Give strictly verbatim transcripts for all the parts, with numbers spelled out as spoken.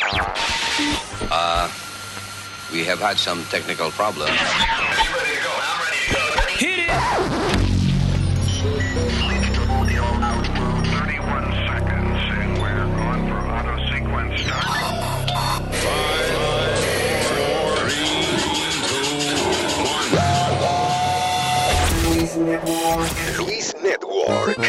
Uh, we have had some technical problems. Hit it! thirty-one seconds, and we're going for auto sequence start. Five, four, three, two, one. Luis Network. Luis Network.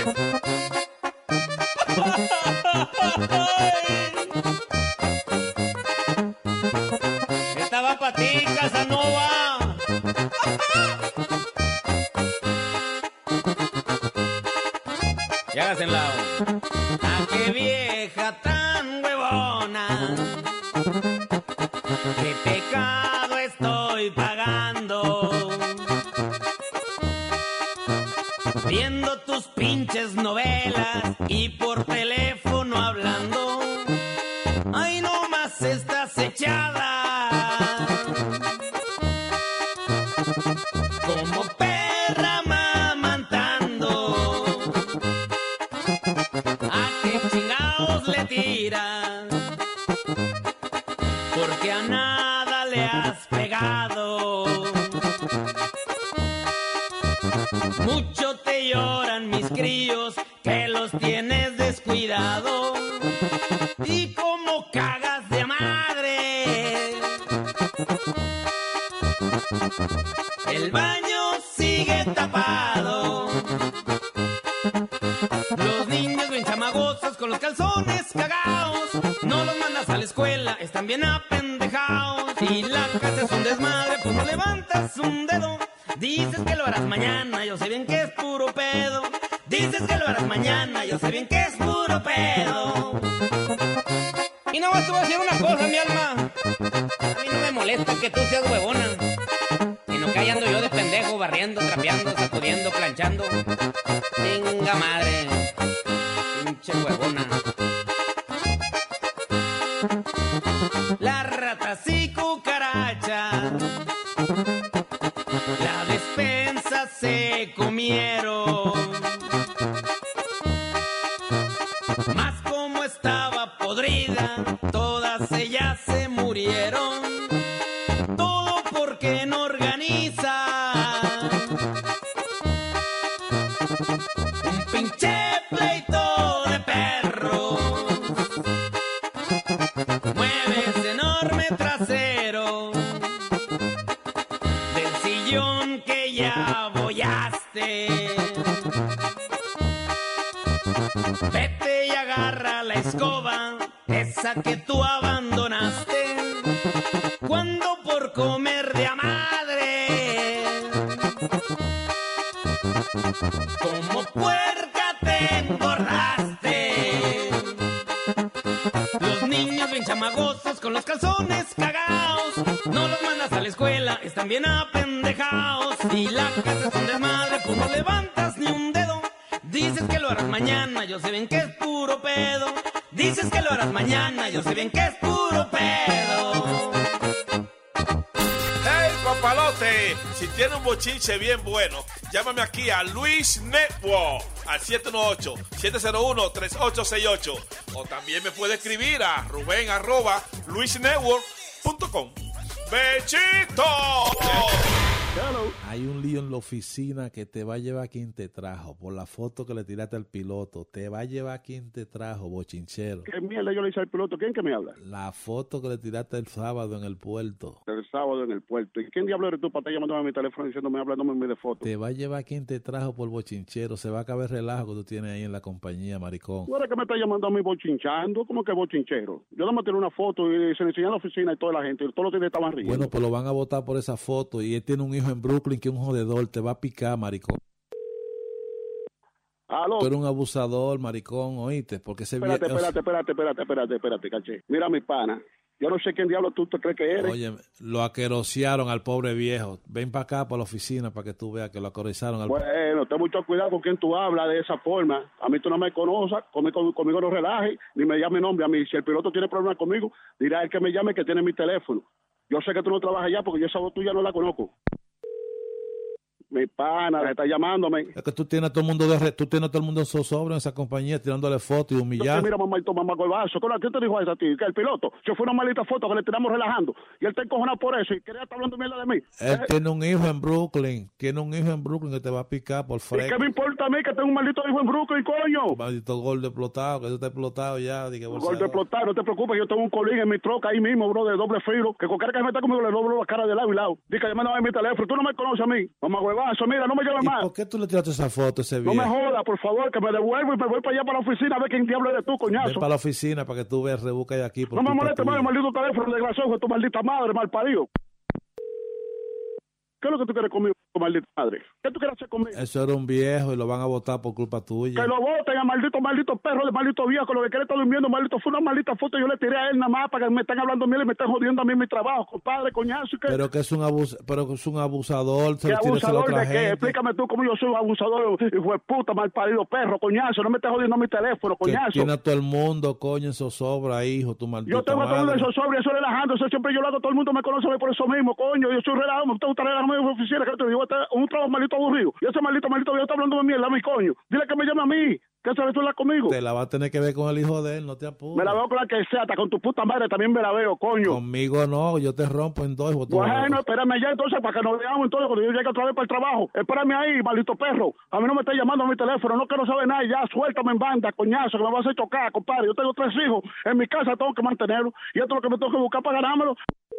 Esta va para ti, Casanova. Y hágase en lado. ¡Ah, qué vieja tan huevona! ¡Qué pecado estoy pagando! Viendo tus pinches novelas y por teléfono hablando. ¡Ay, no más estás echada! Como perra mamantando. ¿A qué chingados le tiras? Porque a nada le has pegado. Mucho te lloran mis críos, que los tienes descuidado. Y como cagas de madre, el baño sigue tapado. Los niños bien chamagosos con los calzones cagados. No los mandas a la escuela, están bien apendejados. Y la casa es un desmadre, pues no levantas un dedo. Dices que lo harás mañana, yo sé bien que es puro pedo. Dices que lo harás mañana, yo sé bien que es puro pedo. Y no más te voy a decir una cosa, mi alma. A mí no me molesta que tú seas huevona, sino que ahí ando yo de pendejo, barriendo, trapeando, sacudiendo, planchando. Venga madre, pinche huevona. Las ratas y cucarachas, la despensa se comieron. Más como estaba podrida, todas ellas se murieron. Todo porque no organiza un pinche pleito de perros. Mueves enorme trasero del sillón que ya bollaste. Vete y agarra la escoba, esa que tú abandonaste cuando por comer de a madre como puerca te engordaste. Los niños bien chamagosos con los calzones cagados, no los mandas a la escuela, están bien apendejados. Y la casa es un desmadre, pues no levantas ni un dedo. Dices que lo harás mañana, yo sé bien que es puro pedo. Dices que lo harás mañana, yo sé bien que es puro pedo. ¡Hey, papalote! Si tiene un bochinche bien bueno, llámame aquí a Luis Network al siete uno ocho, siete cero uno, tres ocho seis ocho. O también me puede escribir a Rubén arroba luisnetwork punto com. ¡Bechito! Hay un lío en la oficina que te va a llevar a quien te trajo. Por la foto que le tiraste al piloto, te va a llevar a quien te trajo, bochinchero. ¿Qué mierda yo le hice al piloto? ¿Quién que me habla? La foto que le tiraste el sábado en el puerto. El sábado en el puerto. ¿Y quién diablo eres tú para estar llamándome a mi teléfono diciéndome, hablándome de foto? Te va a llevar a quien te trajo por bochinchero. Se va a acabar el relajo que tú tienes ahí en la compañía, maricón. ¿Tú eres que me estás llamando a mí bochinchando? ¿Cómo que bochinchero? Yo nada más tiré una foto y se le enseñé a la oficina y toda la gente. Y todos los días estaban riendo. Bueno, pues lo van a votar por esa foto. Y él tiene un hijo en Brooklyn que es un jodedor. Te va a picar, maricón. Aló. Tú eres un abusador, maricón, oíste, porque ese Espérate, vie- espérate, espérate, espérate, espérate, espérate, caché. Mira, mi pana, yo no sé quién diablo tú te crees que eres. Oye, lo aquerosearon al pobre viejo. Ven para acá, para la oficina, para que tú veas que lo aquerosearon al pobre. Bueno, ten mucho cuidado con quien tú hablas de esa forma. A mí tú no me conoces, conmigo, conmigo no relajes, ni me llame nombre a mí. Si el piloto tiene problemas conmigo, dirá el que me llame que tiene mi teléfono. Yo sé que tú no trabajas allá porque yo esa voz tuya no la conozco. Mi pana, está llamándome. Es que tú tienes a todo el mundo de re, tú tienes a todo el mundo en zozobra en esa compañía tirándole fotos y humillando. Mira, mamá, y tu mamá Golbazo. ¿Quién te dijo eso a ti? Que el piloto. Yo fue una maldita foto que le tiramos relajando. Y él te encojonado por eso y quería estar hablando mierda de mí. Él ¿Eh? tiene un hijo en Brooklyn. Tiene un hijo en Brooklyn que te va a picar por ¿Y fresco. qué me importa a mí que tengo un maldito hijo en Brooklyn, coño? Maldito gordo explotado, que eso está explotado ya. Dije, Gol de explotar, no te preocupes, yo tengo un colín en mi troca ahí mismo, bro, de doble filo, que cualquiera que me está conmigo le doblo la cara de lado y lado. Dice que llamando a mi teléfono, tú no me conoces a mí, mamá huevazo, mira, no me llames ¿Y más. por qué tú le tiraste esa foto a ese No viejo? me jodas, por favor, que me devuelvo y me voy para allá para la oficina a ver quién diablo eres tú, Ven coñazo. para la oficina para que tú veas rebusca de aquí. Por No me culpa molestes más tuya. el maldito teléfono, desgraciado, tu maldita madre, mal parido. ¿Qué es lo que tú quieres conmigo, maldita madre? ¿Qué tú quieres hacer conmigo? Eso era un viejo y lo van a votar por culpa tuya. Que lo voten a maldito, maldito perro, de maldito viejo, lo que quiere estar durmiendo, maldito, fue una maldita foto, yo le tiré a él nada más para que me estén hablando miel y me estén jodiendo a mí mi trabajo, compadre, coñazo. ¿Qué? Pero que es un abus pero que es un abusador, se ¿Qué le tira a la abusador otra de qué? gente. Explícame tú cómo yo soy un abusador, hijo de puta, mal parido perro, coñazo, no me estés jodiendo mi teléfono, Que coñazo. tiene a todo el mundo, coño, en zozobra, hijo, tu maldita Yo tengo a todo el mundo madre. eso sobre, eso relajando, eso siempre yo lo hago, todo el mundo me conoce por eso mismo, coño, yo soy relajado, me gusta relajarme en mi oficina, que te digo, este es un trabajo maldito aburrido, y ese maldito, maldito viejo está hablando de mierda, mi coño, dile que me llame a mí, que sabes tú hablar conmigo. Te la va a tener que ver con el hijo de él, no te apures. Me la veo con la que sea, hasta con tu puta madre también me la veo, coño. Conmigo no, yo te rompo en dos. Tú Bueno, espérame ya entonces para que nos veamos entonces cuando yo llegue otra vez para el trabajo. Espérame ahí, maldito perro. A mí no me estés llamando a mi teléfono, no quiero saber nada, ya suéltame en banda, coñazo, que me vas a hacer chocar, compadre. Yo tengo tres hijos, en mi casa tengo que mantenerlos y esto es lo que me tengo que buscar para ganármelo.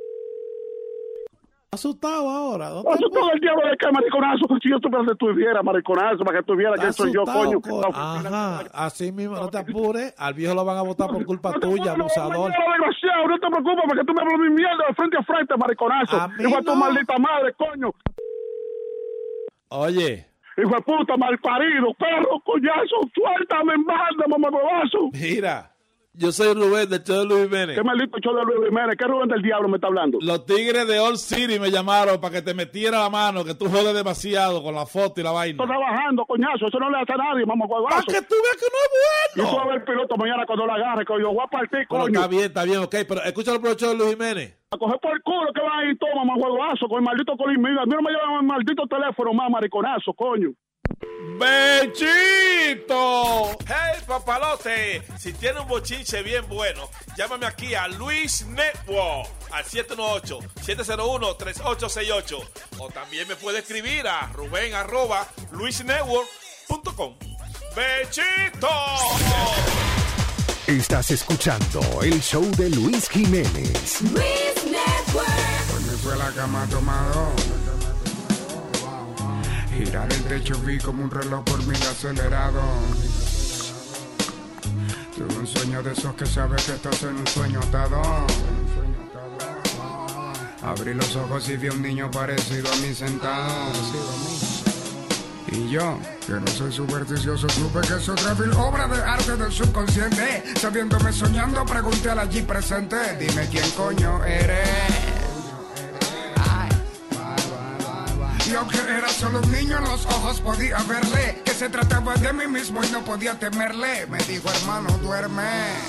Asustado ahora. ¿No? Eso todo el diablo de qué, mariconazo. Si yo tuviera que estuviera, mariconazo, para que estuviera que soy yo, coño. Co Ajá, así mismo, no te apures. Al viejo lo van a votar por culpa No te tuya, preocupes, abusador. mañana, desgraciado, no te preocupes porque tú me hablas mi mierda de frente a frente, mariconazo. A mí Hijo de tu no. maldita madre, coño. Oye, Hijo de puta, malparido, perro, coñazo, suéltame en banda, mamagobazo. mira, yo soy Rubén del show de Luis Jiménez. ¿Qué maldito show de Luis Jiménez? ¿Qué Rubén del diablo me está hablando? Los tigres de Old City me llamaron para que te metiera la mano, que tú jodes demasiado con la foto y la vaina. Estoy trabajando, coñazo, eso no le hace a nadie, Para mamagobazo. que tú veas que no es Y tú a bueno. ver el piloto mañana cuando la agarre, que yo voy a partir, Pero coño. está bien, está bien, ok, pero escúchalo por el show de Luis Jiménez. A coger por el culo que va ahí, toma, mamagobazo, con el maldito colín mío. A mí no me llevan el maldito teléfono más, mariconazo, coño. ¡Bechito! Hey, papalote, si tiene un bochinche bien bueno, llámame aquí a Luis Network al siete uno ocho, siete cero uno, tres ocho seis ocho. O también me puede escribir a Rubén arroba luisnetwork punto com. ¡Bechito! Estás escuchando el show de Luis Jiménez. Luis Network. Hoy me fue a la cama tomado. Girar el techo vi como un reloj por mil acelerado. Tuve un sueño de esos que sabes que estás en un sueño atado. Abrí los ojos y vi a un niño parecido a mí sentado. Y yo, que no soy supersticioso, supe que es otra vil obra de arte del subconsciente. Sabiéndome soñando, pregunté al allí presente: dime quién coño eres. Y aunque era solo un niño, en los ojos podía verle que se trataba de mí mismo y no podía temerle. Me dijo: hermano, duerme.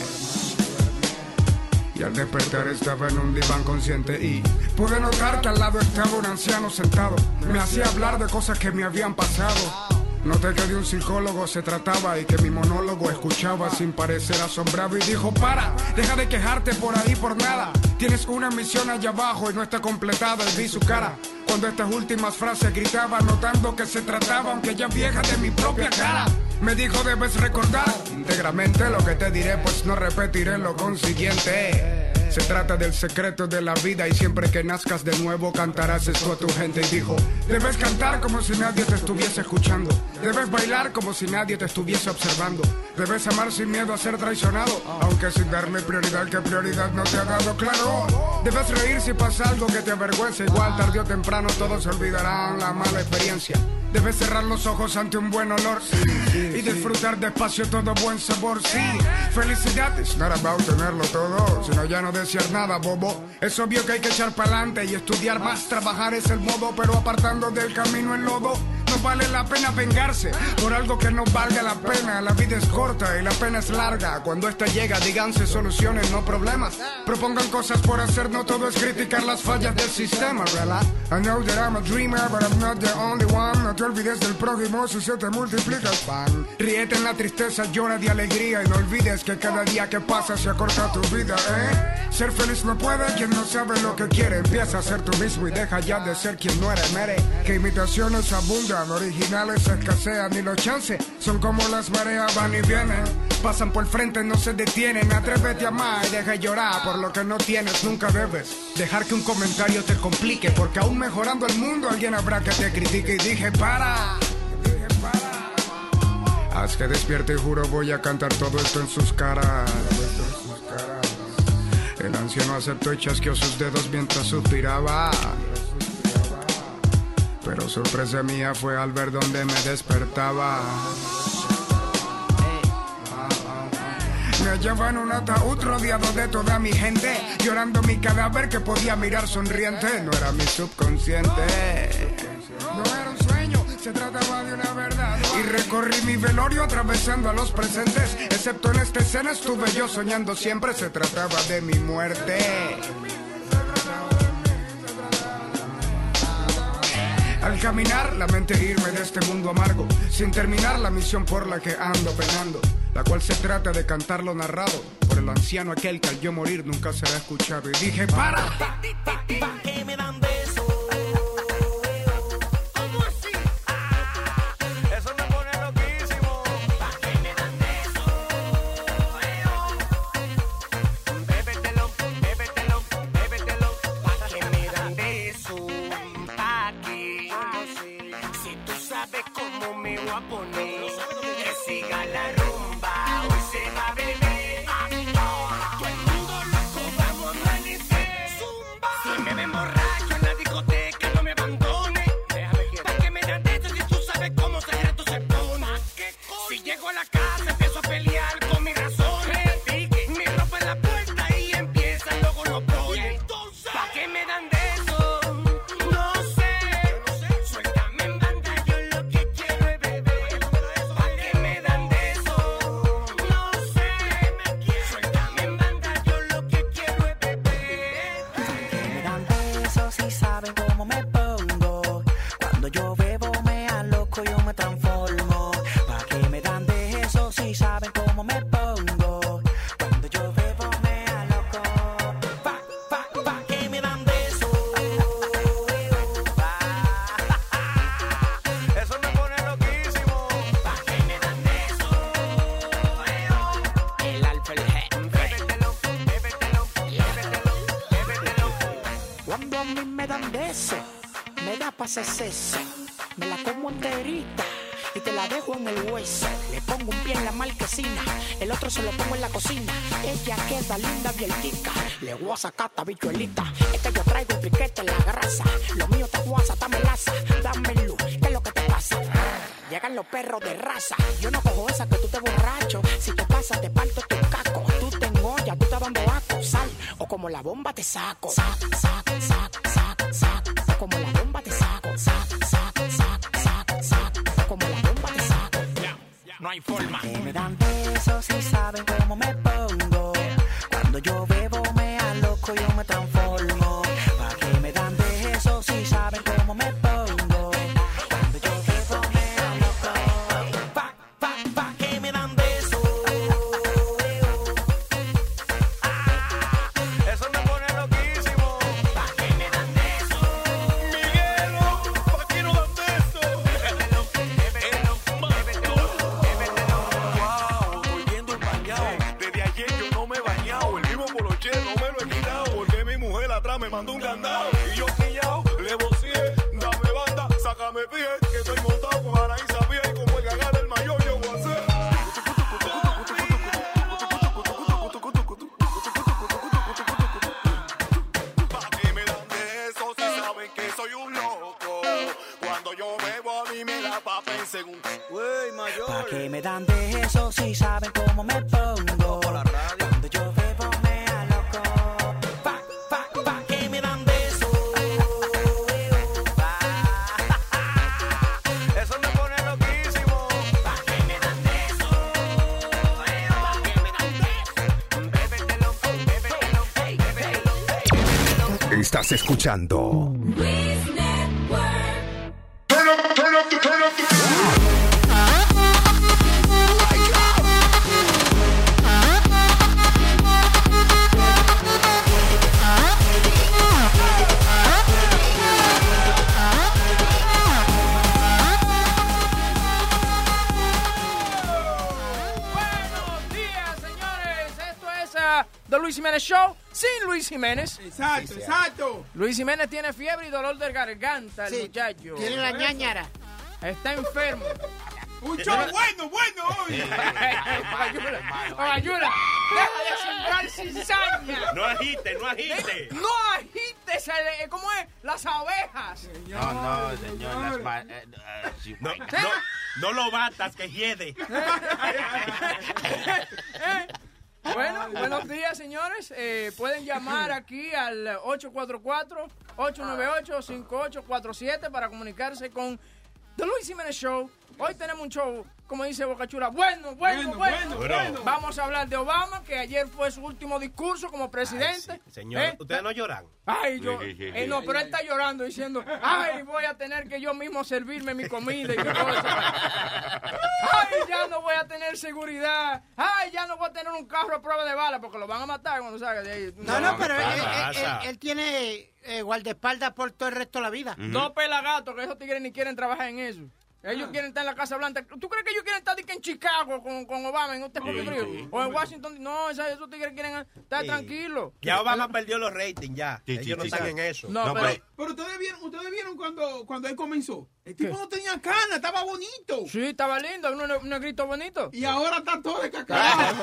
Y al despertar estaba en un diván consciente y pude notar que al lado estaba un anciano sentado. Me hacía hablar de cosas que me habían pasado. Noté que de un psicólogo se trataba y que mi monólogo escuchaba sin parecer asombrado. Y dijo: para, deja de quejarte por ahí por nada. Tienes una misión allá abajo y no está completada. Y vi su cara cuando estas últimas frases gritaba, notando que se trataba, aunque ya vieja, de mi propia cara. Me dijo: debes recordar íntegramente lo que te diré, pues no repetiré lo consiguiente. Se trata del secreto de la vida y siempre que nazcas de nuevo cantarás esto a tu gente. Y dijo: debes cantar como si nadie te estuviese escuchando. Debes bailar como si nadie te estuviese observando. Debes amar sin miedo a ser traicionado, aunque sin darle prioridad que prioridad no te ha dado, claro. Debes reír si pasa algo que te avergüenza, igual tarde o temprano todos olvidarán la mala experiencia. Debes cerrar los ojos ante un buen olor y disfrutar despacio todo buen sabor, sí. Felicidad es not about tenerlo todo, sino ya no desear nada, bobo. Es obvio que hay que echar pa'lante y estudiar más, trabajar es el modo, pero apartando del camino el lodo. no vale la pena vengarse por algo que no valga la pena. La vida es corta y la pena es larga. Cuando esta llega, díganse soluciones, no problemas. Propongan cosas por hacer, no todo es criticar las fallas del sistema, ¿verdad? I know that I'm a dreamer, but I'm not the only one. No te olvides del prójimo si se te multiplica el pan. Ríete en la tristeza, llora de alegría y no olvides que cada día que pasa se acorta tu vida, ¿eh? Ser feliz no puede quien no sabe lo que quiere. Empieza a ser tú mismo y deja ya de ser quien no eres, mere. Que imitaciones abundan, originales escasean y los chances son como las mareas, van y vienen. Pasan por frente, no se detienen. Atrévete a amar y deja de llorar por lo que no tienes. Nunca debes dejar que un comentario te complique, porque aún mejorando el mundo alguien habrá que te critique. Y dije para, dije para. Haz que despierte y juro voy a cantar todo esto en sus caras. El anciano aceptó y chasqueó sus dedos mientras suspiraba. Pero sorpresa mía fue al ver donde me despertaba. Me hallaba en un ataúd rodeado de toda mi gente, llorando mi cadáver que podía mirar sonriente. No era mi subconsciente, no era un sueño, se trataba de una verdad. Y recorrí mi velorio atravesando a los presentes, excepto en esta escena estuve yo soñando siempre. Se trataba de mi muerte. Al caminar, la mente irme de este mundo amargo, sin terminar la misión por la que ando penando, la cual se trata de cantar lo narrado por el anciano aquel que al yo morir nunca será escuchado. Y dije, para. Pa, pa, pa, que me dan besos. ¿Cómo así? Ah, eso me pone loquísimo. Pa, que me dan besos. Bébetelo, bébetelo, bébetelo. Pa, que me dan besos. Pa, que si tú sabes cómo me voy a poner, que siga la rumba, hoy se va a beber. Todo el mundo loco, vamos a amanecer. Si me ven borracho en la discoteca, no me abandone. Pa' que me dan de eso si tú sabes cómo secreto se pone. Si llego a la casa, empiezo a pelear con mis razones. Me rompen la puerta y empiezan luego los pones. Pa' que me dan de eso, no sé. Suéltame en banda, yo lo que quiero es beber. Pa' que me dan de eso, no sé. Suéltame en banda, yo lo que quiero es beber. Me dan besos y saben cómo me pongo. Cuando yo bebo me aloco, yo me transformo. Pa' que me dan de eso si saben cómo me pongo. Cuando yo bebo me aloco. Pa, pa, pa, que me dan de eso. Eso me pone loquísimo. Pa' que me dan de eso. El alfa, el G. Bébetelo, bébetelo, bébetelo, bébetelo. Cuando a mí me dan de eso, me da pa' hacer sexo. Me la como enterita y te la dejo en el hueso. Le pongo un pie en la marquesina, el otro se lo pongo en la cocina. Ella queda linda, bieltica. Le voy a sacar esta bichuelita. Es que yo traigo un piquete en la grasa. Lo mío te guasa, está melaza. Dame luz, ¿qué es lo que te pasa? Llegan los perros de raza. Yo no cojo esa que tú te borracho. Si te pasa, te parto tu caco. Tú te engollas, tú estás dando aco. Sal, o como la bomba te saco. Sac, sac, sac, sac, sac. O como la bomba te saco. Sac, sac, sac, sac, sac. O como la bomba te saco. No hay forma. Que me dan besos y saben cómo me pongo. Cuando yo bebo me aloco, yo me transformo. Pa' que me dan besos y saben cómo me pongo. Cuando yo bebo me aloco. Pa, pa, pa, que me dan de eso. Eso me pone loquísimo. Pa' que me dan de eso. Miguelo, ¿pa' qué no dan de eso? Bébetelo, bébetelo, bébetelo, bébetelo. Wow, estoy viendo el bañado. Desde ayer yo no me he bañado. El mismo poloche no me lo he quitado. Porque mi mujer atrás me mandó un candado. Y yo pillado, le vocié. Dame banda, sácame pie. Que estoy montado con Araíza Pie. Y como el cagar el mayor yo voy a hacer. Pa' que me dan de eso si saben que soy un loco. Cuando yo bebo a mí me da pa' pensar un güey mayor. Pa' que me dan de eso si saben cómo me pongo. Cuando yo bebo me aloco. Pa, pa, pa, que me dan de eso. Eso Estás escuchando Luis Network. Turn up, turn up, turn up. The Luis Jiménez Show sin Luis Jiménez. Exacto, sí, exacto. Luis Jiménez tiene fiebre y dolor de garganta, el sí, muchacho. Tiene la ñañara. Está enfermo. Un show bueno, bueno hoy. Ayuda, deja de sembrar cizaña. No agite, no agite. No agites, el- ¿cómo es? Las abejas. No, no, señor. Las ma- eh, eh, sí, no, no, no lo batas, que hiede. Bueno, buenos días, señores. Eh, pueden llamar aquí al ocho cuatro cuatro, ocho nueve ocho, cinco ocho cuatro siete para comunicarse con The Luis Jiménez Show. Hoy tenemos un show, como dice Boca Chula, bueno, bueno, bueno. Bueno, bueno, bueno. Vamos a hablar de Obama, que ayer fue su último discurso como presidente. Ay, sí. Señor, ¿Eh? ¿ustedes no lloran? Ay, yo, eh, no, pero él está llorando diciendo, ay, voy a tener que yo mismo servirme mi comida y qué cosa. Ay, ya no voy a tener seguridad. Ay, ya no voy a tener un carro a prueba de bala porque lo van a matar cuando salga de ahí. No, no, pero él, él- pasa. él- él tiene eh, guardaespaldas por todo el resto de la vida. Dos pelagatos que esos tigres ni quieren trabajar en eso. Ellos quieren estar en la Casa Blanca. ¿Tú crees que ellos quieren estar de que en Chicago con, con Obama en este Sí, propio frío? sí. O en Washington. No, esos, esos tigres quieren estar Sí. tranquilos. Ya Obama perdió los ratings, ya. Sí, Ellos sí, no sí, están sí. en eso. No, No, pero- pero- Pero ustedes vieron, ustedes vieron cuando, cuando él comenzó. El tipo ¿Qué? no tenía cana, estaba bonito. Sí, estaba lindo, un, un negrito bonito. Y ahora está todo de cacao.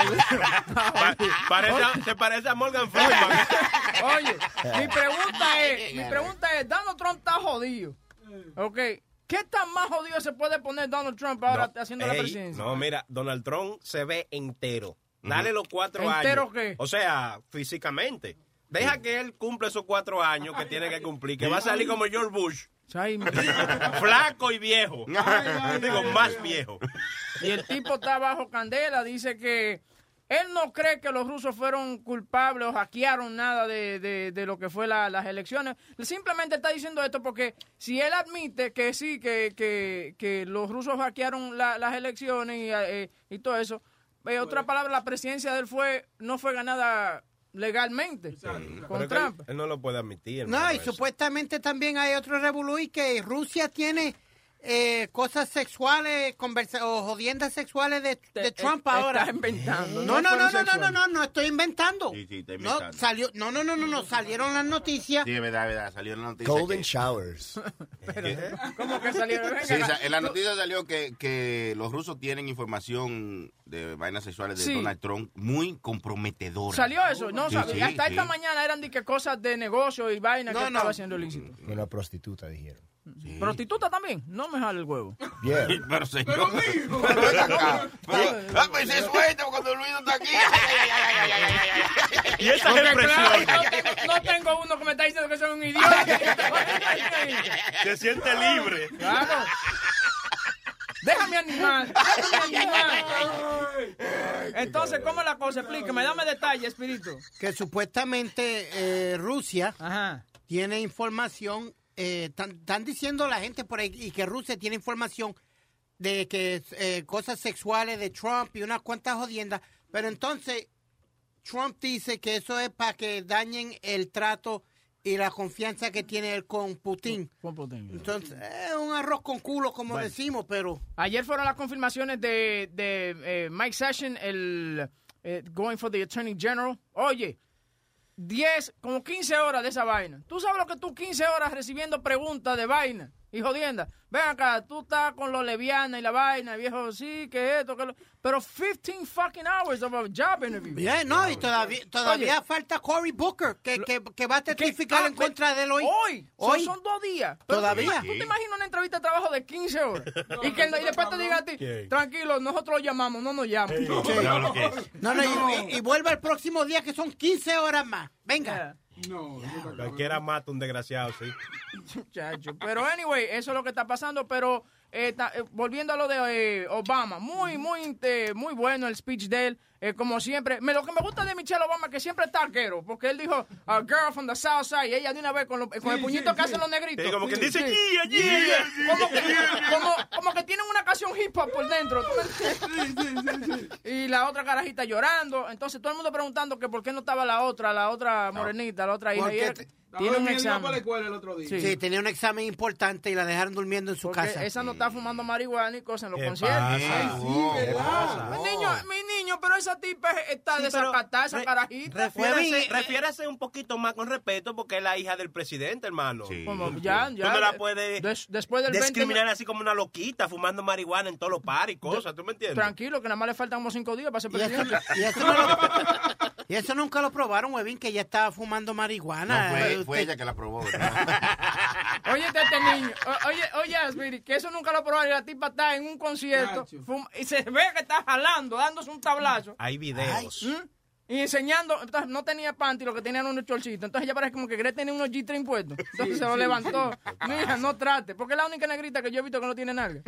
Pa- parece a- se parece a Morgan Freeman. Oye, mi pregunta es, mi pregunta es, Donald Trump está jodido. Ok, ¿qué tan más jodido se puede poner Donald Trump ahora No, haciendo la ey, presidencia? No, mira, Donald Trump se ve entero. Dale los cuatro años. ¿Entero qué? O sea, físicamente. Deja que él cumple esos cuatro años que tiene que cumplir, que va a salir como George Bush. Ay, mi- Flaco y viejo. Digo, más viejo. Y el tipo está bajo candela, dice que él no cree que los rusos fueron culpables o hackearon nada de, de, de lo que fue la- las elecciones. Simplemente está diciendo esto porque si él admite que sí, que, que, que los rusos hackearon la- las elecciones y, eh, y todo eso, en otra palabra, la presidencia de él fue no fue ganada legalmente con Pero es que Trump. Él, él no lo puede admitir. No, hermano, y eso. supuestamente también hay otro revolú y que Rusia tiene eh, cosas sexuales, conversa o jodiendas sexuales de, de Trump Está ahora. inventando. No, no, no, no, fueron no, no, sexuales. no, no estoy inventando. Sí, sí, está No, inventando. salió, no, no, no, no, no, salieron las noticias. Sí, es verdad, es verdad. Salió en la noticia. Golden que- Showers. ¿Cómo que salieron? Venga, Sí, o sea, en la noticia salió que, que los rusos tienen información de vainas sexuales de Sí. Donald Trump muy comprometedora. ¿Salió eso? No, Sí, sabe. sí, Hasta sí. esta mañana eran de que cosas de negocio y vaina que No, estaba no. haciendo ilícito. Una prostituta, dijeron. ¿Prostituta también? No me jale el huevo. Yeah. Pero señor, pero ven acá. Pero, ah, pues se suelta cuando Luis no está aquí. Y esas Porque, expresiones. claro, no, tengo, no tengo uno que me está diciendo que soy un idiota. Se siente libre. Claro. Déjame animar, déjame animar. Entonces, ¿cómo es la cosa? Explíqueme, dame detalles, Espíritu. Que supuestamente eh, Rusia Ajá. tiene información, están diciendo la gente por ahí, y que Rusia tiene información de que eh, cosas sexuales de Trump y unas cuantas jodiendas, pero entonces Trump dice que eso es para que dañen el trato y la confianza que tiene él con Putin. Con Putin. Entonces, es un arroz con culo, como Bueno. decimos, pero... Ayer fueron las confirmaciones de, de eh, Mike Sessions, el eh, going for the Attorney General. Oye, diez, como quince horas de esa vaina. ¿Tú sabes lo que tú quince horas recibiendo preguntas de vaina y jodienda? Ven acá, tú estás con lo leviana y la vaina, viejo, sí, que esto, que lo... Pero fifteen fucking hours of a job interview. Bien, no, y todavía, todavía Oye, falta Cory Booker, que, que, que va a testificar ah, en contra de él hoy. Hoy, Hoy. Son, son dos días. Pero Todavía. ¿Tú, tú te imaginas una entrevista de trabajo de quince horas? y que y después te diga a ti, ¿Quién? tranquilo, nosotros lo llamamos, no nos llaman. Sí. No, no, y, y vuelve el próximo día que son quince horas más. Venga. No, cualquiera mata un desgraciado, sí. Muchacho. Pero anyway, eso es lo que está pasando. Pero eh, ta- eh, volviendo a lo de eh, Obama, muy, muy, eh, muy bueno el speech de él. Eh, como siempre, me, lo que me gusta de Michelle Obama es que siempre está arquero, porque él dijo, a girl from the south side, y ella de una vez con, lo, con sí, el puñito sí, que sí. hacen los negritos. Sí, como que sí, dice, sí. yeah, yeah, yeah, como, que, como, como que tienen una canción hip hop por dentro. ¿Tú me entiendes? Sí, sí, sí. Y la otra carajita llorando, entonces todo el mundo preguntando que por qué no estaba la otra, la otra morenita, la otra hija. Y era, tiene un examen. Para la escuela el otro día. Sí. sí, tenía un examen importante y la dejaron durmiendo en su porque casa. Esa no está fumando marihuana y cosas en los ¿Qué conciertos. pasa? Ay, sí, ¿verdad? Mi niño, mi niño, pero esa tipa está Sí, desacatada, esa re- carajita. Refiérase, refiérase un poquito más con respeto porque es la hija del presidente, hermano. Sí. Como, ya, ya. Tú no la puedes des, después del discriminar veinte, así como una loquita, fumando marihuana en todos los paris y cosas, ¿tú me entiendes? Tranquilo, que nada más le faltan como cinco días para ser Y eso, presidente. y eso no lo- y eso nunca lo probaron, Webin, que ella estaba fumando marihuana. No, fue, Eh, fue usted- ella que la probó. Oye, este niño, o- oye, oye, Speedy, que eso nunca lo probaron. Y la tipa está en un concierto fuma, y se ve que está jalando, dándose un tablazo. Hay videos. ¿Mm? Y enseñando, entonces no tenía panty, lo que tenían unos chorcitos. Entonces ella parece como que quería tener unos G-string puestos. Entonces Sí, se lo sí, levantó. sí. Mija, no trate, porque es la única negrita que yo he visto que no tiene nalga.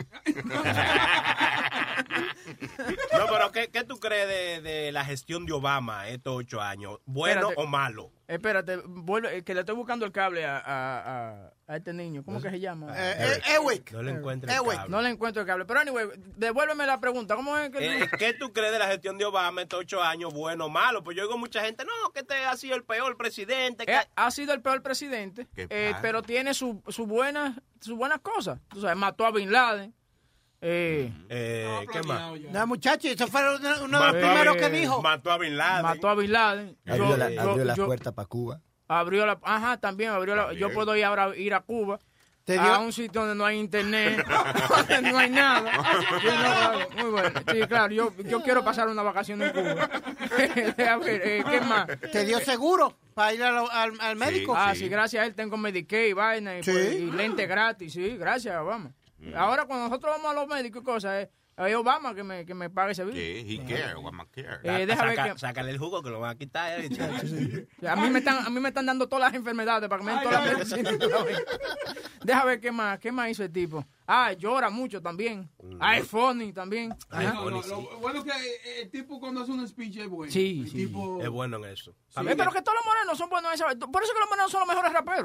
No, pero ¿qué, qué tú crees de, de la gestión de Obama estos ocho años? ¿Bueno Espérate. o malo? Espérate, vuelve, eh, que le estoy buscando el cable a, a, a, a este niño. ¿Cómo que se llama? Eh, eh, Ewick. No le encuentro el Ewick. cable. No le encuentro el cable. Pero anyway, devuélveme la pregunta. ¿Cómo es que Eh, ¿Qué tú crees de la gestión de Obama estos ocho años, bueno o malo? Pues yo oigo mucha gente, no, que este ha sido el peor presidente. Que... Eh, ha sido el peor presidente, ¿Qué eh, pasa? pero tiene sus su buenas, sus buenas cosas. Tú sabes, mató a Bin Laden. Eh, Eh, ¿Qué más? No, muchachos, eso fue uno, uno de Mató los a- primeros que dijo. Mató a Bin Laden. mató a Bin Laden. Abrió Yo- la, yo- abrió la yo- puerta para Cuba. Abrió la, ajá, también abrió la, yo puedo ir ahora ir a Cuba. Te A dio- un sitio donde no hay internet, donde no hay nada. Yo no- muy bueno. Sí, claro, yo, yo quiero pasar una vacación en Cuba. A ver, eh, ¿qué más? ¿Te dio seguro para ir al, al, al médico? Ah, sí, gracias a él tengo Medicaid y vaina y, Sí. pues, y lente gratis, sí, gracias, Obama. Ahora cuando nosotros vamos a los médicos y cosas, es, es Obama que me, que me pague ese bill. Sí, he care, Obama care. Eh, déjame Saca- que- Sácale el jugo que lo van a quitar. eh. A mí me están, a mí me están dando todas las enfermedades para que me den todas las medicinas. Deja ver qué más, qué más hizo el tipo. Ah, llora mucho también. Ah, es funny también. Ajá. No, no, lo bueno es que eh, el tipo cuando hace un speech es bueno. Sí, El sí. tipo- Es bueno en eso. A ver, pero que todos los morenos son buenos en esa. Por eso que los morenos son los mejores raperos.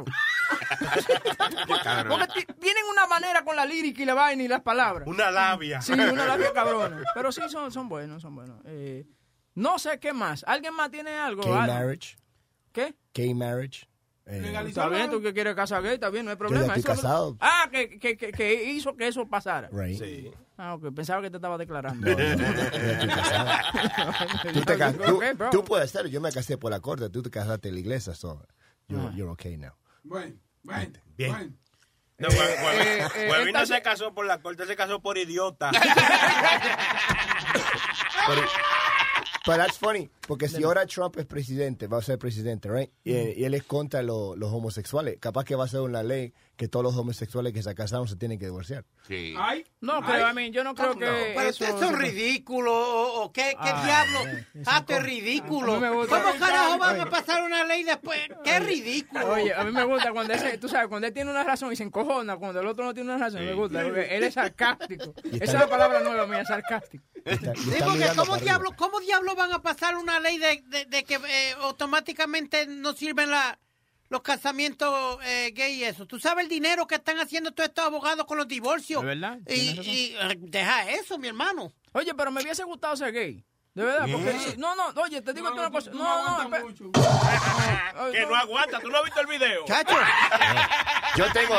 Porque ti- tienen una manera con la lírica y la vaina y las palabras. Una labia. Sí, una labia cabrona. Pero sí, son, son buenos, son buenos. Eh, no sé qué más. ¿Alguien más tiene algo? Gay ¿Algo? marriage. ¿Qué? Gay marriage. Eh, Está bien, tú que quieres casar gay, está bien, no hay problema. ya estoy Eso- casado. Ah, que, que, que, que hizo que eso pasara. Right. Sí. Ah, ok, pensaba que te estaba declarando. No, no, no, no, yo estoy casado. Tú, te cas- tú- Ok, bro. tú puedes hacerlo. Yo me casé por la corte. Tú te casaste en la iglesia. So you're, Ah. you're okay now. Bueno, bueno, Bien. bueno. No, Hue- Hue- eh, eh, Huevín no esta- se casó por la corte, se casó por idiota. But, it- but that's funny. Porque si ahora Trump es presidente, va a ser presidente, right? Y, y él es contra lo- los homosexuales. Capaz que va a ser una ley que todos los homosexuales que se casaron se tienen que divorciar. Sí. Ay, No ay. creo, a mí, yo no creo que Pero eso... ustedes son ridículos, o, o qué, qué Ah, diablo. eh, eso Ah, es tú es como- ridículo. A mí me gusta- ¿Cómo carajo van Oye. a pasar una ley después? Qué ridículo. Oye, a mí me gusta cuando ese, tú sabes, cuando él tiene una razón y se encojona, cuando el otro no tiene una razón, me gusta, porque él es sarcástico. Esa es la palabra nueva mía, sarcástico. Está- y Sí, está porque mirando ¿cómo para diablo, arriba. ¿cómo diablo van a pasar una ley de, de, de que eh, automáticamente no sirven la, los casamientos eh, gay y eso? ¿Tú sabes el dinero que están haciendo todos estos abogados con los divorcios? ¿De verdad? Y, Tienes razón. y, eh, deja eso, mi hermano. Oye, pero me hubiese gustado ser gay. De verdad, porque... sí, no, no, oye, te digo No, una tú- cosa. tú No, no no, aguantas espe- mucho. Ay, Que no aguanta, ¿tú no has visto el video? Chacho. Yo tengo,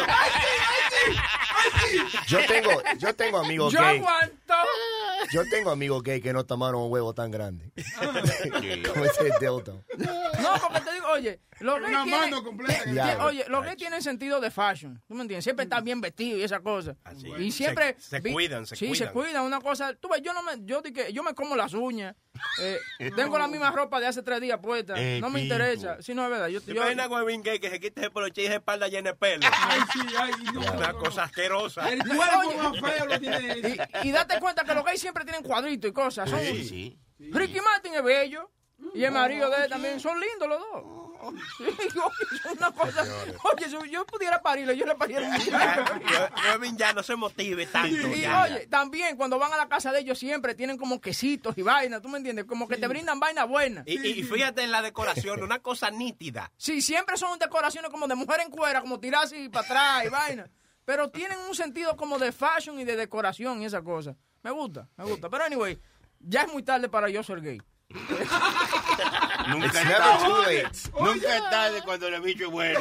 yo tengo, yo tengo amigos Yo gay. aguanto. Yo tengo amigos gay que no tomaron un huevo tan grande. Como ese dildo. No, porque te digo, oye, los gays Una tienen- mano completa. tie- Ya, oye, los gays tienen sentido de fashion, ¿tú me entiendes? Siempre están bien vestidos y esas cosas. Así Y es. siempre... Se- se vi- cuidan, se sí, cuidan. se cuidan, una cosa... Tú ves, yo no me... Yo, di que, yo me como las uñas. Eh, tengo la misma ropa de hace tres días puesta. Eh, No me tipo. interesa. Sí, no es verdad. Yo, ¿Te yo- imaginas a Huevín gay que se quite ese poloche y esa espalda llena de pelo? Ay, sí, ay, no, Una no, no. cosa asquerosa. El No, cuerpo oye. más feo lo tiene ese. y, y date cuenta que los gays siempre tienen cuadritos y cosas. Son, Sí, sí. Ricky Martin es bello. Y el marido de él también. Son lindos los dos. Una cosa, oye, si yo pudiera parirlo, yo le pariera un Huevín, ya no se motive tanto. Y ya, oye, ya. también cuando van a la casa de ellos siempre tienen como quesitos y vainas, ¿tú me entiendes? Como que te brindan vainas buenas. Y, y fíjate en la decoración, una cosa nítida. Sí, siempre son decoraciones como de mujer en cuera, como tirar así para atrás y vaina. Pero tienen un sentido como de fashion y de decoración y esa cosa. Me gusta, me gusta. Pero anyway, ya es muy tarde para yo ser gay. Nunca It's es never tarde. too late. Nunca es tarde cuando el bicho es bueno.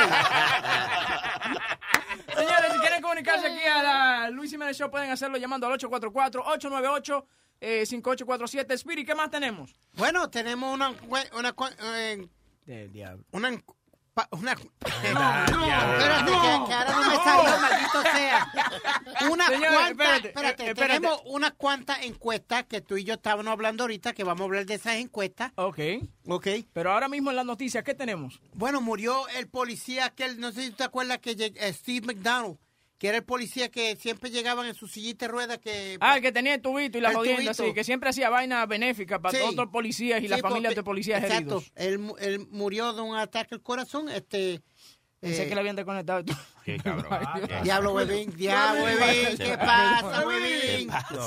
Señores, si quieren comunicarse aquí a la Luis Jiménez Show, pueden hacerlo llamando al ocho cuatro cuatro, ocho nueve ocho, cinco ocho cuatro siete. Spirit, ¿qué más tenemos? Bueno, tenemos una... una, eh, Del diablo. una pa- una No, no, espérate, que, que ahora no me salió, maldito sea. Una Señores, cuanta, espérate, espérate, eh, espérate. tenemos unas cuantas encuestas que tú y yo estábamos hablando ahorita, que vamos a hablar de esas encuestas. Ok. Ok. Pero ahora mismo en las noticias, ¿qué tenemos? Bueno, murió el policía aquel, no sé si te acuerdas, que lleg- eh, Steve McDonald, que era el policía que siempre llegaban en su sillita de ruedas que... Ah, el que tenía el tubito y la El jodienda, tubito. sí, que siempre hacía vaina benéfica para Sí. otros policías y las Sí, familias porque- de policías exacto, heridos. Él, mu- él murió de un ataque al corazón, este... Pensé eh, que le habían desconectado. Qué cabrón. Diablo, huevín, diablo, huevín, ¿qué pasa, huevín?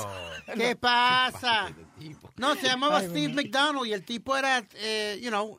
¿Qué pasa? No, se llamaba Ay, Steve mi- McDonald y el tipo era, eh, you know,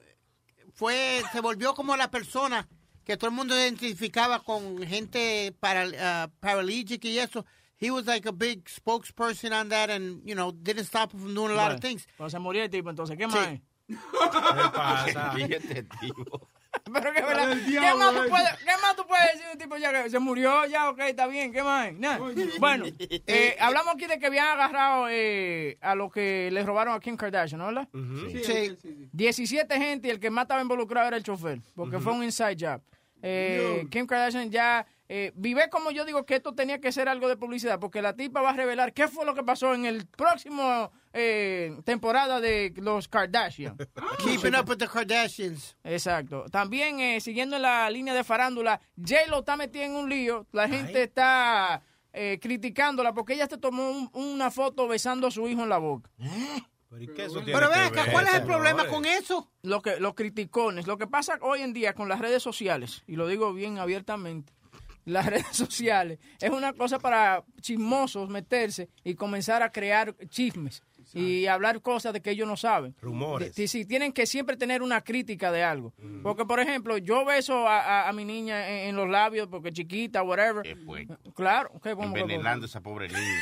fue, se volvió como la persona que todo el mundo identificaba con gente para, uh, paralytic y eso. He was like a big spokesperson on that and, you know, didn't stop him from doing a lot of Bueno, things. Cuando se murió el tipo, entonces, ¿qué Sí. más? ¿Qué pasa? Fíjate, tipo. Pero que, ¿verdad? El ¿Qué, diablo, más tú eh. puedes, ¿Qué más tú puedes decir de un tipo ya que se murió? Ya, ok, está bien, ¿qué más? Nada. Bueno, eh, hablamos aquí de que habían agarrado eh, a lo que le robaron a Kim Kardashian, ¿no? ¿Verdad? Sí. Sí, sí, sí. diecisiete gente y el que más estaba involucrado era el chofer, porque fue un inside job. Eh, No. Kim Kardashian ya eh, vive como yo digo que esto tenía que ser algo de publicidad, porque la tipa va a revelar qué fue lo que pasó en el próximo eh, temporada de los Kardashian. Keeping up with the Kardashians. Exacto. También, eh, siguiendo en la línea de farándula, J-Lo está metida en un lío. La gente está eh, criticándola porque ella se tomó un- una foto besando a su hijo en la boca. Pero, ¿y qué eso tiene Pero que ven acá, ver, ¿cuál es el señores? problema con eso? Lo que, los criticones. Lo que pasa hoy en día con las redes sociales, y lo digo bien abiertamente, las redes sociales es una cosa para chismosos meterse y comenzar a crear chismes y hablar cosas de que ellos no saben. Rumores. Sí, sí, tienen que siempre tener una crítica de algo. Porque, por ejemplo, yo beso a, a- a mi niña en, en los labios porque chiquita, whatever. ¿Qué fue? Claro. ¿qué, cómo, cómo? Envenenando a esa pobre niña.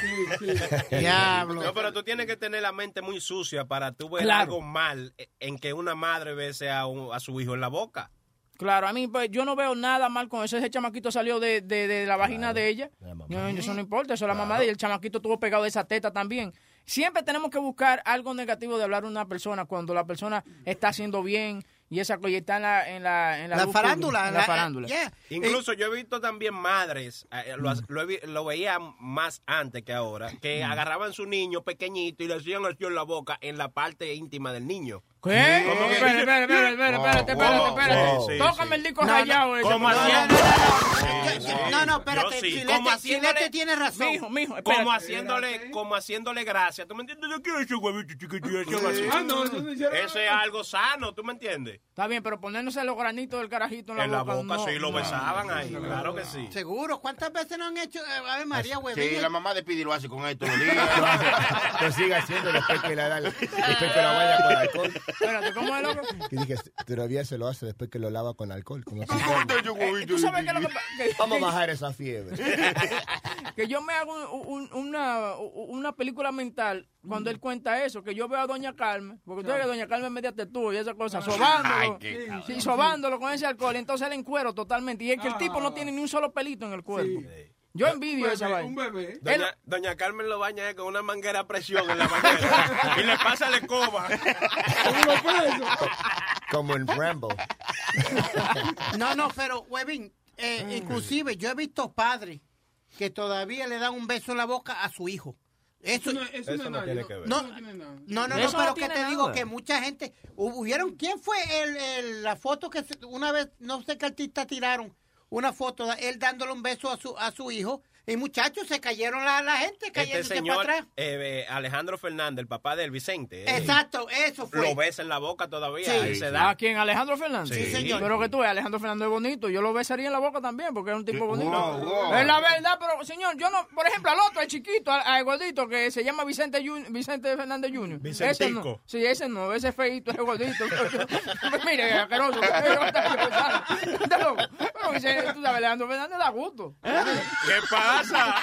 Diablo. No, pero tú tienes que tener la mente muy sucia para tú ver Claro. algo mal en que una madre bese a, un- a su hijo en la boca. Claro, a mí pues, yo no veo nada mal con eso. Ese chamaquito salió de, de, de la vagina de ella. No, eso no importa, eso es la mamá de ella. El chamaquito estuvo pegado de esa teta también. Siempre tenemos que buscar algo negativo de hablar de una persona cuando la persona está haciendo bien y esa cosa y está en la, en la, en la, La luz farándula. pública, en la la- farándula. yeah. Incluso yo he visto también madres, eh, lo, lo, he vi- lo veía más antes que ahora, que agarraban su niño pequeñito y le hacían así en la boca en la parte íntima del niño. ¿Qué? ¿Cómo que? Espérate, espérate, espérate, espérate, espérate, espérate, espérate. Wow, sí, Tócame sí. el disco No, rayado ese. ¿Cómo por favor. haciendo? No, no, espérate, Yo sí, Chilete, como haciéndole- Chilete tiene razón. Mijo, mijo, espérate. Como haciéndole, como haciéndole gracia. ¿Tú me entiendes? Yo quiero ese huevito chiquitito. así. Ah, no, eso no hicieron Ese es algo sano, ¿tú me entiendes? Está bien, pero ponerse los granitos del carajito en la En la boca. boca no, sí lo no. besaban ahí, claro que sí. Seguro, ¿cuántas veces no han hecho? eh, A ver, María, huevín. Sí, la mamá de Pidi lo hace con esto los días. Lo sigue haciendo después que la da, después que lo vaya con alcohol. Espérate, ¿cómo es loco? Que dije, todavía se lo hace después que lo lava con alcohol. Con Eh, ¿Tú sabes qué es lo que pasa? Que- Vamos a bajar esa fiebre. que yo me hago un- un- una, una película mental cuando él cuenta eso, que yo veo a Doña Carmen, porque usted ve que Doña Carmen es media tetúa y esa cosa, sobándolo, Ay, qué cabrón. sí, sobándolo con ese alcohol, entonces él en cuero totalmente, y es que el Ah. tipo no tiene ni un solo pelito en el cuerpo. Sí. Yo envidio Un esa bebé, vaina. un bebé. Él- Doña, Doña Carmen lo baña eh, con una manguera a presión en la bañera y le pasa la escoba. Uno preso. Como en Rambo. No, no, pero, huevín, eh, inclusive yo he visto padres que todavía le dan un beso en la boca a su hijo. Eso, Eso no, eso Eso no, no es tiene nada. que ver. No, Eso no tiene nada. no, no, no, Eso no pero que tiene te nada. digo que mucha gente, hubieron, ¿quién fue el, el- la foto que se- una vez, no sé qué artista tiraron, una foto de él dándole un beso a su, a su hijo Y muchachos, se cayeron la, la gente, Este cayéndose señor, para atrás. eh, eh, Alejandro Fernández, el papá del Vicente. eh, Exacto, eso fue. Lo ves en la boca todavía. Sí. a esa edad. ¿A quién? ¿Alejandro Fernández? Sí, señor. Pero que tú ves, Alejandro Fernández es bonito. Yo lo besaría en la boca también porque es un tipo bonito. Wow, wow. Es la verdad, pero señor, yo no... Por ejemplo, al otro, al chiquito, al, al gordito que se llama Vicente Jun- Vicente Fernández junior Ese Vicentico. no. Sí, ese no. Ese es feíto, ese gordito. Mire, asqueroso. Está loco. Pero Vicente, tú sabes, Alejandro Fernández da gusto. ¿Qué pasa?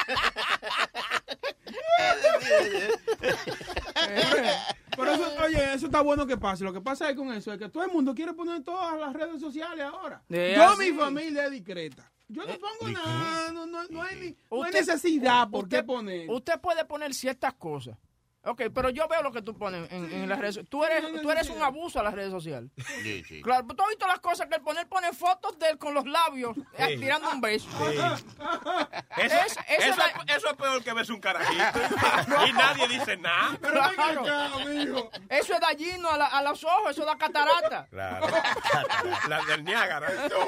Pero eso, oye, eso está bueno que pase. Lo que pasa es con eso, es que todo el mundo quiere poner todas las redes sociales ahora. Eh, Yo, así. mi familia es discreta. Yo no pongo nada, no, no, no hay, ni- no hay Usted- necesidad por usted- qué poner. Usted puede poner ciertas cosas. Ok, pero yo veo lo que tú pones en, en las redes sociales. Tú eres, tú eres un abuso a las redes sociales. Sí, sí. Claro, tú has visto las cosas que él pone. Él pone fotos de él con los labios eh, Sí. tirando un beso. Eso, Es- eso eso, es la- es, eso es peor que ves un carajito. Y nadie dice nada. Claro. Eso es dañino a, la- a los ojos, eso da catarata. Claro. La del Niágara.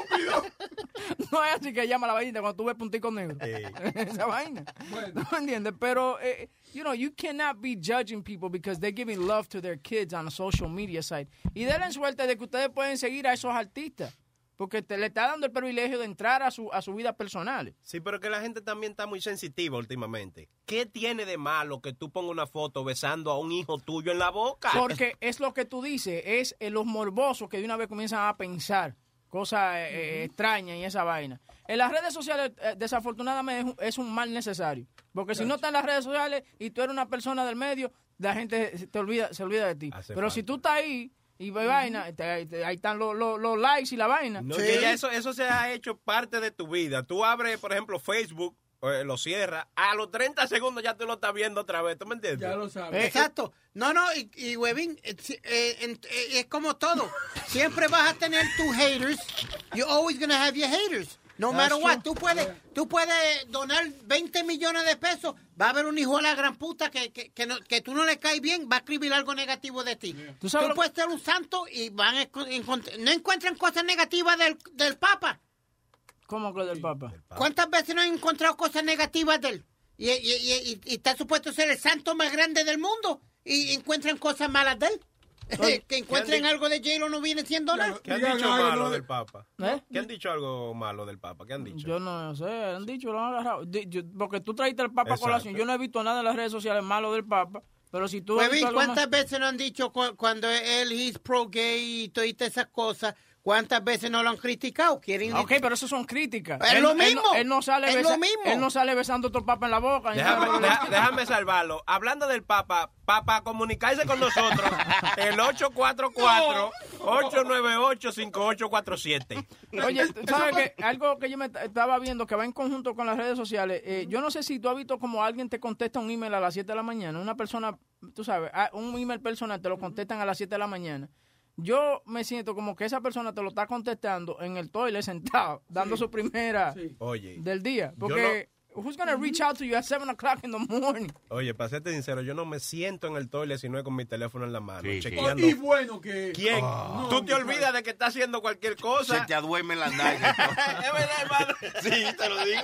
No es así que llama la vaina cuando tú ves punticos negros. Esa vaina. ¿No me entiendes? Pero, eh, you know, you cannot be judging people because they're giving love to their kids on a social media site. Y denle suerte de que ustedes pueden seguir a esos artistas. Porque te, le está dando el privilegio de entrar a su, a su vida personal. Sí, pero que la gente también está muy sensitiva últimamente. ¿Qué tiene de malo que tú pongas una foto besando a un hijo tuyo en la boca? Porque es lo que tú dices, es eh, los morbosos que de una vez comienzan a pensar cosas eh, eh, extrañas y esa vaina. En las redes sociales, eh, desafortunadamente, es un, es un mal necesario. Porque si no estás en las redes sociales y tú eres una persona del medio, la gente se- te olvida, se olvida de ti. Hace Pero falta. si tú estás ahí y ve vaina, te- te- ahí están los, los, los likes y la vaina. No, que ya eso, eso se ha hecho parte de tu vida. Tú abres, por ejemplo, Facebook, eh, lo cierras, a los treinta segundos ya tú lo estás viendo otra vez. ¿Tú me entiendes? Ya lo sabes. Exacto. No, no, y, y Webin, eh, si- eh, en- eh, es como todo. Siempre vas a tener tus haters. You're always going to have your haters. No That's matter what. true. Tú puedes, tú puedes donar veinte millones de pesos. Va a haber un hijo de la gran puta que, que, que, no- que tú no le caes bien, va a escribir algo negativo de ti. ¿Tú Tú, sabes lo- puedes ser un santo y van a enco- encont- no encuentran cosas negativas del, del Papa. ¿Cómo que del Papa? ¿Cuántas veces no han encontrado cosas negativas de él? Y, y- y- y- y está supuesto ser el santo más grande del mundo y encuentran cosas malas de él. Que encuentren ¿Qué han algo de J-Lo no viene siendo nada. ¿Qué han Digan dicho algo, malo ¿no? del Papa? ¿Eh? ¿Qué han dicho algo malo del Papa? ¿Qué han dicho? Yo no sé, han dicho, lo han agarrado. Di- yo- porque tú traíste el Papa a Exacto. colación. Yo no he visto nada en las redes sociales malo del Papa. Pero si tú has Huevín, visto algo ¿cuántas más- veces no han dicho cu- cuando él es pro gay y todas esas cosas? ¿Cuántas veces no lo han criticado? Quieren Ok, pero eso son críticas. Es Él- lo él no- mismo. Él no sale Es besa- lo mismo. Él no sale besando a otro papa en la boca. ni Déjame, nada. deja- déjame salvarlo. Hablando del Papa, Papa, comunicarse con nosotros. El ocho cuatro cuatro, ocho nueve ocho, cinco ocho cuatro siete. Oye, ¿tú ¿sabes que algo que yo me t- estaba viendo que va en conjunto con las redes sociales? Eh, yo no sé si tú has visto como alguien te contesta un email a las siete de la mañana. Una persona, tú sabes, ah, un email personal te lo contestan a las siete de la mañana. Yo me siento como que esa persona te lo está contestando en el toilet sentado, dando su primera Oye, del día. Yo Porque, who's gonna reach out to you at seven o'clock in the morning? oye, para serte sincero, yo no me siento en el toilet si no es con mi teléfono en la mano, Sí, sí. chequeando. Y bueno que... ¿Quién? Ah. Tú te No, olvidas de que está haciendo cualquier cosa. Se te aduermen las nalgas. Es verdad, hermano. Sí, te lo digo.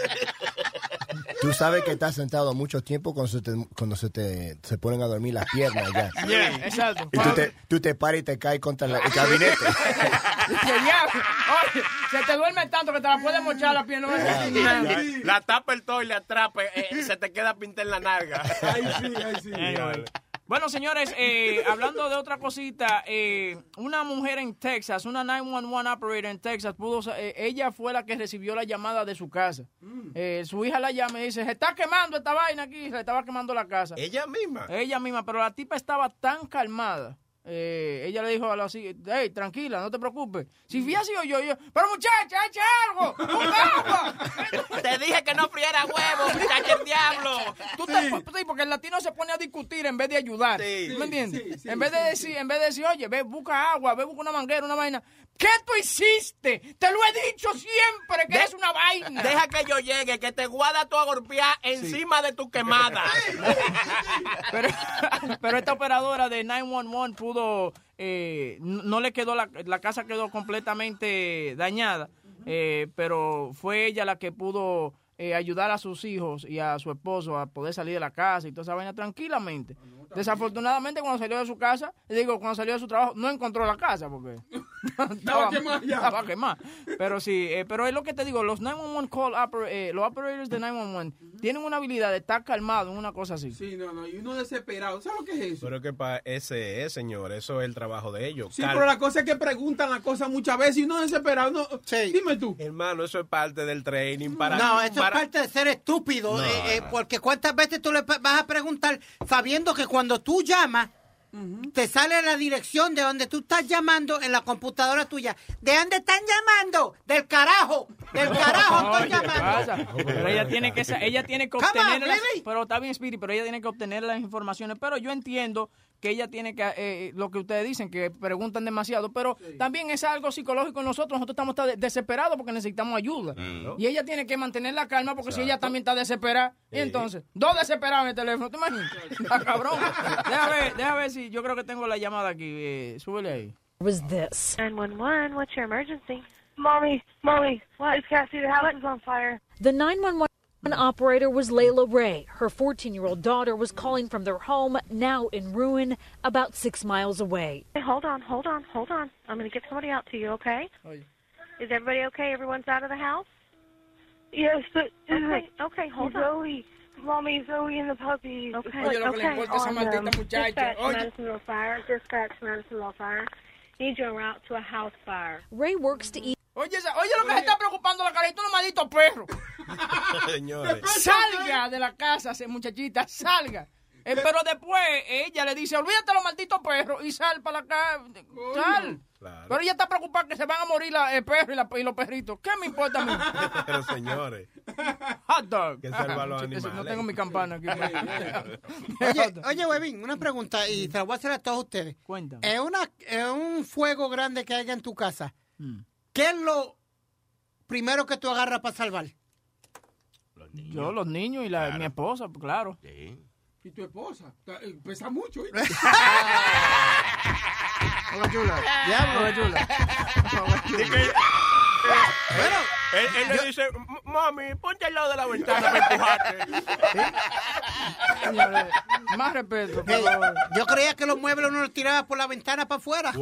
Tú sabes que estás sentado mucho tiempo cuando se te, cuando se te se ponen a dormir las piernas ya. Yeah, exacto. Y tú te, tú te paras y te caes contra la- el gabinete. Que diablo. Oye, se te duerme tanto que te la puedes mochar la pierna. La, la tapa el toilet atrás, pues, eh, se te queda pinta en la narga. Ahí sí, ahí sí. Anyway. Bueno, señores, eh, hablando de otra cosita, eh, una mujer en Texas, una nueve uno uno operator en Texas, pudo, eh, ella fue la que recibió la llamada de su casa. Eh, su hija la llama y dice, se está quemando esta vaina aquí, se le estaba quemando la casa. Ella misma. Ella misma, pero la tipa estaba tan calmada. Eh, ella le dijo a la así, hey, tranquila, no te preocupes. Si hubiera sido yo, yo, pero muchacha, echa algo, ¡un agua! Te dije que no friera huevo, muchacha, el diablo. Tú te, sí, porque el latino se pone a discutir en vez de ayudar. Sí. ¿Me entiendes? Sí, sí, en vez de sí, decir, en vez de decir, oye, ve, busca agua, ve, busca una manguera, una vaina. ¿Qué tú hiciste? Te lo he dicho siempre que De- es una vaina. Deja que yo llegue, que te guarda tú a golpear encima de tu quemada. Pero, pero esta operadora de nueve uno uno pudo, eh, no no le quedó, la, la casa quedó completamente dañada, eh, pero fue ella la que pudo eh, ayudar a sus hijos y a su esposo a poder salir de la casa y toda esa vaina tranquilamente. Desafortunadamente, cuando salió de su casa, digo, cuando salió de su trabajo, no encontró la casa porque Estaba quemada ya. Estaba quemada. Pero sí, eh, pero es lo que te digo, los nueve uno uno call oper- eh, los operators de nueve uno uno tienen una habilidad de estar calmados en una cosa así. Sí, no, no, y uno desesperado. ¿Sabes lo que es eso? Pero que para ese es, señor, eso es el trabajo de ellos. Sí, Cal- pero la cosa es que preguntan las cosas muchas veces y uno desesperado. No, dime tú. Hermano, eso es parte del training para... No, eso para- es parte de ser estúpido, No, eh, eh, no. porque cuántas veces tú le pa- vas a preguntar sabiendo que cuando tú llamas, te sale la dirección de donde tú estás llamando en la computadora tuya. ¿De dónde están llamando? Del carajo, del carajo estoy Oye, ¿qué pasa? llamando. Pero ella tiene que sa- ella tiene que Come on, obtener las- really? pero está bien, Speedy, pero ella tiene que obtener las informaciones, pero yo entiendo que ella tiene que eh, lo que ustedes dicen, que preguntan demasiado, pero también es algo psicológico en nosotros. Nosotros estamos tan de- desesperados porque necesitamos ayuda. Mm. Y ella tiene que mantener la calma porque si ella también está desesperada, y entonces, dos desesperados en el teléfono, ¿te imaginas? Está cabrón. Déjame ver, déjame ver si yo creo que tengo la llamada aquí. Eh, súbele ahí. Was this? nine one one, what's your emergency? Mommy, Mommy, what? It's Cassie, the house is on fire. The nine one one operator was Layla Ray. Her fourteen-year-old daughter was calling from their home, now in ruin, about six miles away. Hey, hold on, hold on, hold on. I'm going to get somebody out to you, okay? Is everybody okay? Everyone's out of the house? Yes, but... Okay, okay, hold on. Zoe, Mommy, Zoe and the puppies. Okay, Oye, okay. On, um, Dispatch Oye. Madisonville Fire. Dispatch Madisonville Fire. Need you en route to a house fire. Ray works to eat. Oye, esa- oye lo que se está preocupando la carita, un maldito perro. Señores. Salga de la casa, se- muchachita, salga. Eh, pero después ella le dice, olvídate de los malditos perros y sal para la casa. Sal. Pero ella está preocupada que se van a morir la- el perro y, la- y los perritos. ¿Qué me importa a mí? Pero señores, Hot dog. que salva a los Ah, ese- animales. No tengo mi campana aquí. Oye, oye, Webin, una pregunta y se la voy a hacer a todos ustedes. Cuéntame. Es una, es un fuego grande que haya en tu casa. ¿Qué es lo primero que tú agarras para salvar? Yo, los niños y la, mi esposa, claro. ¿Y tu esposa? Está- eh, Pesa mucho. ¿viste? Hola, chula. Diablo. Hola, chula. Bueno, él, él le dice, "M- mami, ponte al lado de la ventana para empujarte. Señores, más respeto, por Hey, favor. yo creía que los muebles uno los tiraba por la ventana para afuera.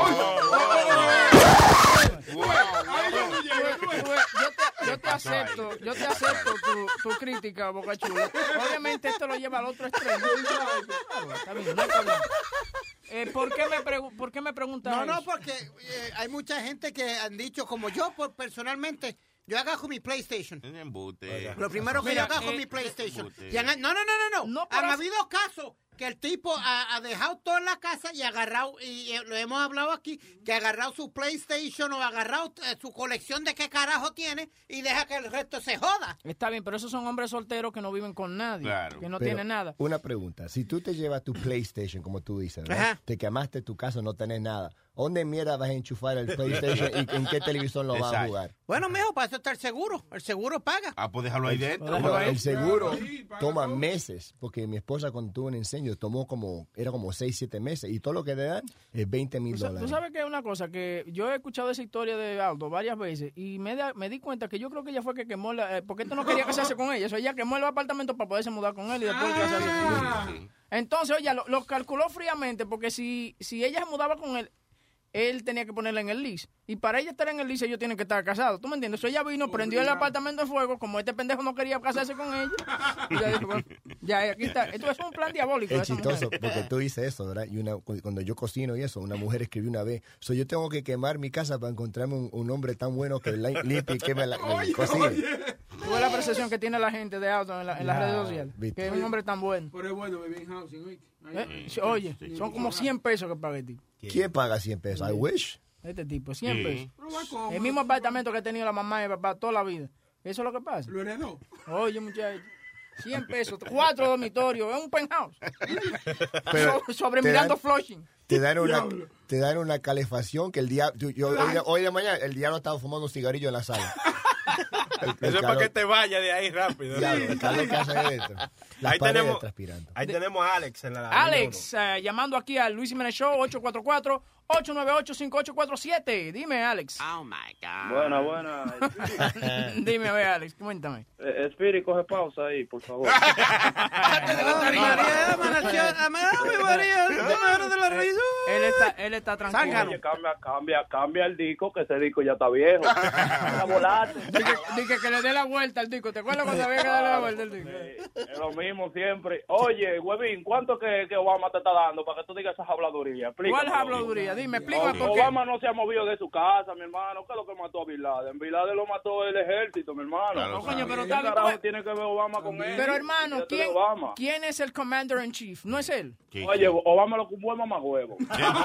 Yo te, yo te acepto, yo te acepto tu, tu crítica, Boca Chula. Obviamente esto lo lleva al otro extremo. Claro, está bien, no hay problema. Eh, ¿por, qué me pregu- ¿Por qué me preguntas No, no, eso? porque eh, hay mucha gente que han dicho, como yo, por, personalmente, yo agarro mi PlayStation. Lo primero que Mira, yo agarro eh, mi PlayStation. embute. Y han- no, no, no, no, no. No, por Han as- habido casos que el tipo ha, ha dejado todo en la casa y ha agarrado, y eh, lo hemos hablado aquí, que ha agarrado su PlayStation o ha agarrado eh, su colección de qué carajo tiene y deja que el resto se joda. Está bien, pero esos son hombres solteros que no viven con nadie, que no Pero, tienen nada. Una pregunta. Si tú te llevas tu PlayStation, como tú dices, ¿verdad? Ajá. Te quemaste tu casa, no tenés nada. ¿Dónde mierda vas a enchufar el PlayStation y en qué televisión lo vas a Exacto. jugar? Bueno, mijo, para eso está el seguro. El seguro paga. Ah, pues déjalo ahí dentro. No, el seguro toma meses, porque mi esposa cuando tuvo un incendio tomó como, era como seis, siete meses, y todo lo que le dan es veinte mil Tú sa- dólares. Tú sabes que es una cosa que yo he escuchado esa historia de Aldo varias veces y me, da- me di cuenta que yo creo que ella fue que quemó la, eh, porque esto no quería casarse con ella, eso ella quemó el apartamento para poderse mudar con él y después casarse con él. Entonces, oye, lo, lo calculó fríamente porque si, si ella se mudaba con él, él tenía que ponerla en el lease. Y para ella estar en el lease, ellos tienen que estar casados. ¿Tú me entiendes? So ella vino, prendió el apartamento en fuego, como este pendejo no quería casarse con ella. Y ya dijo, bueno, ya, aquí está. Esto es un plan diabólico. de Es esa chistoso mujer. porque tú dices eso, ¿verdad? Y una, cu- cuando yo cocino y eso, una mujer escribió una vez, so yo tengo que quemar mi casa para encontrarme un, un hombre tan bueno que la- limpie y queme la, la cocina. Tú ves la percepción que tiene la gente de Aldo en, la- en las Ya, redes sociales. viste. Que es un hombre tan bueno. Pero es bueno vivir en housing, ¿oíste? Ahí- Eh, sí, Oye, son como cien pesos que paga el tipo. ¿Quién paga cien pesos? I wish. Este tipo, cien Sí. pesos. Pero va cómodo. El mismo apartamento que ha tenido la mamá y el papá toda la vida. Eso es lo que pasa. Lo heredó. Oye, muchachos. cien pesos, cuatro dormitorios, es un penthouse. Pero So- sobre te mirando dan- Flushing. Te dan una, Diablo. te dan una calefacción que el día, tú- yo, hoy, de- hoy de mañana el diablo estaba fumando un cigarrillo en la sala. El- el Eso es para calor- que te vaya de ahí rápido. Diablo, el calor que hace ahí dentro. Las Ahí paredes tenemos, transpirando. ahí tenemos a Alex en la Alex, eh, llamando aquí al Luis Jiménez Show, ocho cuatro cuatro, ocho nueve ocho, cinco ocho cuatro siete. Dime, Alex. Oh, my God. Buena, buena. Dime, a ver, Alex, cuéntame. Eh, Spirit, coge pausa ahí, por favor. Él está, él está tranquilo. Oye, cambia, cambia, cambia el disco, que ese disco ya está viejo. La volaste. Dije que le dé la vuelta al disco. ¿Te acuerdas cuando había que darle la vuelta al disco? Es lo mismo siempre. Oye, Huevín, ¿cuánto que, que Obama te está dando para que tú digas esas habladurías? ¿Cuál habladuría? Dime, explícame por qué. Obama no se ha movido de su casa, mi hermano. ¿Qué es lo que mató a Bin Laden? Bin Laden lo mató el ejército, mi hermano. Claro, coño, pero ¿Qué tal- carajo tiene que ver Obama con él? Pero hermano, Fíjate de ¿quién, Obama. ¿quién es el commander in chief? ¿No es él? Oye, Obama lo cumbó el mamahuevo.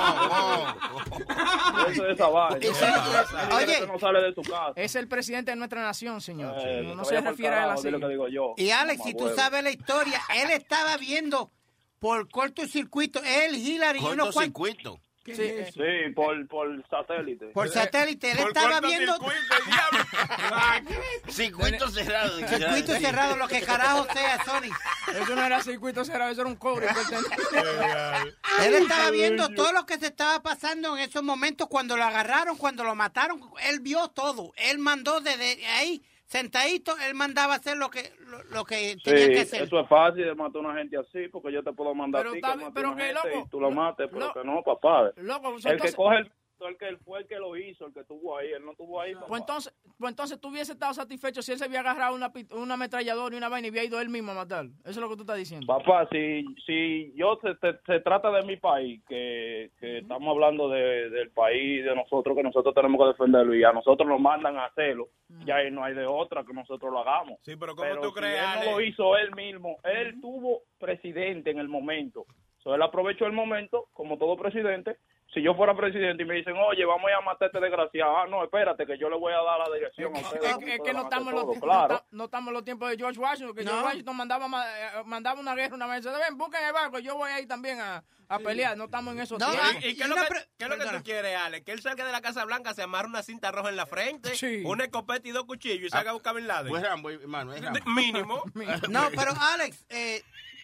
Eso es esa vaina. Oye, que no sale de su casa. Es el presidente de nuestra nación, señor. Eh, no no que se vaya pa'l refiere a él carajo, así. di lo que digo yo. Y Alex, si tú Mamahuevo. sabes la historia, él estaba viendo por cortocircuito, él, Hillary y unos cuantos. Cortocircuito. Sí, Sí, por, por satélite. por satélite, él Por estaba viendo Circuito cerrado. circuito cerrado, lo que carajo sea, Sony. Eso no era circuito cerrado, eso era un cobre. Él estaba viendo todo lo que se estaba pasando en esos momentos cuando lo agarraron, cuando lo mataron. Él vio todo. Él mandó desde ahí, sentadito, él mandaba hacer lo que lo, lo que tenía Sí, que hacer. eso es fácil de matar a una gente así, porque yo te puedo mandar Pero a ti está que bien, mate pero a una que, gente loco, y tú lo mates, pero lo- que no, papá. Loco, pues, el entonces- que coge el el que él fue el que lo hizo, el que estuvo ahí, él no estuvo ahí. papá. Pues entonces, pues entonces tú hubiese estado satisfecho si él se había agarrado una, pi- una ametralladora y una vaina y había ido él mismo a matar. Eso es lo que tú estás diciendo. Papá, si, si yo se, se, se trata de mi país, que, que estamos hablando de, del país, de nosotros, que nosotros tenemos que defenderlo y a nosotros nos mandan a hacerlo, ya ahí no hay de otra que nosotros lo hagamos. Sí, pero ¿cómo Pero tú si crees, él no Ale? lo hizo él mismo, él tuvo presidente en el momento. So, él aprovechó el momento, como todo presidente. Si yo fuera presidente y me dicen, oye, vamos a matar a este desgraciado, ah, no, espérate, que yo le voy a dar la dirección a ustedes. Es, que- es que no estamos, en los, todo, no claro. ta- no estamos en los tiempos de George Washington, que No. George Washington mandaba, ma- eh, mandaba una guerra una vez. Ven, busquen el barco, yo voy ahí también a, a pelear. No estamos en esos No, tiempos. ¿Y, y qué es lo que, qué es lo que tú quieres, Ale? Que él salga de la Casa Blanca, se amarre una cinta roja en la frente, una escopeta y dos cuchillos y salga a buscar a Bin Laden. Pues Rambo, hermano, es Rambo. Mínimo. No, pero Alex, eh,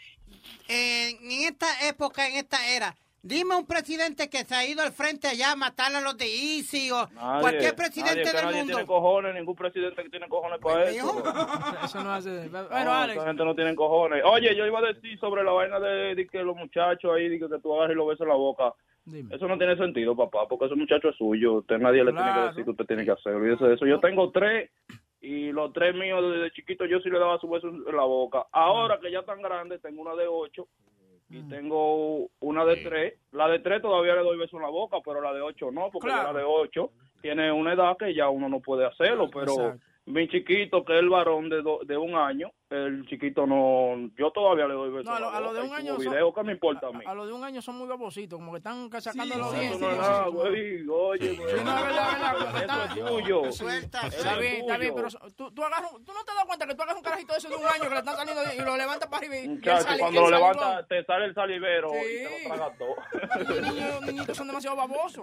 eh, en esta época, en esta era, dime un presidente que se ha ido al frente allá a matar a los de ISIS o Nadie, cualquier presidente nadie, que del nadie mundo. tiene cojones, ningún presidente que tiene cojones para eso. Eso no hace. No, Bueno, Alex. esa gente no tiene cojones. Oye, yo iba a decir sobre la vaina de, de que los muchachos ahí, de que, que tú agarras y lo besas en la boca. Dime. Eso no tiene sentido, papá, porque ese muchacho es suyo. Usted nadie le tiene Claro. que decir que usted tiene que hacer. Olvídese de eso. Yo tengo tres y los tres míos desde chiquito yo sí le daba su beso en la boca. Ahora que ya están grandes, tengo una de ocho y tengo una de tres. La de tres todavía le doy beso en la boca, pero la de ocho no, porque Claro. ya la de ocho tiene una edad que ya uno no puede hacerlo, pero Exacto. mi chiquito, que es el varón de, do- de un año, el chiquito no, yo todavía le doy beso No, a en lo, la a lo boca de y un subo año son, video, ¿qué me importa a mí? a, a lo de un año son muy babositos, como que están sacando No, los eso dientes. no es nada, güey. Oye, güey. Sí, no, es verdad, es verdad, como que Eso están- es tuyo. Suelta, Eso Está es bien, está bien, tuyo. pero tú, tú, agarras, un- tú no te das cuenta que tú agarras un carajito de ese de un año que le están saliendo y lo levantas para arriba y, y él Muchacho, sale- cuando él lo sale levanta, igual. te sale el salivero Sí. y te lo tragas todo. Los niños, los niñitos son demasiado babosos.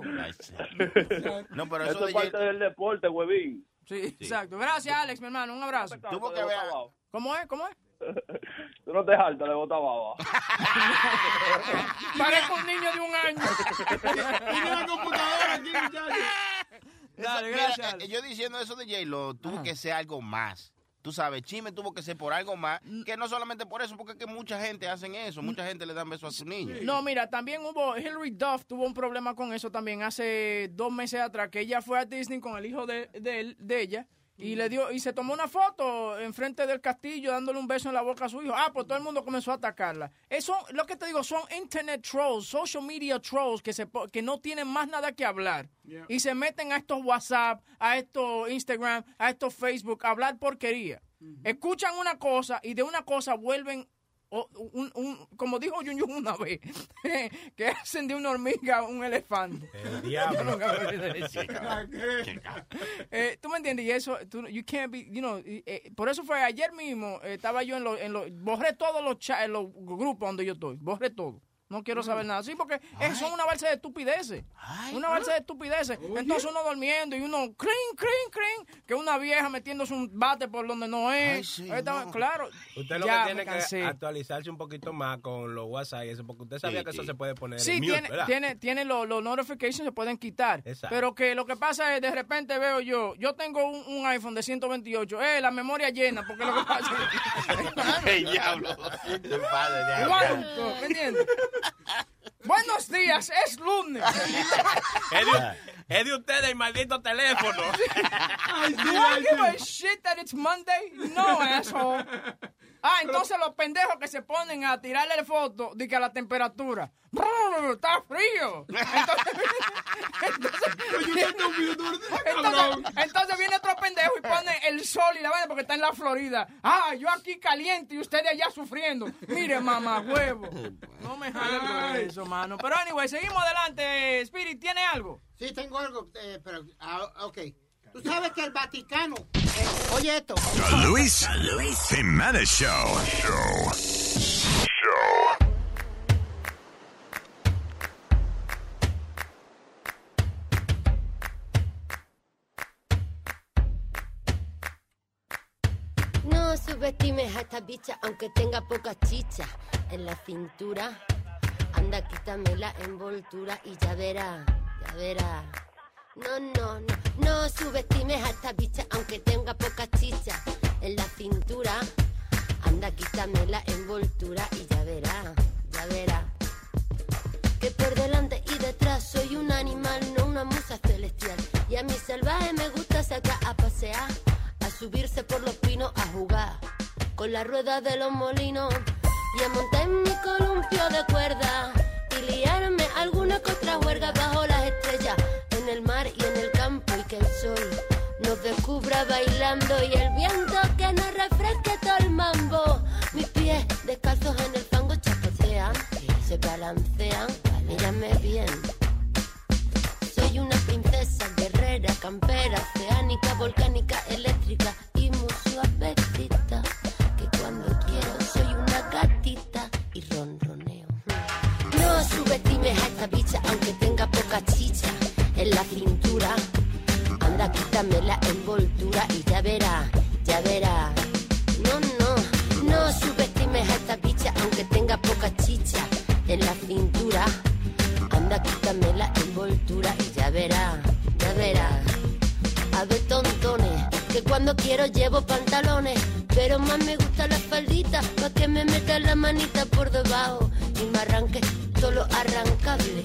No, pero Eso eso es de parte del deporte, huevín. Sí, exacto. Gracias, Alex, mi hermano. Un abrazo. Tuvo que ver. ¿Cómo es? ¿Cómo es? Tú no te jaltas de bota baba. Parezco un niño de un año. Tiene la computadora aquí, muchachos. Dale, Mira, gracias. eh, yo diciendo eso de J-Lo, tuvo que ser algo más. Tú sabes, Chisme tuvo que ser por algo más, que no solamente por eso, porque es que mucha gente hacen eso, mucha gente le dan besos a sus niños. No, mira, también hubo, Hilary Duff tuvo un problema con eso también hace dos meses atrás, que ella fue a Disney con el hijo de, de, él- de ella y le dio y se tomó una foto enfrente del castillo dándole un beso en la boca a su hijo. Ah, pues todo el mundo comenzó a atacarla. Eso, lo que te digo, son internet trolls, social media trolls que, se, po- que no tienen más nada que hablar. Yeah. Y se meten a estos WhatsApp, a estos Instagram, a estos Facebook, a hablar porquería. Escuchan una cosa y de una cosa vuelven, o- un, un- como dijo Yun Yun una vez, que hacen de una hormiga un elefante. El diablo. Yo nunca me olvidé de eso. Eh, tú me entiendes, y eso, tú, you can't be, you know, y, eh, por eso fue ayer mismo, eh, estaba yo en los, en los, borré todos los, cha- en los grupos donde yo estoy, borré todo. No quiero saber nada. Sí, porque es, son una balsa de estupideces. Una balsa de estupideces. Entonces uno durmiendo y uno, crin, crin, crin, que una vieja metiéndose un bate por donde no es. Ay, sí, Esta- no. Claro. Usted lo ya que tiene me cansé. que actualizarse un poquito más con los WhatsApp y eso, porque usted sabía Sí, que eso sí. se puede poner Sí, en mute, tiene, ¿verdad? tiene, tiene los los notifications, se pueden quitar. Exacto. Pero que lo que pasa es, de repente veo yo, yo tengo un, un iPhone de ciento veintiocho, eh, la memoria llena, porque lo que pasa es... El diablo. El padre de ¿Cuánto? ¿Me entiendes? Buenos días, es lunes. Es de, es de ustedes el maldito teléfono. Do I give a shit that it's Monday? No, asshole. Ah, entonces los pendejos que se ponen a tirarle foto de que a la temperatura. Brr, está frío. Entonces, entonces, entonces, entonces viene otro pendejo y pone el sol y la vaina porque está en la Florida. Ah, yo aquí caliente y ustedes allá sufriendo. Mire, mamá, huevo. No me jales por eso, mano. Pero anyway, seguimos adelante. Spirit, ¿tiene algo? Sí, tengo algo, eh, pero, ah, ok. Tú sabes que el Vaticano, eh, oye esto. The Luis Jimenez Show. Show. Show. No subestimes a esta bicha aunque tenga poca chicha en la cintura. Anda, quítame la envoltura y ya verá, ya verá. No, no, no, no subestimes a esta bicha aunque tenga poca chicha en la cintura. Anda, quítame la envoltura y ya verá, ya verá. Que por delante y detrás soy un animal, no una musa celestial. Y a mi salvaje me gusta sacar a pasear, a subirse por los pinos, a jugar con la rueda de los molinos y a montar en mi columpio de cuerda y liarme alguna que otra juerga bajo las estrellas, en el mar y en el campo, y que el sol nos descubra bailando y el viento que nos refresque todo el mambo. Mis pies descalzos en el fango chapotean, se balancean, mírame bien. Soy una princesa guerrera, campera, oceánica, volcánica, eléctrica y muy suavecita, que cuando quiero soy una gatita y ronroneo. No subestimes a esta bicha aunque tenga poca chicha en la cintura. Anda, quítame la envoltura y ya verá, ya verá. No, no, no subestimes a esta bicha aunque tenga poca chicha en la cintura. Anda, quítame la envoltura y ya verá, ya verá. A ver, tontones, que cuando quiero llevo pantalones, pero más me gusta la faldita, pa' que me meta la manita por debajo y me arranque solo arrancable.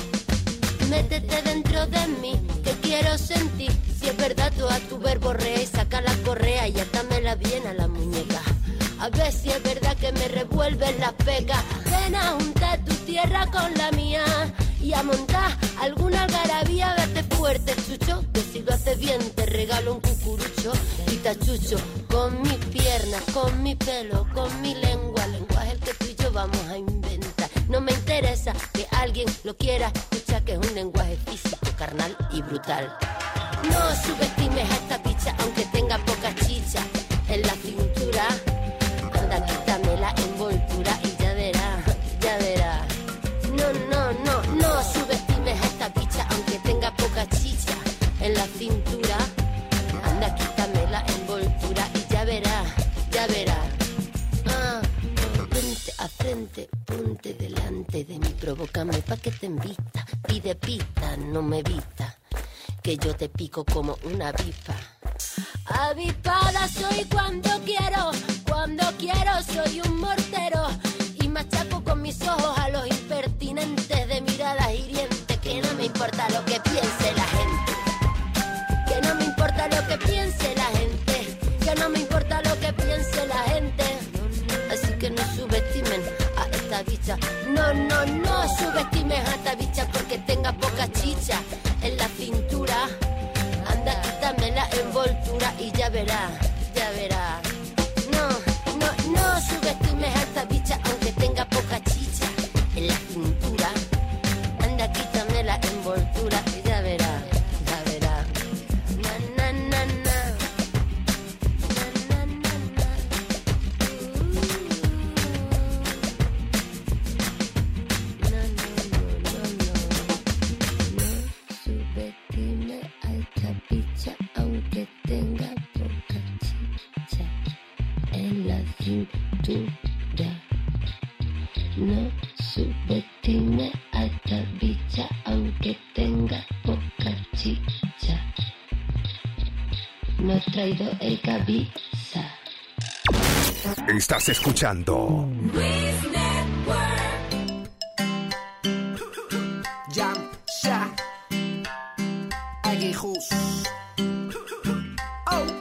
Métete dentro de mí, que quiero sentir. Si es verdad, tú a tu verborrea y saca la correa y atámela bien a la muñeca. A ver si es verdad que me revuelven las pecas. Ven a juntar tu tierra con la mía y a montar alguna algarabía. Vete fuerte, chucho, que si lo haces bien te regalo un cucurucho. Y tachucho con mis piernas, con mi pelo, con mi lengua. Lenguaje el que tú y yo vamos a inventar. No me interesa que alguien lo quiera escuchar, que es un lenguaje físico, carnal y brutal. No subestimes a esta bicha aunque tenga poca chicha en la cintura. Anda, quítame la envoltura y ya verá, ya verá. No, no, no, no subestimes a esta bicha aunque tenga poca chicha en la cintura. Anda, quítame la envoltura y ya verá, ya verá. Ah, frente a frente, ponte delante de mí, provócame pa' que te invita. Pide pita, no me evita, que yo te pico como una avispa. Avispada soy cuando quiero, cuando quiero soy un mortero y machaco con mis ojos a los impertinentes de miradas hirientes. Que no me importa lo que piense la gente, que no me importa lo que piense la gente, que no me importa lo que piense la gente. Así que no subestimen a esta bicha, no, no, no subestimes a esta bicha porque tenga poca chicha en la cintura. Anda, quítame la envoltura y ya verá, ya verá. No, no, no subestimes a esta bicha aunque tenga poca chicha en la cintura. Anda, quítame la envoltura y ya verá, ya verá. Na, na, na, na. Na, na, na, na. nos traído el cabeza. Estás escuchando Luis Network. Jam, Sha, Aguijus. Oh.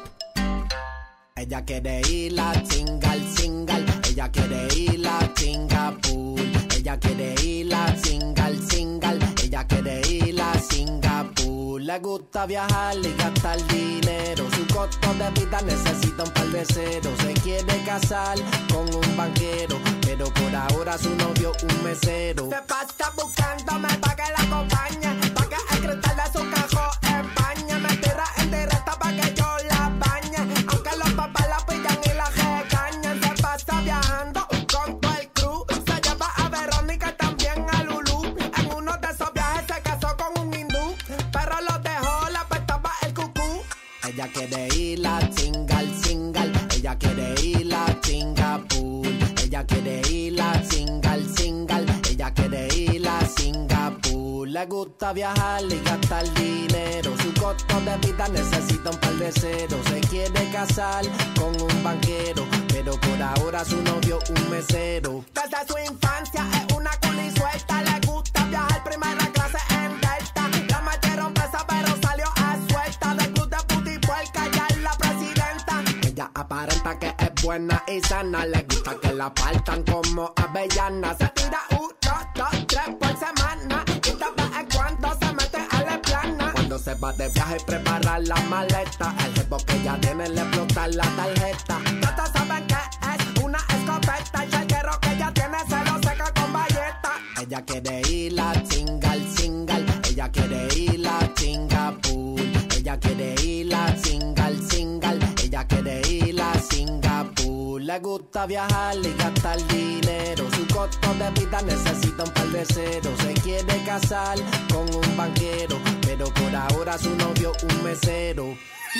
Ella quiere ir a single, single. Ella quiere ir a Singapur. Ella quiere ir a single, single. Ella quiere ir a Singapur. Le gusta viajar y gastar dinero. Su costo de vida necesita un par de ceros. Se quiere casar con un banquero, pero por ahora su novio un mesero. Se pasa buscándome pa' que la acompañe, pa' que el cristal de su cajón empañe. Me tira en directa pa' que yo la bañe, aunque los papás la pillan y la regañan. Se pasa viajando con todo el crew. Se lleva a Verónica y también a Lulú. En uno de esos viajes se casó con un hindú, pero lo dejó, la apestaba el cucú. Ella quiere ir a single, single. Ella quiere ir a Singapur. Ella quiere ir a single, single. Ella quiere ir a Singapur. Le gusta viajar y gastar dinero. Su costo de vida necesita un par de ceros. Se quiere casar con un banquero, pero por ahora su novio un mesero. Desde su infancia es una culi suelta. Le gusta viajar primera clase en Delta. La metieron presa pero salió a suelta. Del club de puti puerca ya es la presidenta. Ella aparenta que es buena y sana. Le gusta que la partan como avellana. Se tira uno, dos, tres por semana. Y te ves cuando se mete a la plana. Cuando se va de viaje prepara la maleta. El jefe que ya tiene le explota la tarjeta. Todos saben que es una escopeta. El charquero que ya tiene se lo seca con bayeta. Ella quiere ir a single, single. Ella quiere ir a Singapur. Ella quiere ir a single, single. Ella quiere ir a Singapur. Le gusta viajar y gastar dinero. Su costo de vida necesita un par de ceros. Se quiere casar con un banquero, pero por ahora su novio un mesero.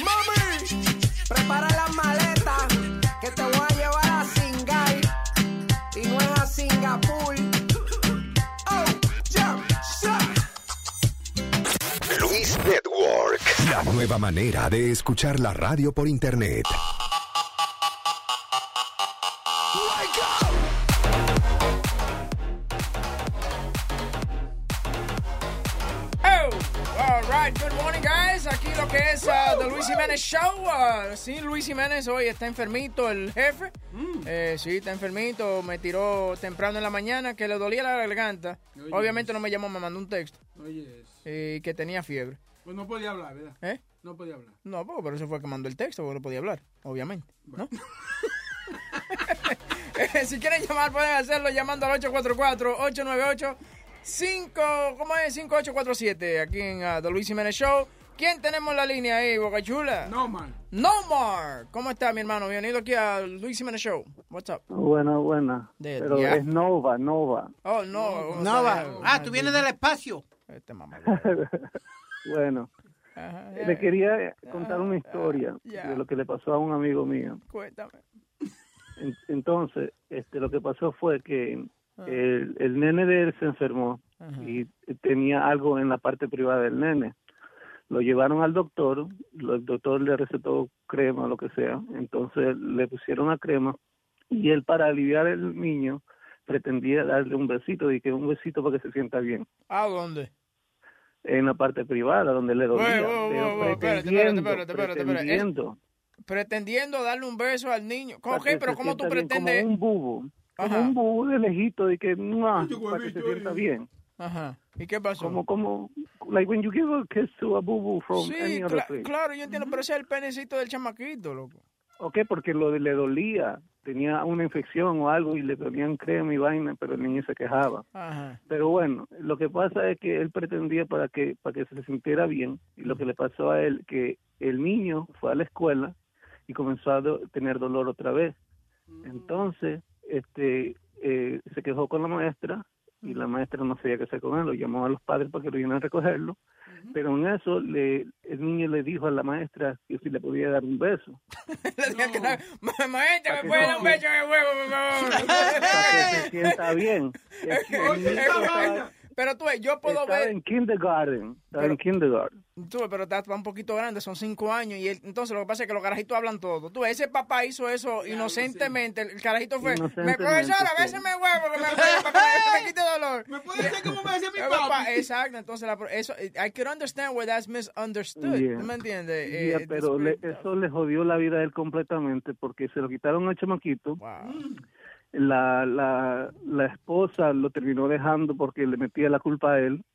¡Mami! Prepara las maletas, que te voy a llevar a Singapur. Y no es a Singapur. Oh, yeah, yeah. Luis Network, la nueva manera de escuchar la radio por internet. Oh, all right, good morning, guys. Aquí lo que es uh, The Luis Jiménez Show. Uh, sí, Luis Jiménez hoy está enfermito, el jefe. Mm. Eh, sí, está enfermito. Me tiró temprano en la mañana que le dolía la garganta. Oye, obviamente no me llamó, me mandó un texto. Oye, y que tenía fiebre. Pues no podía hablar, ¿verdad? ¿Eh? No podía hablar. No, porque por eso fue que mandó el texto, porque no podía hablar, obviamente. Bueno. ¿No? Si quieren llamar, pueden hacerlo llamando al ocho cuatro cuatro, ocho nueve ocho, cinco, ¿cómo es? cinco ocho cuatro siete, aquí en uh, The Luis Jiménez Show. ¿Quién tenemos en la línea ahí, Boca Chula? Nomar. Nomar. ¿Cómo está, mi hermano? Bienvenido aquí a Luis Jiménez Show. What's up? Buena, buena. De- Pero ya. es Nova, Nova. Oh, no. Nova. Ah, tú vienes del espacio. Este mamá. Bueno, le quería contar una historia de lo que le pasó a un amigo mío. Cuéntame. En- Entonces, este, lo que pasó fue que el, el nene de él se enfermó y tenía algo en la parte privada del nene. Lo llevaron al doctor, lo- el doctor le recetó crema, lo que sea, entonces le pusieron la crema y él, para aliviar al niño, pretendía darle un besito, y que un besito para que se sienta bien. ¿A dónde? En la parte privada, donde le dolía. Güey, güey, pero güey, güey, espérate, pretendiendo, espérate, espérate, espérate, espérate. pretendiendo. Pretendiendo darle un beso al niño. Para Ok, que pero se ¿cómo tú sienta bien, pretendes? Como un bubo. Como Ajá. un bubo de lejito, de que, ¡mua!, para que se sienta bien. Ajá. ¿Y qué pasó? Como, como, like when you give a kiss to a bubu from Sí, any other cla- place. claro, yo entiendo, pero ese es el penecito del chamaquito, loco. Ok, porque lo de, le dolía, tenía una infección o algo y le ponían crema y vaina, pero el niño se quejaba. Ajá. Pero bueno, lo que pasa es que él pretendía para que para que se sintiera bien, y lo que le pasó a él, que el niño fue a la escuela y comenzó a do- tener dolor otra vez. Entonces, este eh, se quejó con la maestra, y la maestra no sabía qué hacer con él, lo llamó a los padres para que lo vinieran a recogerlo, pero en eso le, el niño le dijo a la maestra que si le podía dar un beso. Ma- Maestra, ¿me puede dar un beso en el huevo, por favor? Para que se sienta bien. El- el niño estaba- Pero tú ves, yo puedo Estaba ver... en kindergarten. Estaba Pero- en kindergarten. Tú ves, pero está un poquito grande, son cinco años. Y él- entonces lo que pasa es que los carajitos hablan todo. Tú ves, ese papá hizo eso inocentemente. El carajito fue, me Inocentemente, profesora, sí. béseme huevo, que me, para que me quite dolor. ¿Me puede decir cómo me decía mi Eh, papi? Exacto, entonces la, pro- eso, I can understand where that's misunderstood. Yeah. ¿Tú me entiendes? Yeah, Eh, pero it's le- eso le jodió la vida a él completamente porque se lo quitaron al chamaquito. La, la, la esposa lo terminó dejando porque le metía la culpa a él.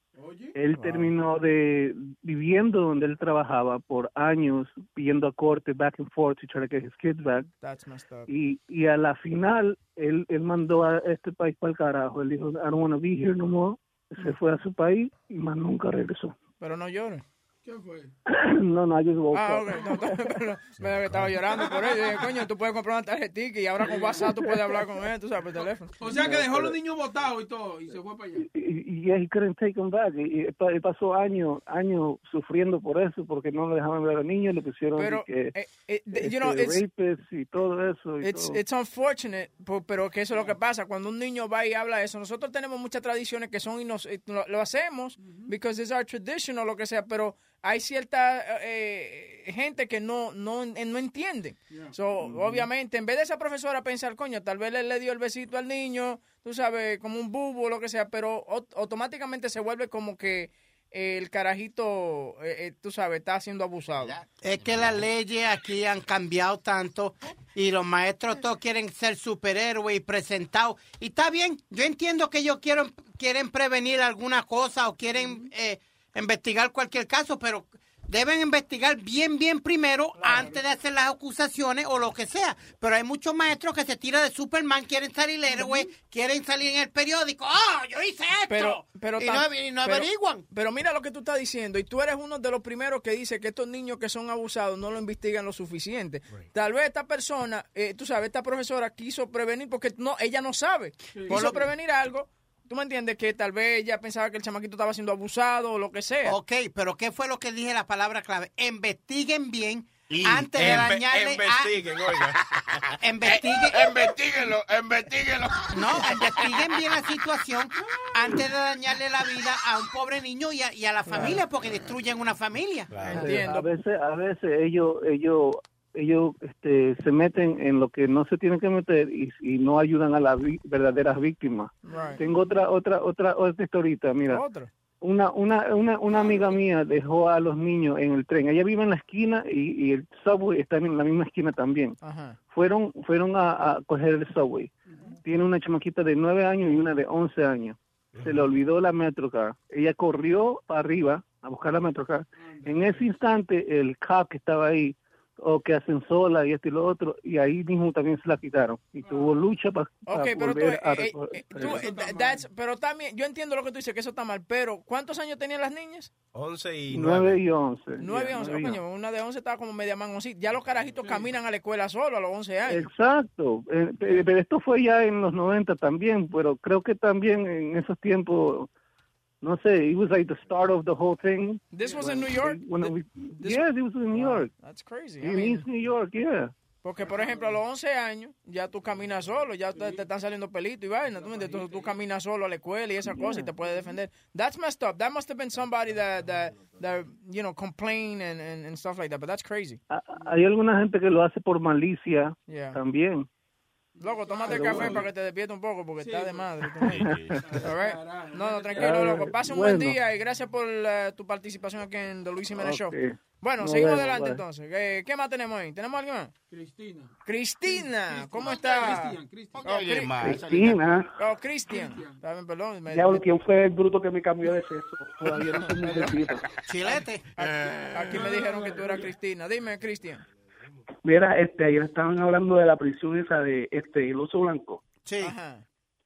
Él terminó de viviendo donde él trabajaba por años, pidiendo a corte back and forth to try to get his kids back. That's messed up. Y, y a la final, él, él mandó a este país para el carajo. Él dijo, I don't want to be here no more. Se fue a su país y más nunca regresó. Pero no llores. ¿Qué fue? no, no, I just woke Ah, up. ok. No, no, pero me estaba llorando por ello. Dije, coño, tú puedes comprar una tarjetita y ahora con WhatsApp tú puedes hablar con él, tú sabes, por teléfono. O sea que dejó a los niños botados y todo y se fue para allá. Y, y he couldn't take him back. Y, y pa- y pasó años, años sufriendo por eso, porque no le dejaban ver a los niños, le pusieron Pero, que, eh, eh, este, you know, it's- rapists y todo eso. Y It's, todo. it's unfortunate, po- pero que eso es lo que pasa. Cuando un niño va y habla eso, nosotros tenemos muchas tradiciones que son inoc- eh, lo, lo hacemos because it's our tradition o lo que sea, pero hay cierta eh, gente que no no, eh, no entiende. So, obviamente, en vez de esa profesora pensar, coño, tal vez él le dio el besito al niño, tú sabes, como un bubo o lo que sea, pero au- automáticamente se vuelve como que el carajito, eh, eh, tú sabes, está siendo abusado. Es que las leyes aquí han cambiado tanto y los maestros todos quieren ser superhéroes y presentados. Y está bien, yo entiendo que ellos quieren, quieren prevenir alguna cosa o quieren eh, investigar cualquier caso, pero deben investigar bien, bien primero antes de hacer las acusaciones o lo que sea. Pero hay muchos maestros que se tiran de Superman, quieren salir héroe, quieren salir en el periódico. ¡Oh, yo hice esto! Pero, pero y tam- no, y no pero- averiguan. Pero mira lo que tú estás diciendo, y tú eres uno de los primeros que dice que estos niños que son abusados no lo investigan lo suficiente. Tal vez esta persona, eh, tú sabes, esta profesora quiso prevenir porque no, ella no sabe. Quiso Por lo- prevenir algo. ¿Tú me entiendes? Que tal vez ella pensaba que el chamaquito estaba siendo abusado o lo que sea. Ok, pero ¿qué fue lo que dije la palabra clave? Investiguen bien Y antes de inve- dañarle investiguen, a... oiga. Investiguen. Investíguenlo, investíguenlo. No, investiguen bien la situación antes de dañarle la vida a un pobre niño y a, y a la familia, porque destruyen una familia. A veces, a veces ellos, ellos, ellos este, se meten en lo que no se tienen que meter y, y no ayudan a las vi- verdaderas víctimas. Right. Tengo otra, otra, otra, otra historita, mira. Otra. Una, una, una, una amiga mía dejó a los niños en el tren. Ella vive en la esquina y, y el subway está en la misma esquina también. Ajá. Fueron, fueron a, a coger el subway. Tiene una chamaquita de nueve años y una de once años. Se le olvidó la Metrocar. Ella corrió para arriba a buscar la Metrocar. En ese instante, el cop que estaba ahí, o que hacen sola y esto y lo otro, y ahí mismo también se la quitaron. Y tuvo lucha para Ok, pero tú, volver eh, a eh, recoger- eh, tú, eh, that's- pero también, yo entiendo lo que tú dices, que eso está mal, pero ¿cuántos años tenían las niñas? once y nueve y once. Nueve y Yeah, once. nueve y Oh, coño, una de once estaba como media mangoncita. Ya los carajitos caminan a la escuela solo a los once años. Exacto, Eh, pe- pero esto fue ya en los noventa también, pero creo que también en esos tiempos, no sé, it was like the start of the whole thing. This was in When- New York? when Th- we- this- yes, it was in New York. That's crazy. I In mean, East New York, yeah. porque, por ejemplo, a los once años ya tú caminas solo, ya te, te están saliendo pelitos y vaina. ¿Tú me entiendes? Entonces tú caminas solo a la escuela y esa cosa y te puedes defender. That's messed up. That must have been somebody that, that, that you know, complained and, and, and stuff like that. But that's crazy. A- Hay alguna gente que lo hace por malicia Yeah. también. Loco, tómate Pero café bueno. para que te despierte un poco porque está de madre. tú me- All right? No, no, tranquilo, Ah, loco. Pasa un bueno. buen día y gracias por eh, tu participación aquí en The Luis Jiménez Show. Ok. Bueno, Nos seguimos vemos, adelante bye. entonces. ¿Qué, qué más tenemos ahí? ¿Tenemos alguien más? Cristina. Cristina, ¿cómo está? Cristian, Cristian. Oh, Cri- Cristina. Oh, Cristian. Está bien, perdón. me- Diablo, ¿quién fue el bruto que me cambió de sexo? Todavía no soy muy decidido. Chilete. Aquí me dijeron que tú eras Cristina. Dime, Cristian. Mira, este, ayer estaban hablando de la prisión esa de este el oso blanco. Sí. Ajá.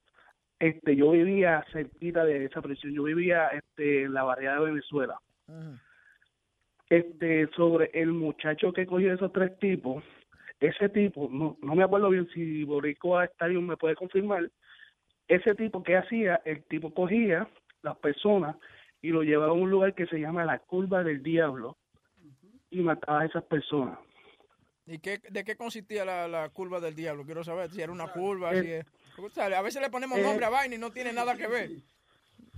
Este, yo vivía cerquita de esa prisión. Yo vivía este en la barriada de Venezuela. Este, sobre el muchacho que cogió esos tres tipos, ese tipo, no, no me acuerdo bien si Boricua Stadium me puede confirmar, ese tipo que hacía, el tipo cogía las personas y lo llevaba a un lugar que se llama la Curva del Diablo y mataba a esas personas. ¿Y qué, de qué consistía la, la curva del diablo? Quiero saber si era una curva, Eh, si es... Porque, ¿sabes? A veces le ponemos eh, nombre a vaina y no tiene nada que ver.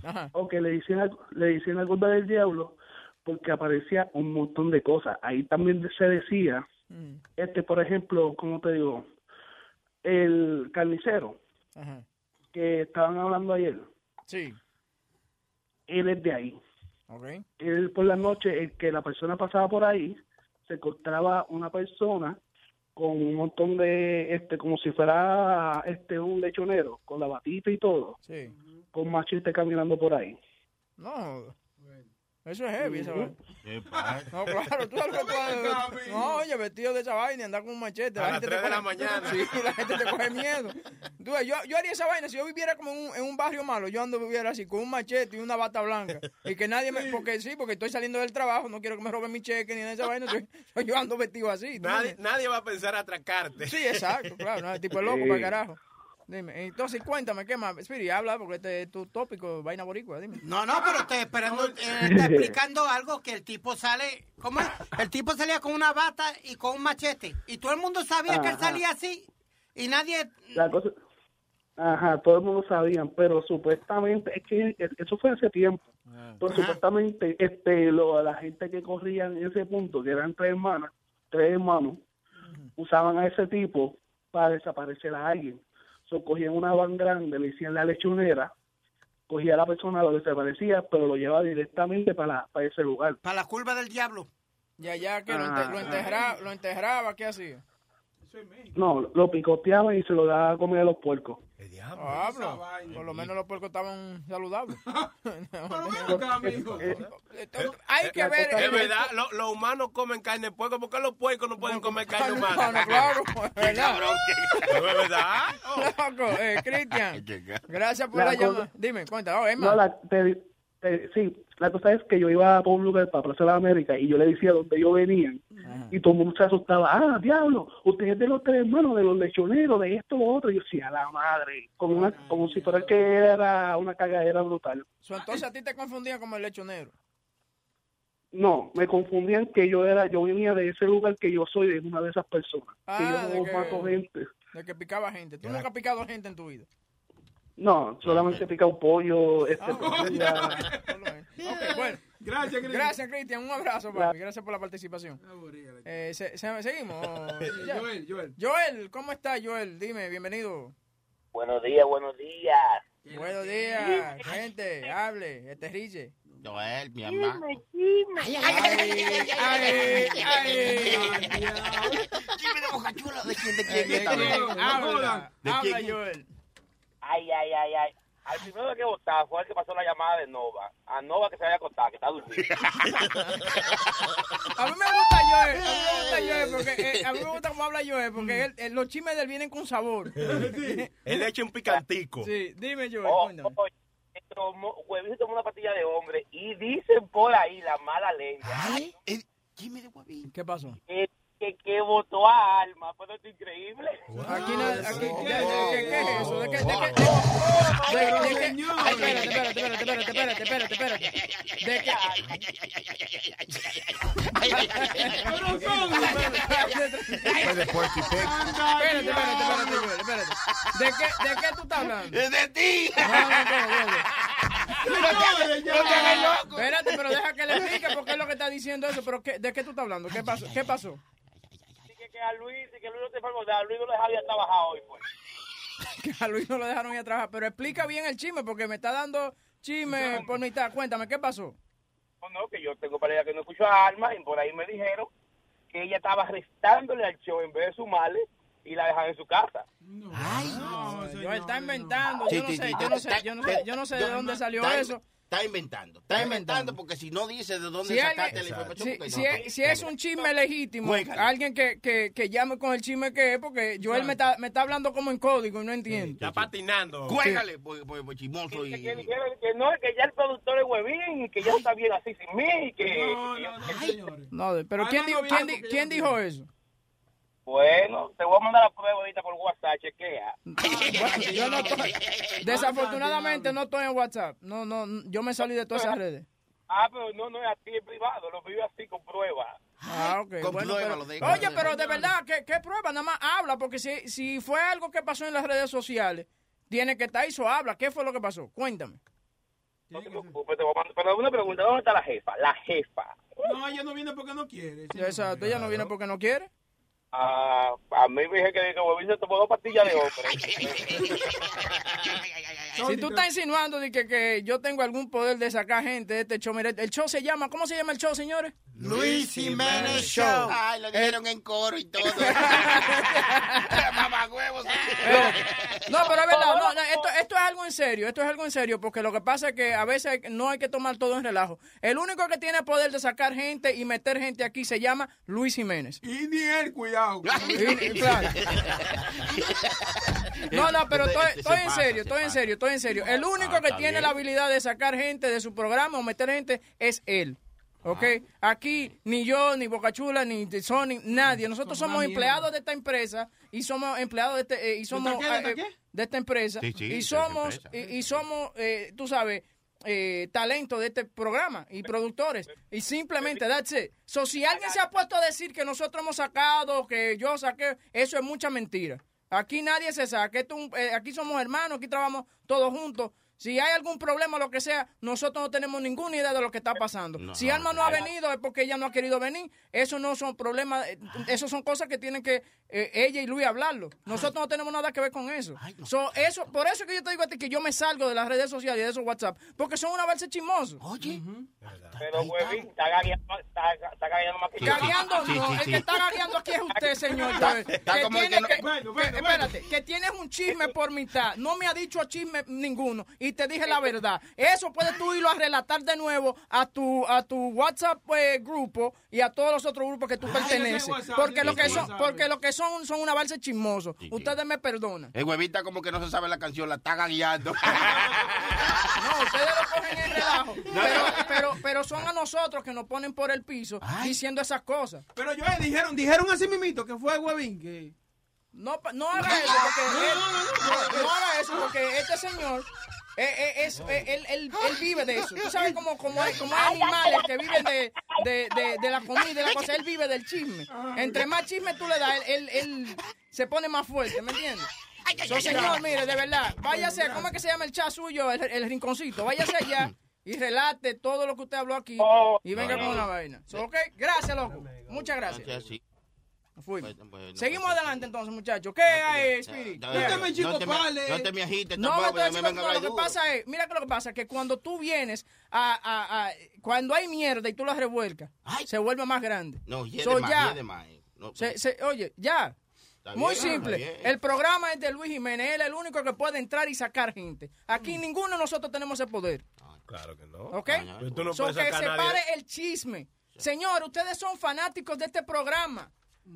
o que le dicen, algo- le dicen la gorda del diablo, porque aparecía un montón de cosas. Ahí también se decía, Mm. este por ejemplo, ¿cómo te digo? El carnicero Ajá. que estaban hablando ayer, Sí. él es de ahí. Ok. Él por la noche, el que la persona pasaba por ahí, se encontraba una persona con un montón de, este, como si fuera este un lechonero, con la batita y todo, Sí. con machete caminando por ahí. No. Eso es heavy, esa Ujú. vaina. No, claro, tú sabes que tú- No, oye, vestido de esa vaina y andar con un machete. A la las gente te tres de la coge- mañana. Sí, la gente te coge miedo. Tú ves, yo, yo haría esa vaina si yo viviera como en un, en un barrio malo. Yo ando viviera así, con un machete y una bata blanca. Y que nadie me. Porque sí, porque estoy saliendo del trabajo, no quiero que me roben mi cheque ni nada de esa vaina. Yo, yo ando vestido así. ¿tú Nadie, entiendes? nadie va a pensar atracarte. Sí, exacto, claro. No, el tipo es loco Sí. para carajo. Dime, entonces cuéntame, ¿qué más? Spiri, habla porque este es tu tópico, vaina boricua, dime. No, no, pero estoy esperando, eh, está explicando algo que el tipo sale, ¿cómo es? El tipo salía con una bata y con un machete. Y todo el mundo sabía que él Ajá. salía así. Y nadie... La cosa, ajá, todo el mundo sabía, pero supuestamente, es que eso fue hace tiempo, pero supuestamente este, lo, la gente que corría en ese punto, que eran tres hermanas, tres hermanos, usaban a ese tipo para desaparecer a alguien. So, cogían una van grande, le hacían la lechonera, cogía a la persona, lo desaparecía, pero lo llevaba directamente para, para ese lugar. Para la curva del diablo. Ya, ya, que lo, ente- lo, enterraba, lo enterraba, ¿qué hacía? No, lo picoteaban y se lo daba a comer a los puercos. Hablo. Por lo menos los puercos estaban saludables. Hay que Es- ver. Es verdad, lo- los humanos comen carne de puerco. ¿Por qué los puercos no pueden comer carne humana? humana, claro, es Qué verdad. cabrón, qué- ¿Es verdad? Loco, eh, Cristian, gracias por La la, cosa- llamada. Dime, cuenta, oh, Emma. No, la, te- te- sí, la cosa es que yo iba por un lugar para Plaza de la América y yo le decía dónde yo venía y todo el mundo se asustaba. Ah, diablo, usted es de los tres hermanos, de los lechoneros, de esto, lo otro. Y yo decía, la madre, como, una, como si fuera que era una cagadera brutal. So, entonces a ti te confundían como el lechonero. No, me confundían que yo era, yo venía de ese lugar, que yo soy de una de esas personas. Ah, que de yo que- no mato gente. De que picaba gente. Tú nunca has picado gente en tu vida. No, solamente pica un pollo, este, Ah, tortilla. Ok, bueno. Gracias, Cristian. Gracias, Cristian. Un abrazo, papi. Gracias por la participación. Eh, se- se- ¿Seguimos? Ya. Joel, Joel. Joel, ¿cómo estás, Joel? Dime, bienvenido. Buenos días, buenos días. Buenos días, gente. Hable, este rille. Joel, mi mamá. Ay, ay, ay, ay. Jimmy de Boca Chula, ¿de quién, de Eh, quién de esta vez? quién? Habla, ¿De habla, quién? Joel. Ay, ay, ay, ay. Al primero que votaba fue el que pasó la llamada de Nova. A Nova que se vaya a acostar, que está durmiendo. A mí me gusta Joel, a mí me gusta Joel, porque eh, a mí me gusta cómo habla Joel, porque él- él- los chismes de él vienen con sabor. Él le echa un picantico. Sí, dime Joel, Oh, cuéntame. oh, tomó, Huevín tomó una pastilla de hombre y dicen por ahí la mala lengua ¿Qué pasó? que, que, que votó a Alma. Pero esto es increíble. Aquí, na- aquí, ¿qué, qué, qué es eso? ¿De qué? ¿De qué? ¿De, de, de, de qué? Ay, espérate, espérate, espérate, espérate, espérate, espérate, espérate. ¿De qué? Después de Porky Pig. Espérate, espérate, espérate, Joel, espérate. ¿De qué, ¿De qué tú estás hablando? ¡De ti! No, no, espérate, espérate. No te hagas loco. Espérate, pero deja que le explique porque es lo que está diciendo eso. Pero ¿qué, ¿de qué tú estás hablando? ¿Qué pasó? ¿Qué pasó? Dice que a Luis, y que Luis no te fue a votar, a Luis no le dejaba ir a trabajar hoy, pues. Que a Luis no lo dejaron ir a trabajar. Pero explica bien el chisme porque me está dando chisme por mitad. Cuéntame, ¿qué pasó? No, no, que yo tengo pareja que no escucho a Alma y por ahí me dijeron que ella estaba restándole al show en vez de sumarle y la dejan en su casa. Ay, no, Joel está inventando. Sí, Yo no sí, sé, sí, yo no está- sé, yo no sé, yo no sé de dónde salió está- eso. Está inventando, está inventando porque si no dice de dónde Si, sacaste alguien- la información. si- porque si no. es, si es un chisme legítimo, Cuéntale. alguien que, que, que llame con el chisme que es, porque Joel me está, me está hablando como en código y no entiendo. Está patinando. Cuélgale, pues, pues, pues, chimoso y... Que, que dijeron que no, que ya el productor es Huevín y que ya está bien así sin mí y que... que- No, pero ¿quién, dijo, quién, di- quién dijo eso? Bueno, te voy a mandar la prueba ahorita por WhatsApp, chequea. Bueno, yo no estoy- desafortunadamente no estoy en WhatsApp. No, no, yo me salí de todas esas redes. Ah, pero no, no es así, es privado, lo vivo así con prueba. Ah, ok. Con Bueno, prueba pero- lo digo. oye, pero de verdad, ¿qué, qué prueba? Nada más habla, porque si, si fue algo que pasó en las redes sociales, tiene que estar eso, habla. ¿Qué fue lo que pasó? Cuéntame. No te preocupes, te voy a mandar. Pero una pregunta, ¿dónde está la jefa? La jefa. No, ella no viene porque no quiere. Sí, Exacto, ella no viene porque no quiere. Ah, a mí me dije que, que Huevín se tomó dos pastillas de hombre. Si tú estás insinuando de que, que yo tengo algún poder de sacar gente de este show, mire, el show se llama, ¿cómo se llama el show, señores? Luis Jiménez Show. Ay, lo dijeron en coro y todo. Mamagüevos. No, pero es verdad, no, no, esto, esto es algo en serio, esto es algo en serio, porque lo que pasa es que a veces no hay que tomar todo en relajo. El único que tiene poder de sacar gente y meter gente aquí se llama Luis Jiménez. Y ni él, cuidado. Y- y- claro. No, no, pero estoy, estoy en serio, estoy en serio, estoy en serio. El único que está tiene bien. la habilidad de sacar gente de su programa o meter gente es él. ¿Ok? Aquí ni yo, ni Bocachula, ni Sony, nadie. Nosotros somos una empleados mierda. de esta empresa y somos empleados de este eh, y somos esta qué, de esta eh, qué? de esta empresa Sí, sí, de y esta somos empresa. y, y somos eh, tú sabes eh, talento de este programa y productores y simplemente that's it. So, si alguien se ha puesto a decir que nosotros hemos sacado, que yo saqué, eso es mucha mentira. Aquí nadie se saca. Esto es un- eh, aquí somos hermanos, aquí trabajamos todos juntos. Si hay algún problema o lo que sea, nosotros no tenemos ninguna idea de lo que está pasando. No, si Alma no ha venido es porque ella no ha querido venir. Eso no son problemas, eh, eso son cosas que tienen que eh, ella y Luis hablarlo. Nosotros no tenemos nada que ver con eso. So, eso. Por eso que yo te digo a ti que yo me salgo de las redes sociales y de esos WhatsApp, porque son una balsa chismosos. Oye. Pero Huevín está gagueando, está, está gagueando más que yo. Gagueando Sí, no, sí, el sí. que está gagueando aquí es usted, señor. Está- Joel, está que como el tiene que que- no- Bueno, que- bueno, espérate, que tienes un chisme por mitad. No me ha dicho chisme ninguno y te dije la verdad. Eso puedes tú irlo a relatar de nuevo a tu a tu WhatsApp eh, grupo y a todos los otros grupos que tú perteneces, WhatsApp, porque yo lo sé que son WhatsApp. porque lo que son son una balsa chismosos. Sí, sí. Ustedes me perdonan. El huevita como que no se sabe la canción, la está gagueando. No, ustedes lo cogen en relajo. Pero, pero, pero son a nosotros que nos ponen por el piso diciendo esas cosas. Pero yo dijeron, dijeron así mismito que fue Huevín que... No, pa- no haga eso porque él, no, no haga eso porque este señor eh, eh, es, eh, él, él, él vive de eso. Tú sabes como, como, hay, como hay animales que viven de, de, de, de la comida y de la cosa. Él vive del chisme. Entre más chisme tú le das, él, él, él se pone más fuerte, ¿me entiendes? So, señor, mire, de verdad, váyase, ¿cómo es que se llama el chat suyo? El, el rinconcito. Váyase allá y relate todo lo que usted habló aquí y venga con una vaina. So, ok, gracias, loco. Muchas gracias. Sí. Fuimos. Bueno, Seguimos adelante entonces, muchachos. ¿Qué hay, Spirit? No, ¿Qué hay? no, no te me- no te me agites No, tampoco, me estoy no me diciendo- venga a no, hablar lo que duro. pasa es, mira que lo que pasa es que cuando tú vienes a, a, a cuando hay mierda y tú la revuelcas, se vuelve más grande. No, hiede So, más, ya. hiede más. eh. No, Se- se- oye, ya. Está Muy bien, simple. está bien. El programa es de Luis Jiménez. Él es el único que puede entrar y sacar gente. Aquí ninguno de nosotros tenemos ese poder. Claro que no. ¿Ok? Pero tú no So, puedes que sacar se a nadie. pare el chisme. Señor, ustedes son fanáticos de este programa.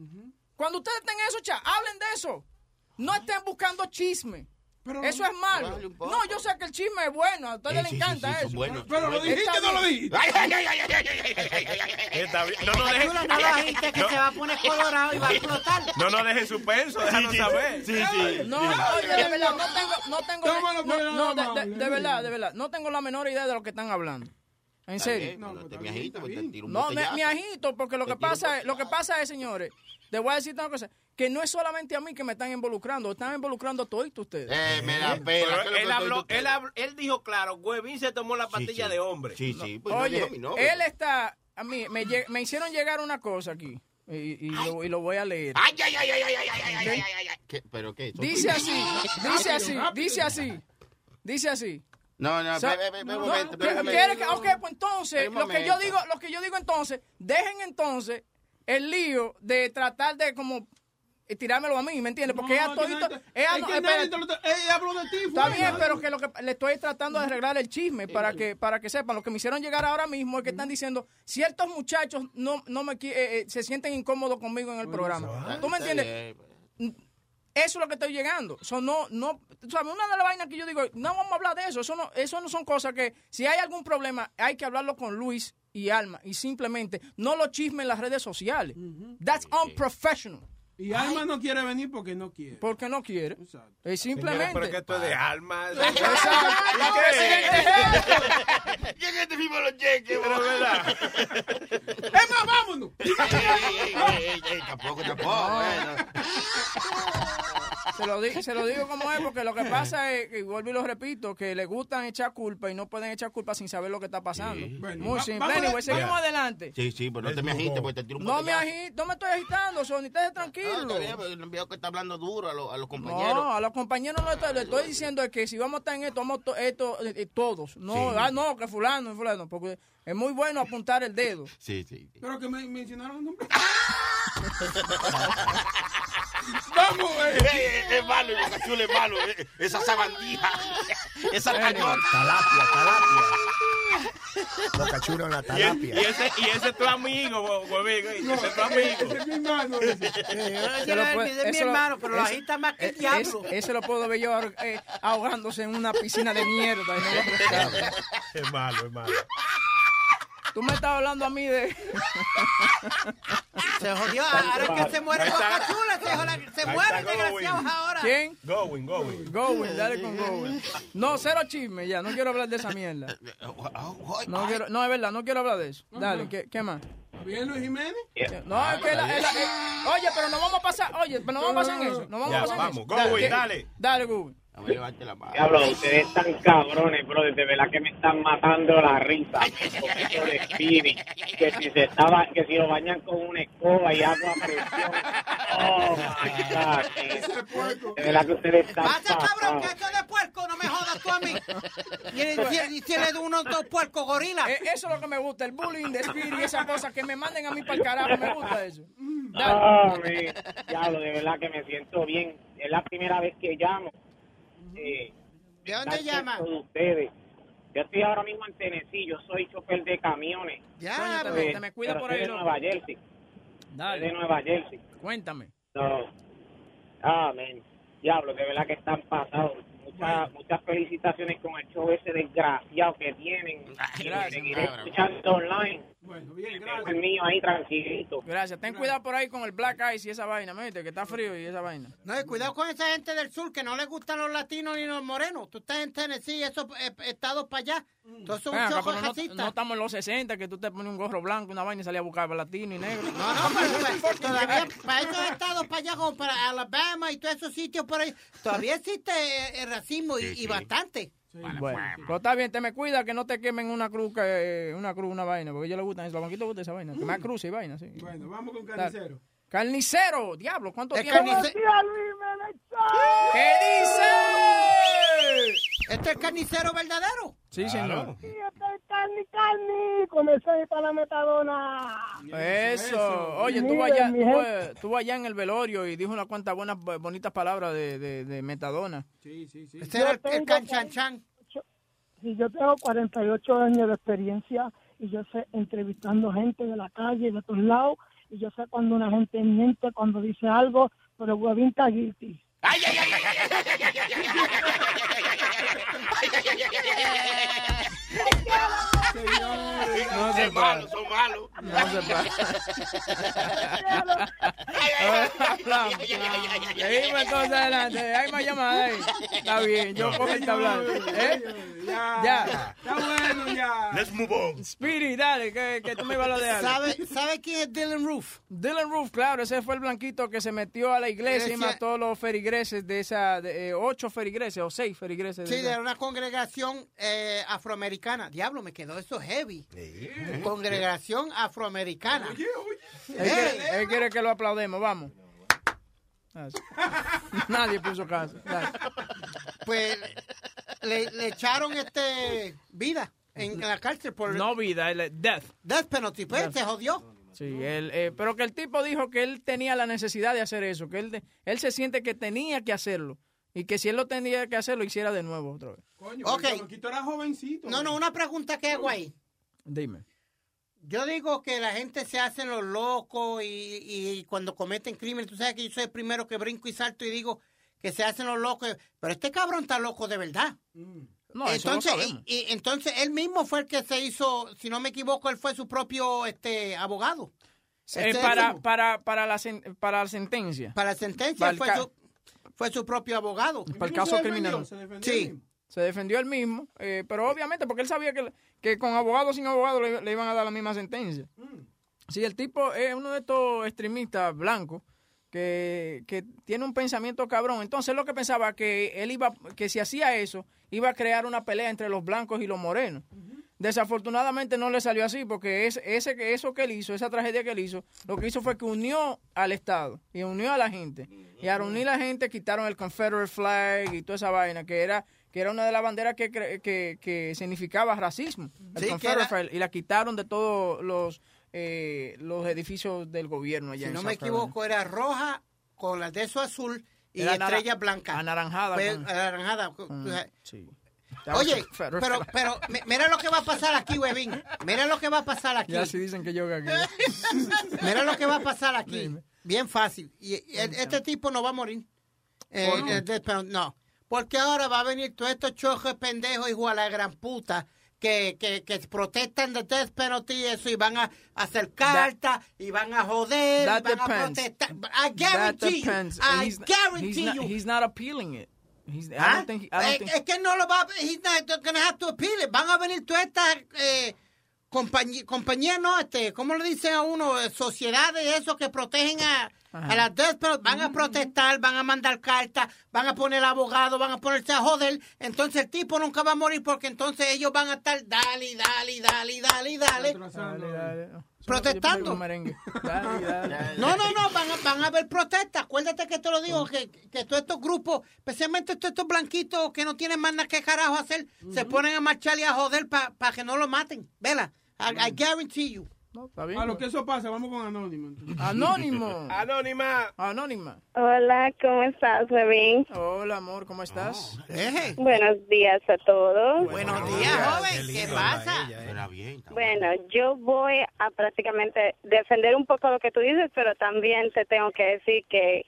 Cuando ustedes tengan eso, cha, hablen de eso. No estén buscando chisme. eso es malo. bájale un poco. No, yo sé que el chisme es bueno. A ustedes Sí, les sí, encanta sí, sí, son eso. buenos, Pero son lo buenos. dijiste, no lo dijiste. Ay, ay, ay, ay, ay, ay, ay, ay, ay, ay. Está bien. No, no deje. Chula, no lo agite que no, se va a poner colorado y va a explotar. no, no deje suspenso, déjanos saber. Sí, sí. No, oye, de verdad, no tengo, no tengo, Tómalo por el no, no, lado de, de- amable. de verdad, de verdad, no tengo la menor idea de lo que están hablando. En Está serio. bien, no te me agites, porque te tiro un No, me, botellazo. me agito porque lo Te que tiro un pasa es, lo que botellazo. pasa es, señores, les voy a decir una cosa, que no es solamente a mí que me están involucrando, están involucrando a todos ustedes. Eh, me la Pero pela. ¿qué es lo que él, estoy habló, diciendo? él, habló- él dijo claro, Huevín se tomó la pastilla sí. de hombre. Sí, sí, pues no Oye, dijo mi nombre. él está, a mí, me, lle- me hicieron llegar una cosa aquí y, y lo, y lo voy a leer. Ay, ay, ay, ay, ay, ay, ay, ay, ay, ay, ay. ¿Qué? ¿Pero qué? ¿Son Dice tuyos? así, dice así, dice así, dice así. No, no, O sea, ve, ve, ve, ve, no, un momento, ¿qué- ve, ve, ve. quiere que- ok, pues entonces, Un lo que yo momento. digo, lo que yo digo entonces, dejen entonces el lío de tratar de como eh, tirármelo a mí, ¿me entiendes? Porque ella No, todito, que nadie- ella es no- que espérate. nadie te lo está- ella habló de ti, Está fue, bien, ¿no? pero que lo que le estoy tratando de arreglar el chisme para que para que sepan. Lo que me hicieron llegar ahora mismo es que están diciendo ciertos muchachos no no me qui- eh, eh, se sienten incómodos conmigo en el programa. ¿Tú me Está entiendes? bien. Eso es lo que estoy llegando. So, no, no, tú sabes, una de las vainas que yo digo, no vamos a hablar de eso. Eso no, eso no son cosas que, si hay algún problema, hay que hablarlo con Luis y Alma. Y simplemente, no lo chismen en las redes sociales. That's unprofessional. Y Alma no quiere venir porque no quiere. Porque no quiere. Es simplemente. Pero que esto es de Alma. Exacto. La presidente. ¿Quién es este mismo los cheques? Pero verdad. Es más, vámonos. Ey, ey, ey, ey, ey, tampoco, tampoco. Bueno. Se lo, di- se lo digo como es, porque lo que pasa es, y vuelvo y lo repito, que le gustan echar culpa y no pueden echar culpa sin saber lo que está pasando. Sí. Bueno, Muy va- simple. vamos a- Anyway, seguimos Ya. adelante. Sí, sí, pero no te me agites porque te tiro un No me botellazo. agito, no me estoy agitando, Sony, estés No, tranquilo. está bien, pero el enviado que está hablando duro a, los- a los compañeros. No, a los compañeros no le estoy, le estoy diciendo es que si vamos a estar en esto, vamos to- esto eh, eh, todos. No, Sí. ah, no, que fulano, fulano, porque es muy bueno apuntar el dedo. Sí, sí. Pero que me mencionaron el nombre. Vamos, güey. Es malo, el Bocachula es malo. eh. Esa sabandija. Esa cañón. Talapia, talapia. Bocachula en la Y, talapia. y ese, y ese es tu amigo, bo- huevín, ese es tu amigo. Ese es mi hermano. ese. Se lo puede- Es mi eso lo- hermano, pero lo eso- agita más que el eh, diablo. es- Ese lo puedo ver yo eh, ahogándose en una piscina de mierda. Y no lo rescato. Es malo, es malo. Tú me estás hablando a mí de... Se jodió. Ahora que se muere Ahí está. Bocachula, se, jola- se Ahí mueren está desgraciados Going. ahora. ¿Quién? Going, going. Going, dale con Going. No, cero chisme ya, no quiero hablar de esa mierda. No, quiero, no, es verdad, no quiero hablar de eso. Dale, ¿qué, qué más? ¿Bien Luis Jiménez? No, es que la, es la- eh, oye, pero no vamos a pasar, oye, pero no vamos a pasar en eso. No vamos Ya, a pasar vamos, en go, eso. güey, ¿qué? dale. Dale, Google. A ver, levante la mano. Diablo, ustedes están cabrones, bro. De verdad que me están matando la risa. Un poquito de spirit. Que si se estaba, que si lo bañan con una escoba y agua a presión. Oh my God. sí. De verdad que ustedes están Pasa, cabrón, que pasados. eso de puerco, no me jodas tú a mí. Y y- y tiene unos dos puercos gorilas. Eh, eso es lo que me gusta, el bullying de Spirit y esas cosas, que me manden a mí para el carajo, me gusta eso. Dale. Oh, man. Diablo, de verdad que me siento bien. Es la primera vez que llamo. Eh, ¿De dónde estar llama? cerca de ustedes. Yo estoy ahora mismo en Tennessee. Yo soy chofer de camiones. Ya, Coño, te, pues. me- te me cuida Pero por soy ahí, de ¿no? Nueva Jersey. Soy de Dale, Nueva Jersey. cuéntame. No. Ah, men. Diablo, de verdad que están pasados. Muchas, muchas felicitaciones con el show ese desgraciado que tienen. Y lo Gracias, seguiré cabrón. escuchando online. Bueno, bien, Tengo gracias. el mío ahí tranquilito. Gracias, ten cuidado por ahí con el Black Ice y esa vaina, ¿me viste? Que está frío y esa vaina. No, y cuidado con esa gente del sur que no les gustan los latinos ni los morenos. Tú estás en Tennessee, esos eh, estados para allá. Todos son Ven acá, chojos pero no, racistas. no estamos en los sesenta, que tú te pones un gorro blanco, una vaina y salías a buscar latino y negro. No, no, pero para, todavía para esos estados para allá, como para Alabama y todos esos sitios por ahí, todavía existe eh, el racismo y, Sí, y sí. bastante. Bueno, pero está bien, te me cuida que no te quemen una cruz, que, una cruz, una vaina, porque a ellos les gustan eso, a los banquitos les gusta esa vaina, que más cruce y vaina, sí. Bueno, vamos con carnicero. Carnicero, diablo, ¿cuánto El tiempo? carnice- ¿Qué dice? ¿Este es el carnicero verdadero? Sí, señor. Carni, carni, comencé para la metadona. Eso. Oye, tú Miren, allá, mi tú, gente. eh, tú allá en el velorio y dijo unas cuantas buenas, bonitas palabras de, de, de metadona. Sí, sí, sí. Este era el, el canchanchan. Sí, yo tengo cuarenta y ocho años de experiencia y yo sé entrevistando gente de la calle, de todos lados, y yo sé cuando una gente miente, cuando dice algo, pero huevín está guilty. ¡Ay, ay, ay, ay, ay, ay, ay, ay, ay, No se Es malo, son malos. No se Seguimos entonces adelante. Hay más llamadas ahí. Está bien, yo cojo el tablado. ¿Eh? Ya. Ya. Está bueno, ya. Let's move on. Spirit, dale, que, que tú me ibas a lo de algo. ¿Sabe, ¿Sabe quién es Dylan Roof? Dylan Roof, claro, ese fue el blanquito que se metió a la iglesia y Iglesia- mató a los ferigreses de esa, de, eh, ocho ferigreses o seis ferigreses. Sí, de de esa. una congregación eh, afroamericana. Diablo, me quedó eso heavy. Congregación afroamericana. Oye, oye. Él quiere, él quiere que lo aplaudemos, vamos. Así. Nadie puso caso. Dale. Pues le, le echaron este vida en, en la cárcel por No vida, el death. death penalty. Pues Death. se jodió. Sí, él, eh, pero que el tipo dijo que él tenía la necesidad de hacer eso, que él, de- él se siente que tenía que hacerlo y que si él lo tenía que hacer, lo hiciera de nuevo otra vez. Coño, Ok. el chamaquito era jovencito. No, no, una pregunta que hago ahí. Dime. Yo digo que la gente se hace los locos y, y cuando cometen crímenes, tú sabes que yo soy el primero que brinco y salto y digo que se hacen los locos, pero este cabrón está loco de verdad. No, eso lo entonces, sabemos. y, y entonces él mismo fue el que se hizo, si no me equivoco, él fue su propio este abogado. Eh, para, para, para, la, sen- para la sentencia. Para la sentencia Para el fue, ca- su, fue su propio abogado. Para el caso criminal. Sí. Se defendió él mismo, eh, pero obviamente porque él sabía que, que con abogado o sin abogado le, le iban a dar la misma sentencia. Sí, el tipo es uno de estos extremistas blancos que, que tiene un pensamiento cabrón. Entonces, lo que pensaba que él iba, que si hacía eso, iba a crear una pelea entre los blancos y los morenos. Desafortunadamente no le salió así, porque es, ese, eso que él hizo, esa tragedia que él hizo, lo que hizo fue que unió al Estado y unió a la gente. Y al unir a la gente quitaron el Confederate flag y toda esa vaina, que era que era una de las banderas que, cre- que, que significaba racismo. El Sí, que Confederate era- flag, y la quitaron de todos los, eh, los edificios del gobierno allá Si en no South me equivoco, era roja con las de eso azul y Era nara- estrella blanca. anaranjada Fue- con- anaranjada. Mm, sí. Oye, pero, pero mi- mira lo que va a pasar aquí, Webin. Mira lo que va a pasar aquí. Ya si dicen que yo gagué. Mira lo que va a pasar aquí. Bien fácil. Y, y el- este tipo no va a morir. Eh, ¿Por qué? eh, de- pero no. Porque ahora va a venir todos estos chojos pendejos, hijo a la gran puta, que, que, que protestan de death penalty y eso, y van a hacer cartas, y van a joder, That van a depends. protestar. I That guarantee you. depends. And I he's, guarantee he's not, you. He's not appealing it. He's, I ¿Ah? don't think, I don't es, think- es que no lo va a... He's not gonna have to appeal it. Van a venir todas estas eh, compañías, compañía, no, este, ¿cómo le dicen a uno? Eh, Sociedades, eso, que protegen a, a las death penalty. Van a protestar, van a mandar cartas, van a poner abogados, van a ponerse a joder. Entonces el tipo nunca va a morir porque entonces ellos van a estar dale, dale, dale, dale, dale. Dale, dale. Protestando. Yo pongo merengue. Dale, dale. No, no, no, van a, van a haber protestas. Acuérdate que te lo digo, que, que todos estos grupos, especialmente todos estos blanquitos que no tienen más nada que carajo hacer, se ponen a marchar y a joder para que no lo maten. Vela, I, I guarantee you. A lo que eso pasa, vamos con Anónimo. entonces. Anónimo. Anónima. Anónima. Hola, ¿cómo estás, Bebín? Hola, amor, ¿cómo estás? Buenos días a todos. Buenos días, joven. ¿Qué pasa? Bueno, yo voy a prácticamente defender un poco lo que tú dices, pero también te tengo que decir que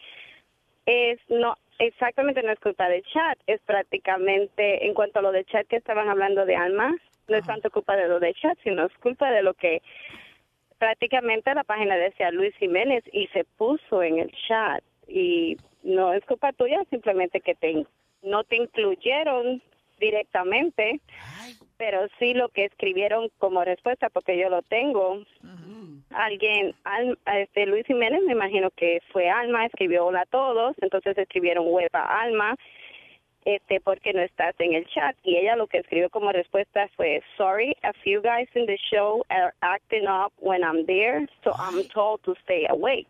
es no exactamente no es culpa del chat, es prácticamente en cuanto a lo del chat que estaban hablando de Alma, no es tanto culpa de lo del chat, sino es culpa de lo que prácticamente la página decía Luis Jiménez y se puso en el chat y no es culpa tuya, simplemente que te no te incluyeron directamente, pero sí lo que escribieron como respuesta, porque yo lo tengo. Alguien, Al- este Luis Jiménez, me imagino que fue Alma, escribió hola a todos, entonces escribieron hueva Alma, este, porque no estás en el chat, y ella lo que escribió como respuesta fue, sorry, a few guys in the show are acting up when I'm there, so I'm told to stay away.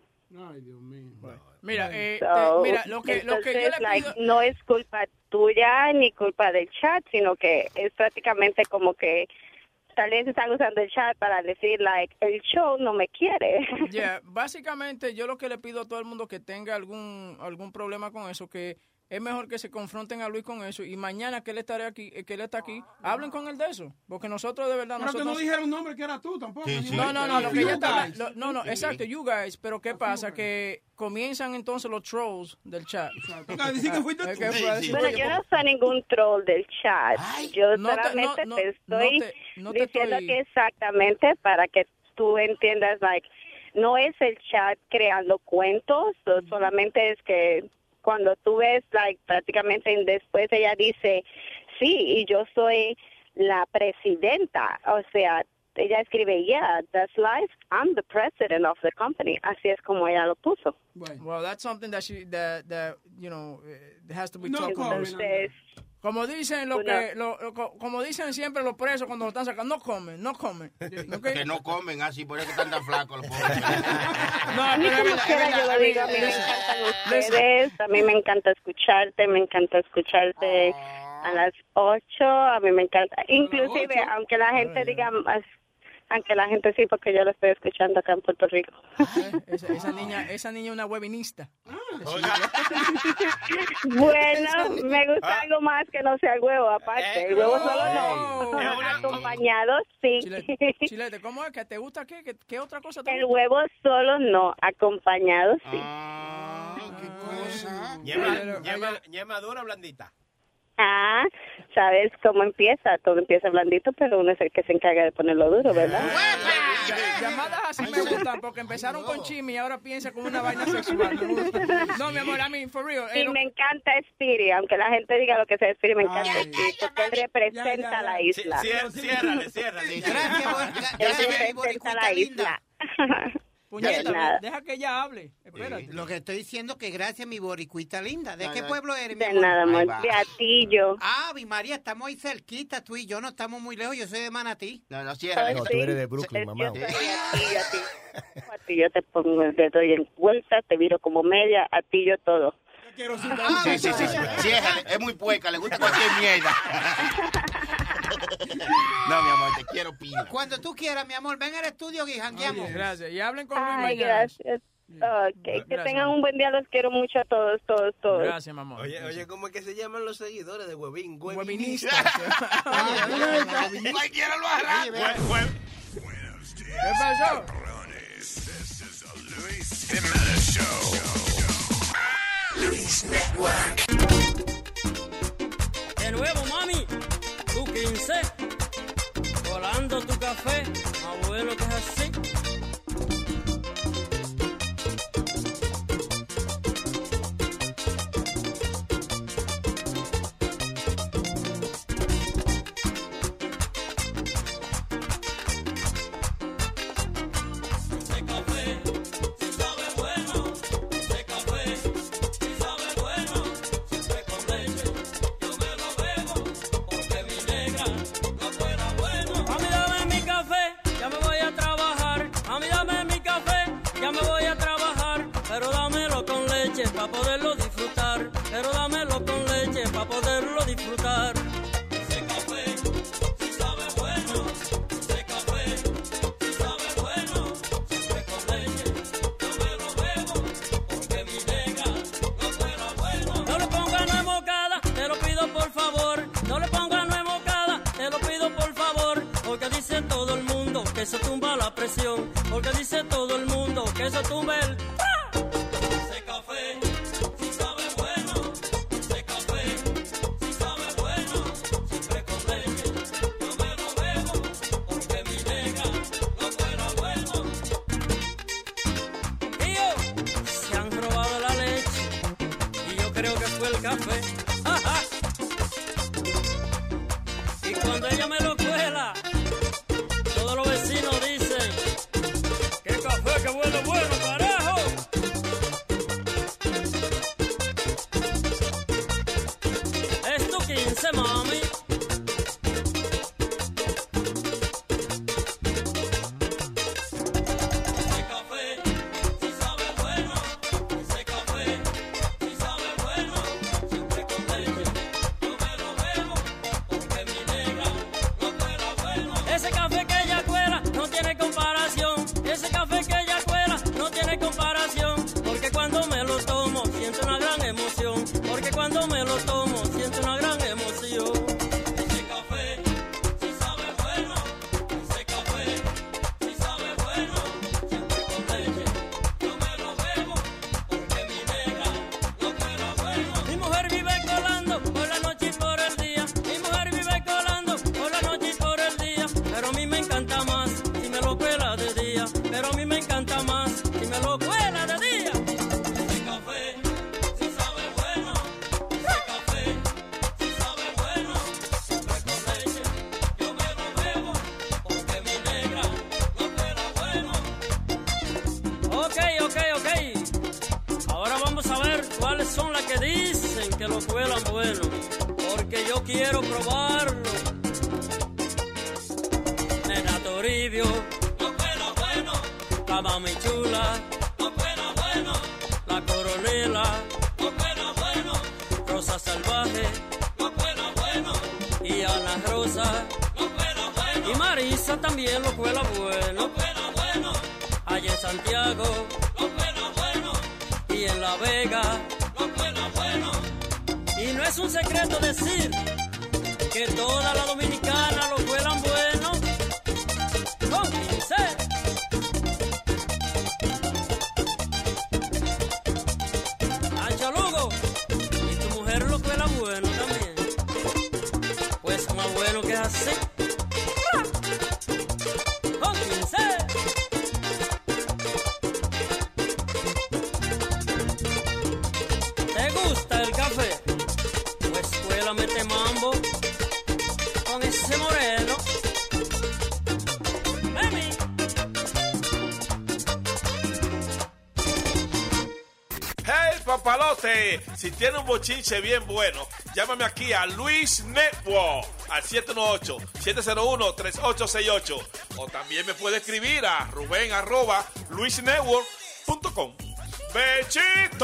Mira, eh, So, te- mira, lo que, lo que yo entonces, le like, pido... no es culpa tuya ni culpa del chat, sino que es prácticamente como que tal vez están usando el chat para decir, like, el show no me quiere. Yeah, básicamente yo lo que le pido a todo el mundo que tenga algún algún problema con eso, que es mejor que se confronten a Luis con eso y mañana que él estaré aquí, eh, que él está aquí, hablen con él de eso, porque nosotros de verdad Pero que nosotros no dijeron un nombre que era tú tampoco. No, no, no, lo que You ya está, guys. lo- no, no, exacto, you guys, pero ¿qué pasa? Que comienzan entonces los trolls del chat. Dice que fuiste Es tú. que fue a decir, Bueno, oye, yo no soy ningún troll del chat. Yo no te- solamente no, no, te estoy no te- no te diciendo estoy- que exactamente para que tú entiendas, like, no es el chat creando cuentos, so solamente es que cuando tú ves, like, prácticamente después ella dice, sí, y yo soy la presidenta, o sea, ella escribe, yeah, that's life, I'm the president of the company, así es como ella lo puso. Well, that's something that she, that, that, you know, eh, has to be No talked about. comment. Como dicen lo Una- que, lo, lo- co- como dicen siempre los presos cuando lo están sacando, no comen, no comen. ¿ok? Que no comen así, por eso que están tan flacos los pobres. No, A mí pero es como verdad, quiera es yo verdad. lo digo, a mí me encantan ustedes, a mí me encanta escucharte, me encanta escucharte a las ocho, a mí me encanta, inclusive aunque la gente diga, más- aunque la gente sí, porque yo lo estoy escuchando acá en Puerto Rico. Esa, esa niña, esa niña es una webinista. Bueno, me gusta algo más que no sea el huevo, aparte, el huevo solo no, acompañado sí. Chilete, Chilete, ¿cómo es? ¿Que te gusta qué? ¿Qué, qué otra cosa te El gusta? huevo solo no, acompañado sí. Ñema, ñema, ñema dura o blandita. Ah, ¿sabes cómo empieza? Todo empieza blandito, pero uno es el que se encarga de ponerlo duro, ¿verdad? Ya- Llamadas así me gustan porque empezaron con chisme y ahora piensa como una vaina sexual. Me gusta. No, mi amor, I mean, for real. Y eh, no- me encanta Speedy, aunque la gente diga lo que sea Speedy, me encanta Speedy, porque él representa a la isla. Ciérrale, ciérrale. Él representa a la isla. Puñeta, nada. deja que ella hable. Espérate. Lo que estoy diciendo que gracias, mi boricuita linda. ¿De No, qué no. pueblo eres, mi De amor? nada, amor. Ahí va. De Atillo. Ah, mi María, estamos ahí cerquita, tú y yo no estamos muy lejos. Yo soy de Manatí. No, no, cierra. No, tú eres de Brooklyn, mamá. Yo soy de Atillo, a ti. A ti yo te pongo el dedo y en vuelta, te viro como media, a ti yo todo. Sí, sí, sí. Sí, es, es muy pueca, le gusta cualquier mierda. No, mi amor, te quiero pila. Cuando tú quieras, mi amor, ven al estudio y jangueamos. Gracias. Y hablen con Luis Ay, mañana. gracias. Ok, que Gracias, tengan mamá. un buen día, los quiero mucho a todos, todos, todos. Gracias, mamá. Oye, oye, ¿cómo es que se llaman los seguidores de Huevín? Huevinistas. Cualquiera lo hará. ¿Qué pasó? Luis Jiménez Show. Luis Network. De nuevo, mami, tu quince, volando tu café, abuelo que es así. Ese café, si sabe bueno, ese café, si sabe bueno, siempre con leche. Yo me lo bebo porque mi negra no fuera bueno. Mami, dame mi café, ya me voy a trabajar. Mami, dame mi café, ya me voy a trabajar. Pero dámelo con leche para poderlo disfrutar. Pero dámelo con leche para poderlo disfrutar. Ese café, si sabe bueno, ese café, si sabe bueno, siempre con leche. Yo me lo bebo porque mi negra no fuera bueno. No le ponga nuez moscada, te lo pido por favor. No le ponga nuez moscada, te lo pido por favor. Porque dice todo el mundo que eso tumba la presión. Porque dice todo el mundo que eso tumba el... ¡Ah! Ese café, si sabe bueno, ese café, si sabe bueno, siempre con leche. Yo me lo bebo porque mi negra no fuera bueno. Tío, se han robado la leche y yo creo que fue el café. ¡Ajá! Y cuando ella me lo cuela, todos los vecinos dicen, ¡qué café, qué bueno, bueno, carajo! Es tu quince, mami. Ese café, si sabe bueno, ese café, si sabe bueno, siempre con leche. Yo me lo bebo porque mi negra no fuera bueno. Ese café que ella cuela no tiene comparación. Ese café que ella cuela no tiene comparación. Porque cuando me lo tomo siento una gran emoción. Porque cuando me lo tomo siento una gran emoción. Ese café, si sabe bueno, ese café, si sabe bueno, siempre con leche. Yo me lo bebo porque mi negra no fuera bueno. Mi mujer vive colando por la noche y por el día. Mi mujer vive colando por la noche y por el día. Pero a mí me encanta más si me lo cuela de día. Pero a mí me encanta más si me lo cuela de día. Ese café, si sabe bueno, ese café, si sabe bueno, siempre con leche. Yo me lo bebo porque mi negra no fuera bueno. Ok, ok, ok. Ahora vamos a ver cuáles son las que dicen que lo cuelan bueno. Porque yo quiero probarlo. Nena Toribio, no cuela bueno. La mami chula, no cuela bueno. La coronela, no cuela bueno. Rosa salvaje, no cuela bueno. Y Ana Rosa, no cuela bueno. Y Marisa también lo cuela bueno. No cuela bueno. Allá en Santiago, no cuela bueno. Y en La Vega, no cuela bueno. Y no es un secreto decir que todas las dominicanas lo cuelan bueno. Con quince. Ancho Lugo, y tu mujer lo cuela bueno también. Pues más bueno que así. Con quince. del café. Pues escuela mete mambo con ese moreno. Mami. Hey, papalote, si tiene un bochinche bien bueno, llámame aquí a Luis Network al siete uno ocho, siete cero uno, tres ocho seis ocho. O también me puede escribir a Rubén arroba luisnetwork punto com. ¡Bechito!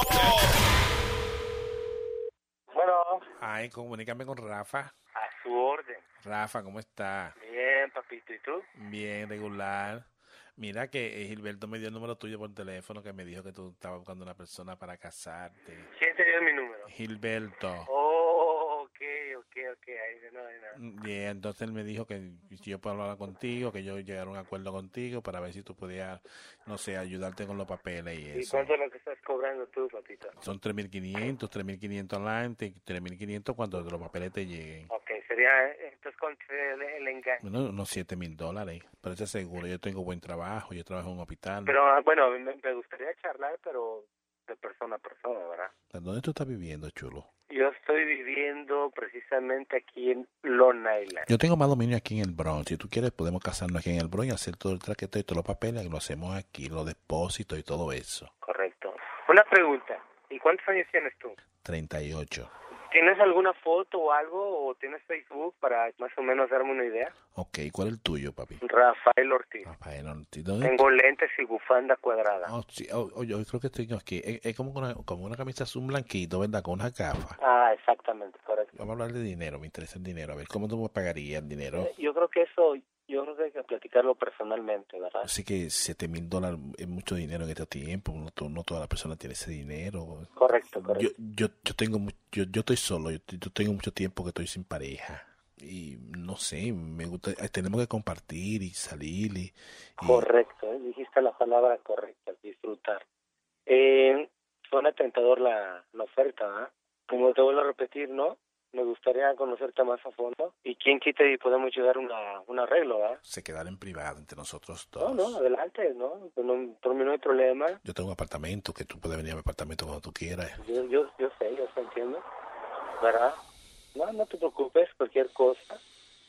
Bueno. Ay, comunícame con Rafa. A su orden. Rafa, ¿cómo está? Bien, papito, ¿y tú? Bien, regular. Mira que eh, Gilberto me dio el número tuyo por teléfono, que me dijo que tú estabas buscando una persona para casarte. ¿Quién te dio mi número? Gilberto. Oh, ok, ok, ok, ahí no hay nada. Bien, entonces él me dijo que si yo puedo hablar contigo, que yo llegara a un acuerdo contigo para ver si tú podías, no sé, ayudarte con los papeles y ¿Y eso. cuánto es lo que estás cobrando tú, papito? Son tres mil quinientos, tres mil quinientos adelante y tres mil quinientos cuando los papeles te lleguen. Ok, sería, entonces, ¿cuánto sería el, el engaño? Bueno, unos siete mil dólares, pero eso es seguro. Yo tengo buen trabajo, yo trabajo en un hospital. Pero, ah, bueno, me, me gustaría charlar, pero de persona a persona, ¿verdad? ¿Dónde tú estás viviendo, chulo? Yo estoy viviendo precisamente aquí en Long Island. Yo tengo más dominio aquí en el Bronx. Si tú quieres, podemos casarnos aquí en el Bronx y hacer todo el traqueteo y todos los papeles. Lo hacemos aquí, los depósitos y todo eso. Correcto. Una pregunta. ¿Y cuántos años tienes tú? treinta y ocho. ¿Tienes alguna foto o algo? ¿O tienes Facebook para más o menos darme una idea? Ok, ¿cuál es el tuyo, papi? Rafael Ortiz. Rafael Ortiz. ¿Dónde Tengo lentes y bufanda cuadrada. Oh, sí, oh, oh, yo creo que estoy aquí. Es, es como, una, como una camisa azul blanquito, ¿verdad? Con una gafas. Ah, exactamente, correcto. Vamos a hablar de dinero, me interesa el dinero. A ver, ¿cómo tú me pagarías el dinero? Eh, Yo creo que eso, yo creo que hay que platicarlo personalmente, ¿verdad? Así que siete mil dólares es mucho dinero en este tiempo. No, to- no toda la persona tiene ese dinero. Correcto, correcto. Yo, yo, yo tengo, mu- yo, yo estoy solo. Yo, yo tengo mucho tiempo que estoy sin pareja. Y no sé, me gusta, eh, tenemos que compartir y salir y, y- Correcto, ¿eh? Dijiste la palabra correcta, disfrutar. Eh, suena tentador la, la oferta, ¿ah? Como te vuelvo a repetir, ¿no? Me gustaría conocerte más a fondo. Y quién quita y podemos llegar a una, un arreglo, ¿ah? se quedar en privado entre nosotros No, dos. no, adelante, ¿no? No, por mí no hay problema. Yo tengo un apartamento que tú puedes venir a mi apartamento cuando tú quieras. Yo, yo, yo sé, yo sé, entiendo. ¿Verdad? No, no te preocupes, cualquier cosa.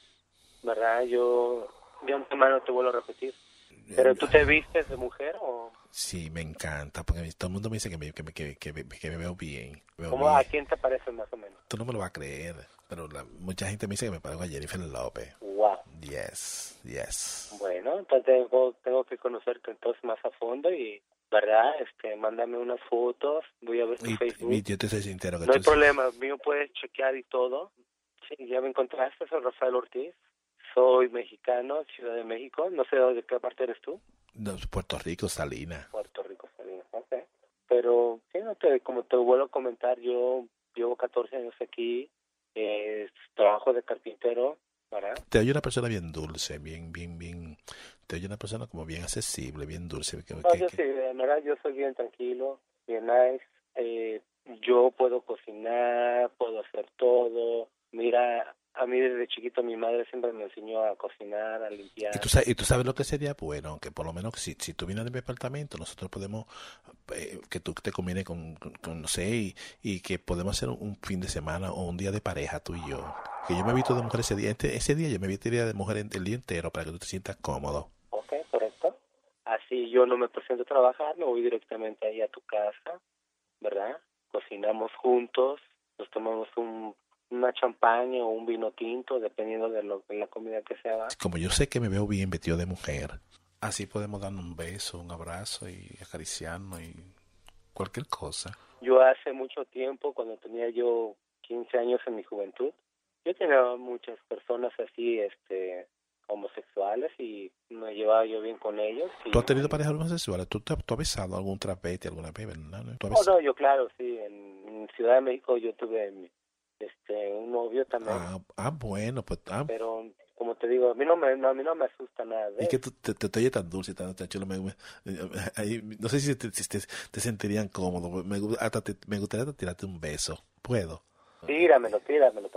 ¿Verdad? Yo, de antemano te vuelvo a repetir. ¿Pero tú te vistes de mujer o...? Sí, me encanta, porque todo el mundo me dice que me, que me, que, que me, que me veo bien. Veo ¿Cómo, bien. ¿A quién te parece más o menos? Tú no me lo vas a creer, pero la, mucha gente me dice que me parezco a Jennifer López. Wow. Yes, yes. Bueno, entonces tengo, tengo que conocerte entonces más a fondo y, ¿verdad? Este, mándame unas fotos, voy a ver tu Y, Facebook. y yo te soy sincero que No hay tú- problema, mío puedes chequear y todo. Sí, ya me encontraste, soy Rafael Ortiz. Soy mexicano, Ciudad de México. No sé de qué parte eres tú. No, Puerto Rico, Salina. Puerto Rico, Salinas, ok. Pero, sí, no te, como te vuelvo a comentar, yo llevo catorce años aquí, eh, trabajo de carpintero, ¿verdad? Te oye una persona bien dulce, bien, bien, bien. Te oye una persona como bien accesible, bien dulce. Que, No, que- yo que- sí, de verdad, yo soy bien tranquilo, bien nice. Eh, yo puedo cocinar, puedo hacer todo. Mira, a mí desde chiquito mi madre siempre me enseñó a cocinar, a limpiar. Y tú, sabes, y tú sabes lo que sería bueno, que por lo menos si, si tú vienes de mi apartamento, nosotros podemos, eh, que tú te combines con, con, con, no sé, y, y que podemos hacer un fin de semana o un día de pareja tú y yo. Que yo me he visto de mujer ese día, este- ese día yo me vistiría de mujer el día entero para que tú te sientas cómodo. Ok, correcto. Así yo no me presento a trabajar, me voy directamente ahí a tu casa, ¿verdad? Cocinamos juntos, nos tomamos un, una champaña o un vino tinto, dependiendo de, lo, de la comida que sea. Como yo sé que me veo bien vestido de mujer, así podemos darnos un beso, un abrazo y acariciarnos y cualquier cosa. Yo hace mucho tiempo, cuando tenía yo quince años en mi juventud, yo tenía muchas personas así, este, homosexuales y me llevaba yo bien con ellos. Y... ¿Tú has tenido parejas homosexuales? ¿Tú, te- tú has besado a algún trapete alguna vez, verdad? ¿Tú has No, besado? no, yo claro, sí, en, en Ciudad de México yo tuve mi- este un novio también, Ah, ah, bueno, pues... Ah, pero como te digo, a mí no me, no, a mí no me asusta nada de y que eso. tú te, te, te oyes tan dulce, tan, tan chulo. Me, me- ahí, no sé si te, si te, te sentirían cómodo. Me, gu- hasta te- me gustaría hasta tirarte un beso. ¿Puedo? Tíramelo, tíramelo.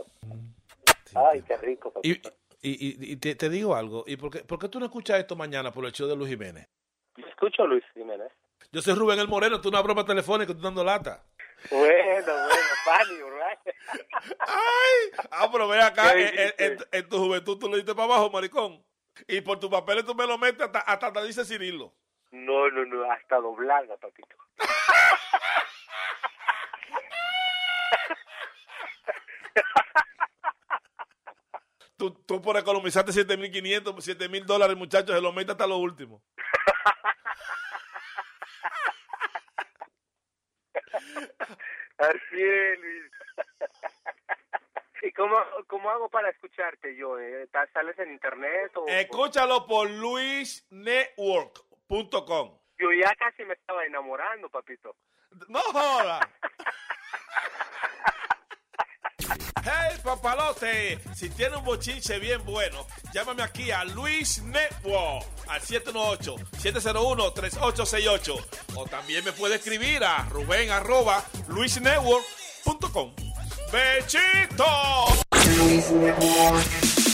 Ay, qué rico. papá. Y, y, y, y te, te digo algo. ¿Y por qué, por qué tú no escuchas esto mañana por el show de Luis Jiménez? Escucho Luis Jiménez. Yo soy Rubén el Moreno, tú una broma telefónica, tú dando lata. Bueno, bueno, funny, right? Ay, ah, pero ve acá, ¿Qué en, en- en- en tu juventud tú le diste para abajo, maricón. Y por tus papeles tú me lo metes hasta, hasta te dice Cirilo. No, no, no, hasta doblada, papito. Tú, tú por economizarte siete mil quinientos, siete mil dólares, muchachos, se lo metes hasta lo último. Así es, Luis. ¿Y cómo, cómo hago para escucharte yo? Eh? ¿Sales en internet o...? Escúchalo por luis network punto com. Yo ya casi me estaba enamorando, papito. No joda. Hey, papalote, si tiene un bochinche bien bueno, llámame aquí a Luis Network al siete uno ocho, siete cero uno, tres ocho seis ocho. O también me puede escribir a Rubén arroba luis network punto com. ¡Bechito! Luis Network.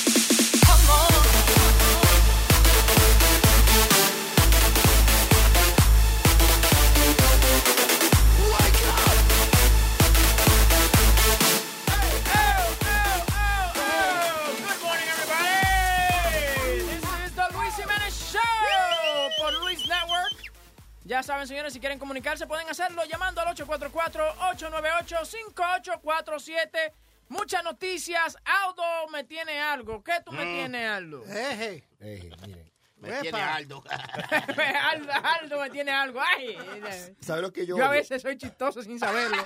Good morning, everybody. This is the Luis Jiménez Show por Luis Network. Ya saben, señores, si quieren comunicarse pueden hacerlo llamando al ocho cuatro cuatro, ocho nueve ocho, cinco ocho cuatro siete. Muchas noticias. Aldo me tiene algo. ¿Qué tú me Mm. tienes, Aldo? Eje. Eje, miren. Me tiene Aldo. Aldo. Aldo me tiene algo. Ay. ¿Sabes lo que yo Yo a odio? veces soy chistoso sin saberlo.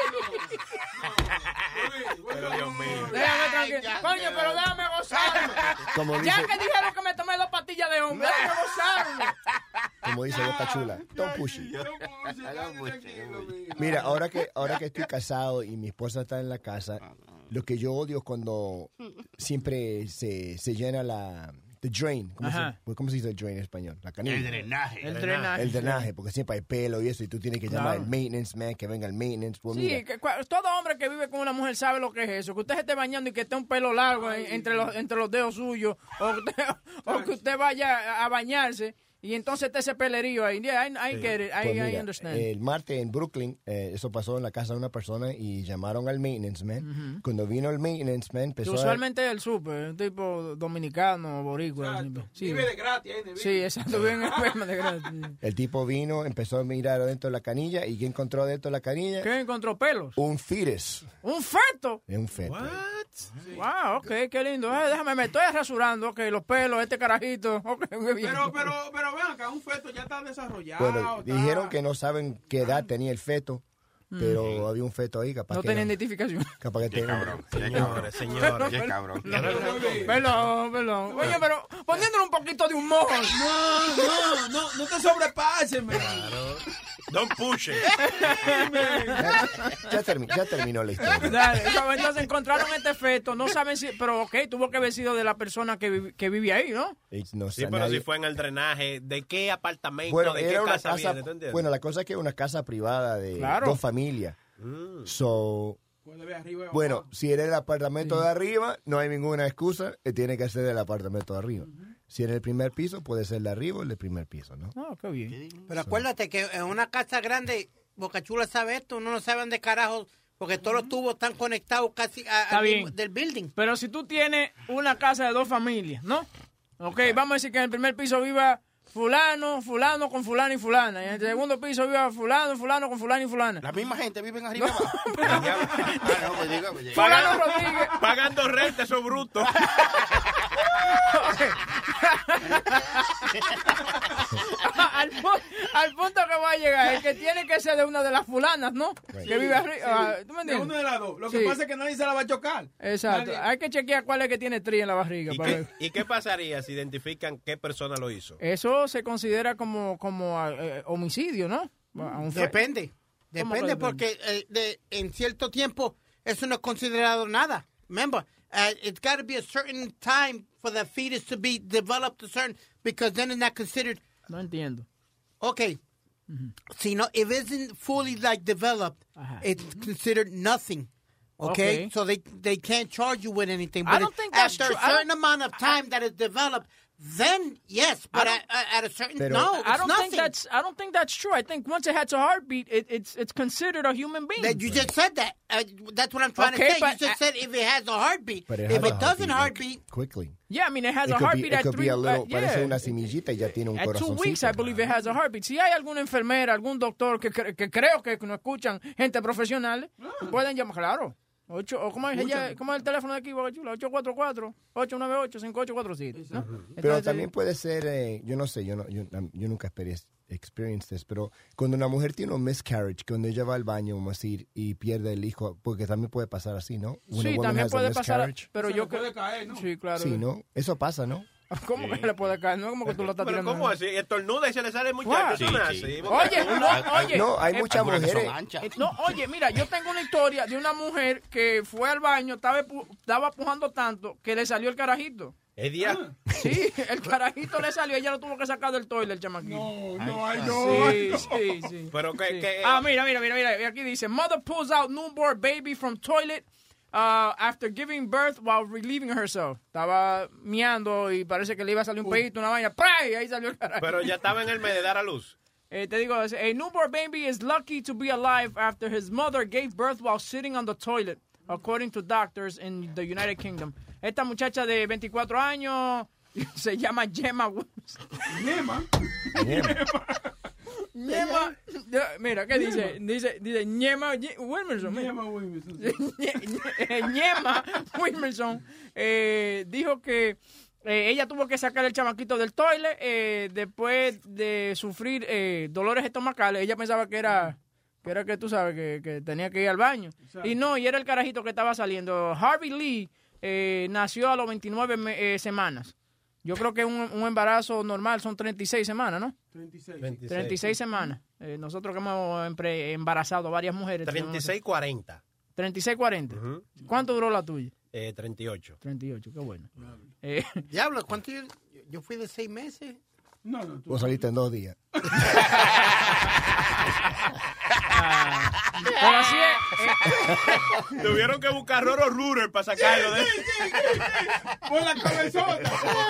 Pero Dios mío. Déjame tranquilo. Coño, pero déjame gozarme. Como Ya dice- que dijeron que me tomé dos pastillas de hombre, déjame gozarme. Como dice Boca Chula, don't push it. Mira, ahora que, ahora que estoy casado y mi esposa está en la casa, lo que yo odio es cuando siempre se, se llena la... The drain. ¿Cómo Ajá. se, pues, ¿Cómo se dice el drain en español? La canilla. El drenaje. El drenaje, El drenaje, sí. porque siempre hay pelo y eso, y tú tienes que llamar Claro. al maintenance man, que venga el maintenance. Pues, Sí, mira, que cua- todo hombre que vive con una mujer sabe lo que es eso. Que usted se esté bañando y que esté un pelo largo en- entre los, entre los dedos suyos. O, que usted- o que usted vaya a- a bañarse y entonces esté ese pelerío ahí. Yeah, I, I get it. I, Pues I mira, understand. el martes en Brooklyn, eh, eso pasó en la casa de una persona y llamaron al maintenance man. Ujú. Cuando vino el maintenance man, Que empezó a... usualmente el súper, un tipo dominicano, boricua. Sí. Vive de gratis. ahí, de Sí, exacto, vive en de gratis. El tipo vino, empezó a mirar adentro de la canilla y ¿qué encontró dentro de la canilla? ¿Qué encontró pelos? Un fetus. ¿Un feto? Es un feto. Wow, ok, qué lindo. Eh, déjame, me estoy rasurando, ok, los pelos, este carajito. Ok, muy bien. Pero, pero, pero ven acá, un feto ya está desarrollado. Bueno, está- dijeron que no saben qué edad tenía el feto, pero había un feto ahí, capaz No que tenía identificación. Capaz que tenga. cabrón. Señores, señores. Qué cabrón. Perdón, perdón. Oye, pero poniéndole un poquito de humor. No, no, no, no te sobrepases, man. Don't push it. Ya, termi- ya terminó la historia. Dale, entonces encontraron este feto, no saben si, pero ok, tuvo que haber sido de la persona que, vive- que vive ahí, ¿no? Y no Sí, sé, pero nadie- si fue en el drenaje, ¿de qué apartamento? Bueno, ¿De qué era una casa, casa. viene? ¿Tú entiendes? Bueno, la cosa es que era una casa privada de Claro. dos familias. Mm. So, Puede ver arriba y abajo. bueno, si era el apartamento de arriba, no hay ninguna excusa, eh, tiene que ser del apartamento de arriba. Si era el primer piso, puede ser el de arriba o el del primer piso, ¿no? Ah, qué bien. Pero acuérdate que en una casa grande, Bocachula sabe esto, uno no sabe dónde carajo, porque todos los tubos están conectados casi a- Está al bien. mismo- del building. Pero si tú tienes una casa de dos familias, ¿no? Ok, vamos a decir que en el primer piso viva fulano, fulano con fulano y fulana. Y en el segundo piso viva fulano, fulano con fulano y fulana. La misma gente viven arriba y abajo. Ah, no, pues diga, pues, Fulano Rodríguez. Pagando renta, esos brutos. al, pu- al punto que va a llegar, el que tiene que ser de una de las fulanas, ¿no? Que vive arriba. ¿Tú me De entiendes? uno de las dos. Lo que Sí. pasa es que nadie se la va a chocar. Exacto. Nadie- Hay que chequear cuál es el que tiene tría en la barriga. ¿Y para qué, ver. ¿Y qué pasaría si identifican qué persona lo hizo? Eso se considera como, como eh, homicidio, ¿no? A un fe- Depende. ¿Cómo que Depende depende? porque eh, de, en cierto tiempo eso no es considerado nada. Remember, uh, it's got to be a certain time for the fetus to be developed a certain, because then it's not considered. No entiendo. Okay. Si no, if it isn't fully like developed, it's considered nothing. Okay? Okay. So they they can't charge you with anything. I But don't it- think that's after true. a I don't- certain amount of time that is developed, then yes, but at, at a certain Pero- no, I it's don't nothing. think that's I don't think that's true. I think once it has a heartbeat, it, it's it's considered a human being. That you just said that. Uh, that's what I'm trying Okay, to say. but You just I- said if it has a heartbeat. But it if has it a doesn't heartbeat, heartbeat, quickly. Yeah, I mean, it has It a could be, heartbeat it at could three. be a little, uh, parece yeah. una semillita y ya tiene un At two corazoncito. weeks, I believe it has a heartbeat. Si hay alguna enfermera, algún doctor que, cre- que creo que no escuchan gente profesional, pueden llamar, claro. Ocho, o ¿cómo, es ella, ¿Cómo es el teléfono de aquí, Boca Chula? ocho cuatro cuatro, ocho nueve ocho, cinco ocho cuatro siete. ¿no? Pero Entonces, también puede ser, eh, yo no sé, yo, no, yo, yo nunca experienced experienced this, pero cuando una mujer tiene un miscarriage, cuando ella va al baño, vamos a decir, y pierde el hijo, porque también puede pasar así, ¿no? When a sí, woman también has a puede pasar, miscarriage. pero Se yo le puede creo... caer, ¿no? Sí, claro. Sí, ¿no? Eso pasa, ¿no? ¿Cómo que le puede caer? No es como que tú lo estás Pero tirando. ¿cómo así? Estornuda y se le sale el muchacho. Sí, Eso no es sí. así. Oye, no, oye. No, hay eh, muchas algunas que son mujeres. anchas. Eh, No, oye, mira, yo tengo una historia de una mujer que fue al baño, estaba, pu- estaba pujando tanto que le salió el carajito. Es día. Sí, el carajito le salió, ella lo tuvo que sacar del toilet, el chamaquito. No, no, ay, no. Sí, ay, no. sí, sí. Pero que, Sí. que Ah, mira, mira, mira, mira. Aquí dice, mother pulls out newborn baby from toilet uh, after giving birth while relieving herself. Estaba miando y parece que le iba a salir un pedito, una vaina. ¡Pray! Y ahí salió el carajito. pero ya estaba en el mes de dar a luz. Eh, te digo, a newborn baby is lucky to be alive after his mother gave birth while sitting on the toilet, according to doctors in the United Kingdom. Esta muchacha de veinticuatro años se llama Gemma Wilson. Ñema. Ñema. Mira, ¿qué dice? Dice, dice Ñema Ye- Wilmerson. mira. Ñema Wilmerson. Ñe- Ñe- Ñema Wilmerson eh, dijo que eh, ella tuvo que sacar el chamaquito del toilet eh, después de sufrir eh, dolores estomacales. Ella pensaba que era que era que tú sabes que, que tenía que ir al baño. Exacto. Y no, y era el carajito que estaba saliendo. Harvey Lee eh, nació a los veintinueve me- eh, semanas. Yo creo que un, un embarazo normal son treinta y seis semanas, ¿no? treinta y seis. treinta y seis semanas. Eh, nosotros que hemos empre- embarazado a varias mujeres. treinta y seis cuarenta. treinta y seis cuarenta. Ujú. ¿Cuánto duró la tuya? Eh, treinta y ocho. treinta y ocho, qué bueno. Eh, Diablo, ¿cuánto yo, yo fui de seis meses? No, no, tú. Vos saliste en dos días. pero así es. eh, Tuvieron que buscar Roro Ruler para sacarlo de... Por la cabezota.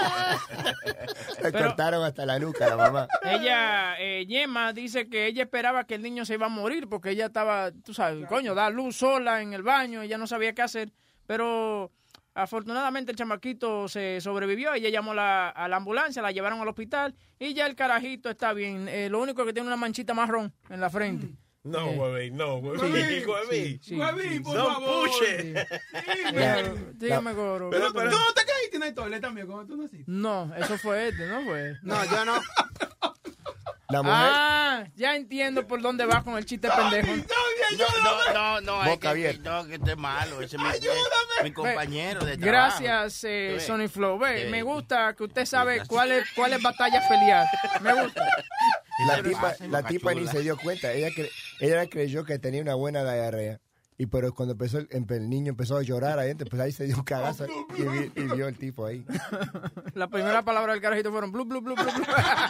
Le Pero- cortaron hasta la nuca a la mamá. ella, eh, Yema, dice que ella esperaba que el niño se iba a morir porque ella estaba, tú sabes, coño, da luz sola en el baño, ella no sabía qué hacer, pero afortunadamente el chamaquito se sobrevivió, ella llamó la- a la ambulancia, la llevaron al hospital y ya el carajito está bien. Eh, lo único que tiene una manchita marrón en la frente. No, Eh, güey, no, güey. Sí, Güey. sí, Huevín, por Don't favor. push it. Ya, dígame, Goro. Pero- pero- ¿Tú no te caíste en el toilet también cuando tú naciste? No, eso fue este, ¿no fue? No, yo no. La mujer, Ah, ya entiendo por dónde va con el chiste pendejo. No, no, no, es Boca que, abierta. no, que esto es malo. Ese es mi, mi compañero de trabajo. Gracias, eh, ¿Tú ves? Sony Flow. Ve, Sí. me gusta que usted sabe cuáles cuáles batallas pelear. Me gusta. la Pero tipa, hacen la boca tipa ni chula. se dio cuenta. Ella, cre- ella creyó que tenía una buena diarrea. Y pero cuando empezó el, empe- el niño empezó a llorar ahí, pues ahí se dio un cagazo y, vi- y vio el tipo ahí. La primera palabra del carajito fueron blu, blu, blu, blu, blu.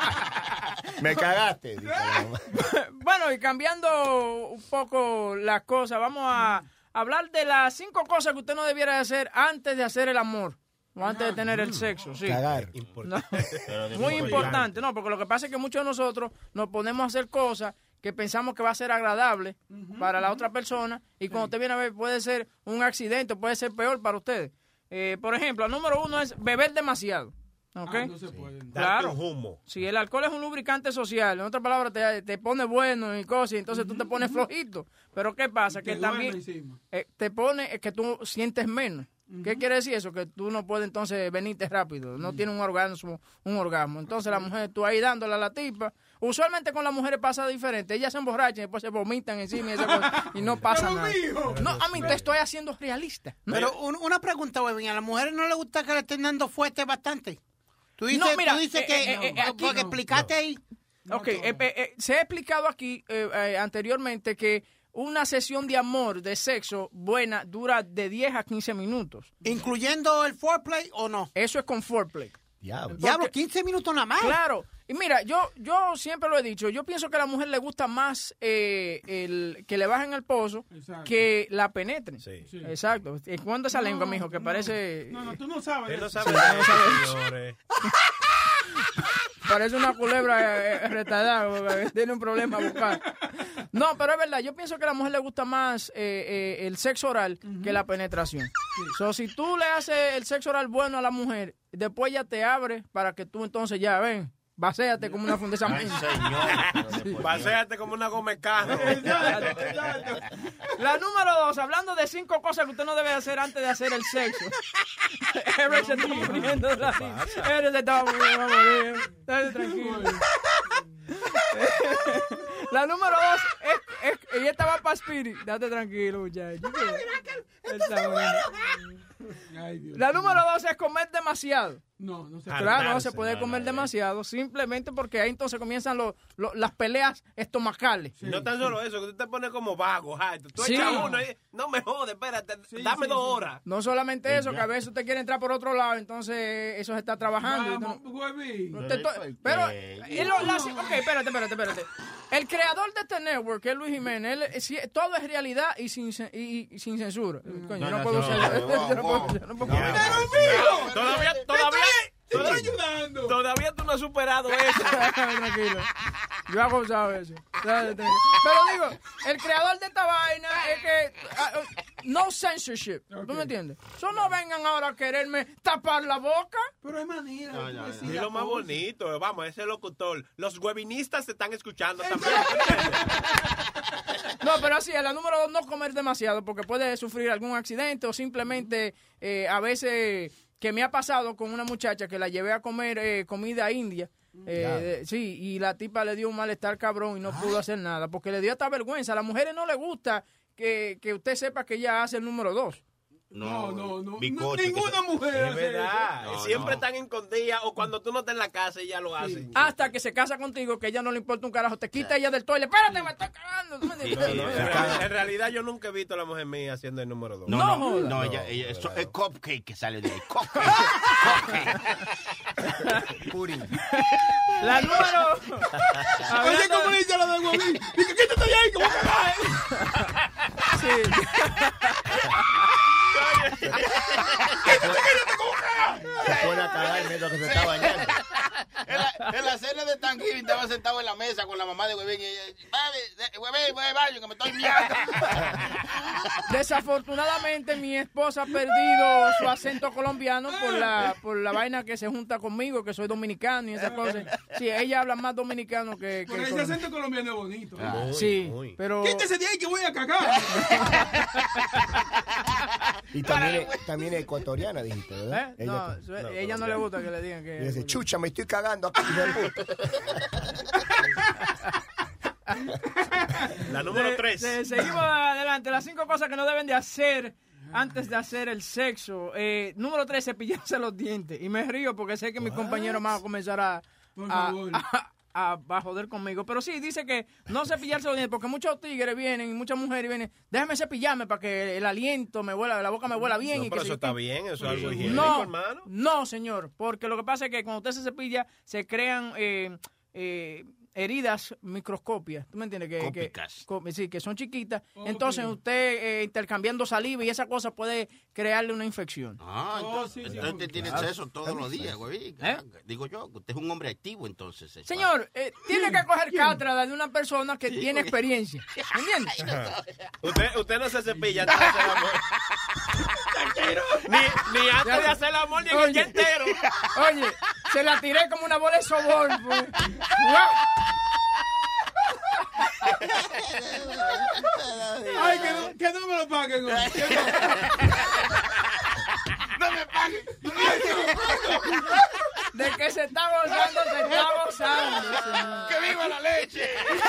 Me cagaste. dijo la mamá. Bueno, y cambiando un poco las cosas, vamos a hablar de las cinco cosas que usted no debiera hacer antes de hacer el amor. O antes de tener el sexo, sí. Cagar. No. Muy importante, no, porque lo que pasa es que muchos de nosotros nos ponemos a hacer cosas que pensamos que va a ser agradable para la otra persona y cuando usted viene a ver puede ser un accidente, puede ser peor para ustedes. Eh, por ejemplo, el número uno es beber demasiado. ¿Ok? Ah, no se puede. Darte Claro. un humo. Si el alcohol es un lubricante social, en otras palabras, te, te pone bueno y cosas, y entonces tú te pones flojito. Pero ¿qué pasa? Te Que duerme también encima. eh, te pone eh, que tú sientes menos. ¿Qué quiere decir eso? Que tú no puedes entonces venirte rápido, no tienes un orgasmo, un orgasmo. Entonces la mujer, tú ahí dándole a la tipa. Usualmente con las mujeres pasa diferente. Ellas se emborrachan y después se vomitan encima y, esa cosa, y no pasa Pero, nada. mijo. No, a mí te estoy haciendo realista. ¿no? Pero un- una pregunta, Webin, ¿a las mujeres no les gusta que le estén dando fuerte bastante? Tú dices, No, mira, tú dices eh, que... eh, eh, aquí porque no. explicaste ahí. Ok, eh, eh, eh, se ha explicado aquí eh, eh, anteriormente que una sesión de amor, de sexo buena, dura de diez a quince minutos. ¿Incluyendo el foreplay o no? Eso es con foreplay. Diablo. Diablo, quince minutos nada más. Claro. Y mira, yo yo siempre lo he dicho, yo pienso que a la mujer le gusta más eh, el que le bajen el pozo Exacto. que la penetren. Sí. Sí. Exacto. ¿Cuándo esa lengua, mijo? Que no. parece... No, no, tú no sabes. Él de no eso. sabe de eso, señores. Parece una culebra eh, retardada, porque tiene un problema bucal. No, pero es verdad, yo pienso que a la mujer le gusta más eh, eh, el sexo oral que la penetración. So, si tú le haces el sexo oral bueno a la mujer, después ya te abre para que tú entonces ya ven. Vacéate como una funda de San Benito. Vacéate como una goma de carro. La número dos, hablando de cinco cosas que usted no debe hacer antes de hacer el sexo. Eric se está muriendo de la risa. Eric se estaba muriendo. Dale tranquilo. La número dos es, es ella estaba para Spirit. Date tranquilo, muchacho. La número dos es comer demasiado. No, no se puede. Claro, no se puede comer demasiado, simplemente porque ahí entonces comienzan los, los, las peleas estomacales. Sí. No tan solo eso, que tú te pones como vago, harto. Tú Sí. echas uno y no me jodes, espérate, dame sí, dos sí. horas. No solamente eso, que a veces usted quiere entrar por otro lado, entonces eso se está trabajando. Vamos, No te to- pero, él lo- la- ok, espérate, espérate, espérate. El creador de este network, que es Luis Jiménez, él, si- todo es realidad y sin, ce- y, y sin censura. Coño, no, no, puedo no, ser. no, yo no puedo- yo no puedo- Todavía, todavía, Te estoy todavía, ayudando. todavía tú no has superado eso. Tranquilo. Yo he gozado eso. Dale, tranquilo. Pero digo, el creador de esta vaina es que uh, no censorship. ¿Tú me entiendes? So no vengan ahora a quererme tapar la boca. Pero es manera. No, de no, decir no. Y la lo más cosa. bonito, vamos, ese locutor. Los webinistas te están escuchando también. No, pero así, a la número dos, no comer demasiado porque puede sufrir algún accidente o simplemente eh, a veces que me ha pasado con una muchacha que la llevé a comer eh, comida india. Eh, de- sí, y la tipa le dio un malestar cabrón y no pudo hacer nada porque le dio hasta vergüenza. A las mujeres no les gusta que, que usted sepa que ella hace el número dos. No, no, no. Bicocho, no ninguna que se- mujer Es hace verdad, eso. No, siempre no. están escondidas o cuando tú no estás en la casa ella lo hace. Hasta que se casa contigo, que ella no le importa un carajo, te quita ella del toile. Espérate, me estoy cagando. ¿Tú me No, entiendes? no, en, real- en realidad yo nunca he visto a la mujer mía haciendo el número dos. No, No no, joda. no, ella, ella, eso es cupcake que sale de ahí. Cupcake. Cupcake. Pudding. La número. Oye, Hablando- ¿cómo le dice a la de Guavín? Dice, quítate de ahí, que voy a cagar. Sí. Se pone a cagar mientras que se está bañando. En la, en la cena de Thanksgiving estaba sentado en la mesa con la mamá de Huevín y ella, "Mami, Huevín, voy al baño que me estoy miando". Desafortunadamente mi esposa ha perdido su acento colombiano por la por la vaina que se junta conmigo, que soy dominicano y esas cosas. Sí, ella habla más dominicano que, que Pero ese colombiano. acento colombiano es bonito. ¿eh? Ah. Sí, muy. pero Quítese de ahí que voy a cagar. Y también, es- también es ecuatoriana, dijiste, ¿verdad? ¿Eh? Ella, No, su- ella no le gusta que le digan y que dice, chucha, me estoy cagando aquí, hijo de puta. La número Se- tres. se- seguimos adelante. Las cinco cosas que no deben de hacer antes de hacer el sexo. Eh, número tres, cepillarse los dientes. Y me río porque sé que mis compañeros van a comenzar a, Por a, favor. a- a- a joder conmigo. Pero sí, dice que no cepillarse los dientes porque muchos tigres vienen y muchas mujeres vienen. Déjame cepillarme para que el aliento me vuela, la boca me vuela bien. No, y pero que eso sé yo está qué. bien, eso es algo higiénico, No, hermano. no, señor, porque lo que pasa es que cuando usted se cepilla se crean eh, eh, heridas microscopias, ¿tú me entiendes? Que, que, Cópicas. co- sí, que son chiquitas. Ok. Entonces usted eh, intercambiando saliva y esa cosa puede crearle una infección. Ah, Oh, entonces, sí, sí, entonces usted sí. tiene Claro. sexo todos los días, Huevín. ¿Eh? Digo yo, que usted es un hombre activo, entonces. es Señor, eh, tiene que coger cátedra de una persona que tiene experiencia. ¿Me entiendes? Usted, usted no se cepilla antes de hacer el amor. ni, ni antes de hacer el amor, ni en el Oye. día entero. Oye, se la tiré como una bola de sobor. Pues. ¡Guau! Ay, que no, que no me lo paguen. hoy. Que no. ¡No me paguen! De que se está gozando, se está gozando. señor. ¡Que viva la leche!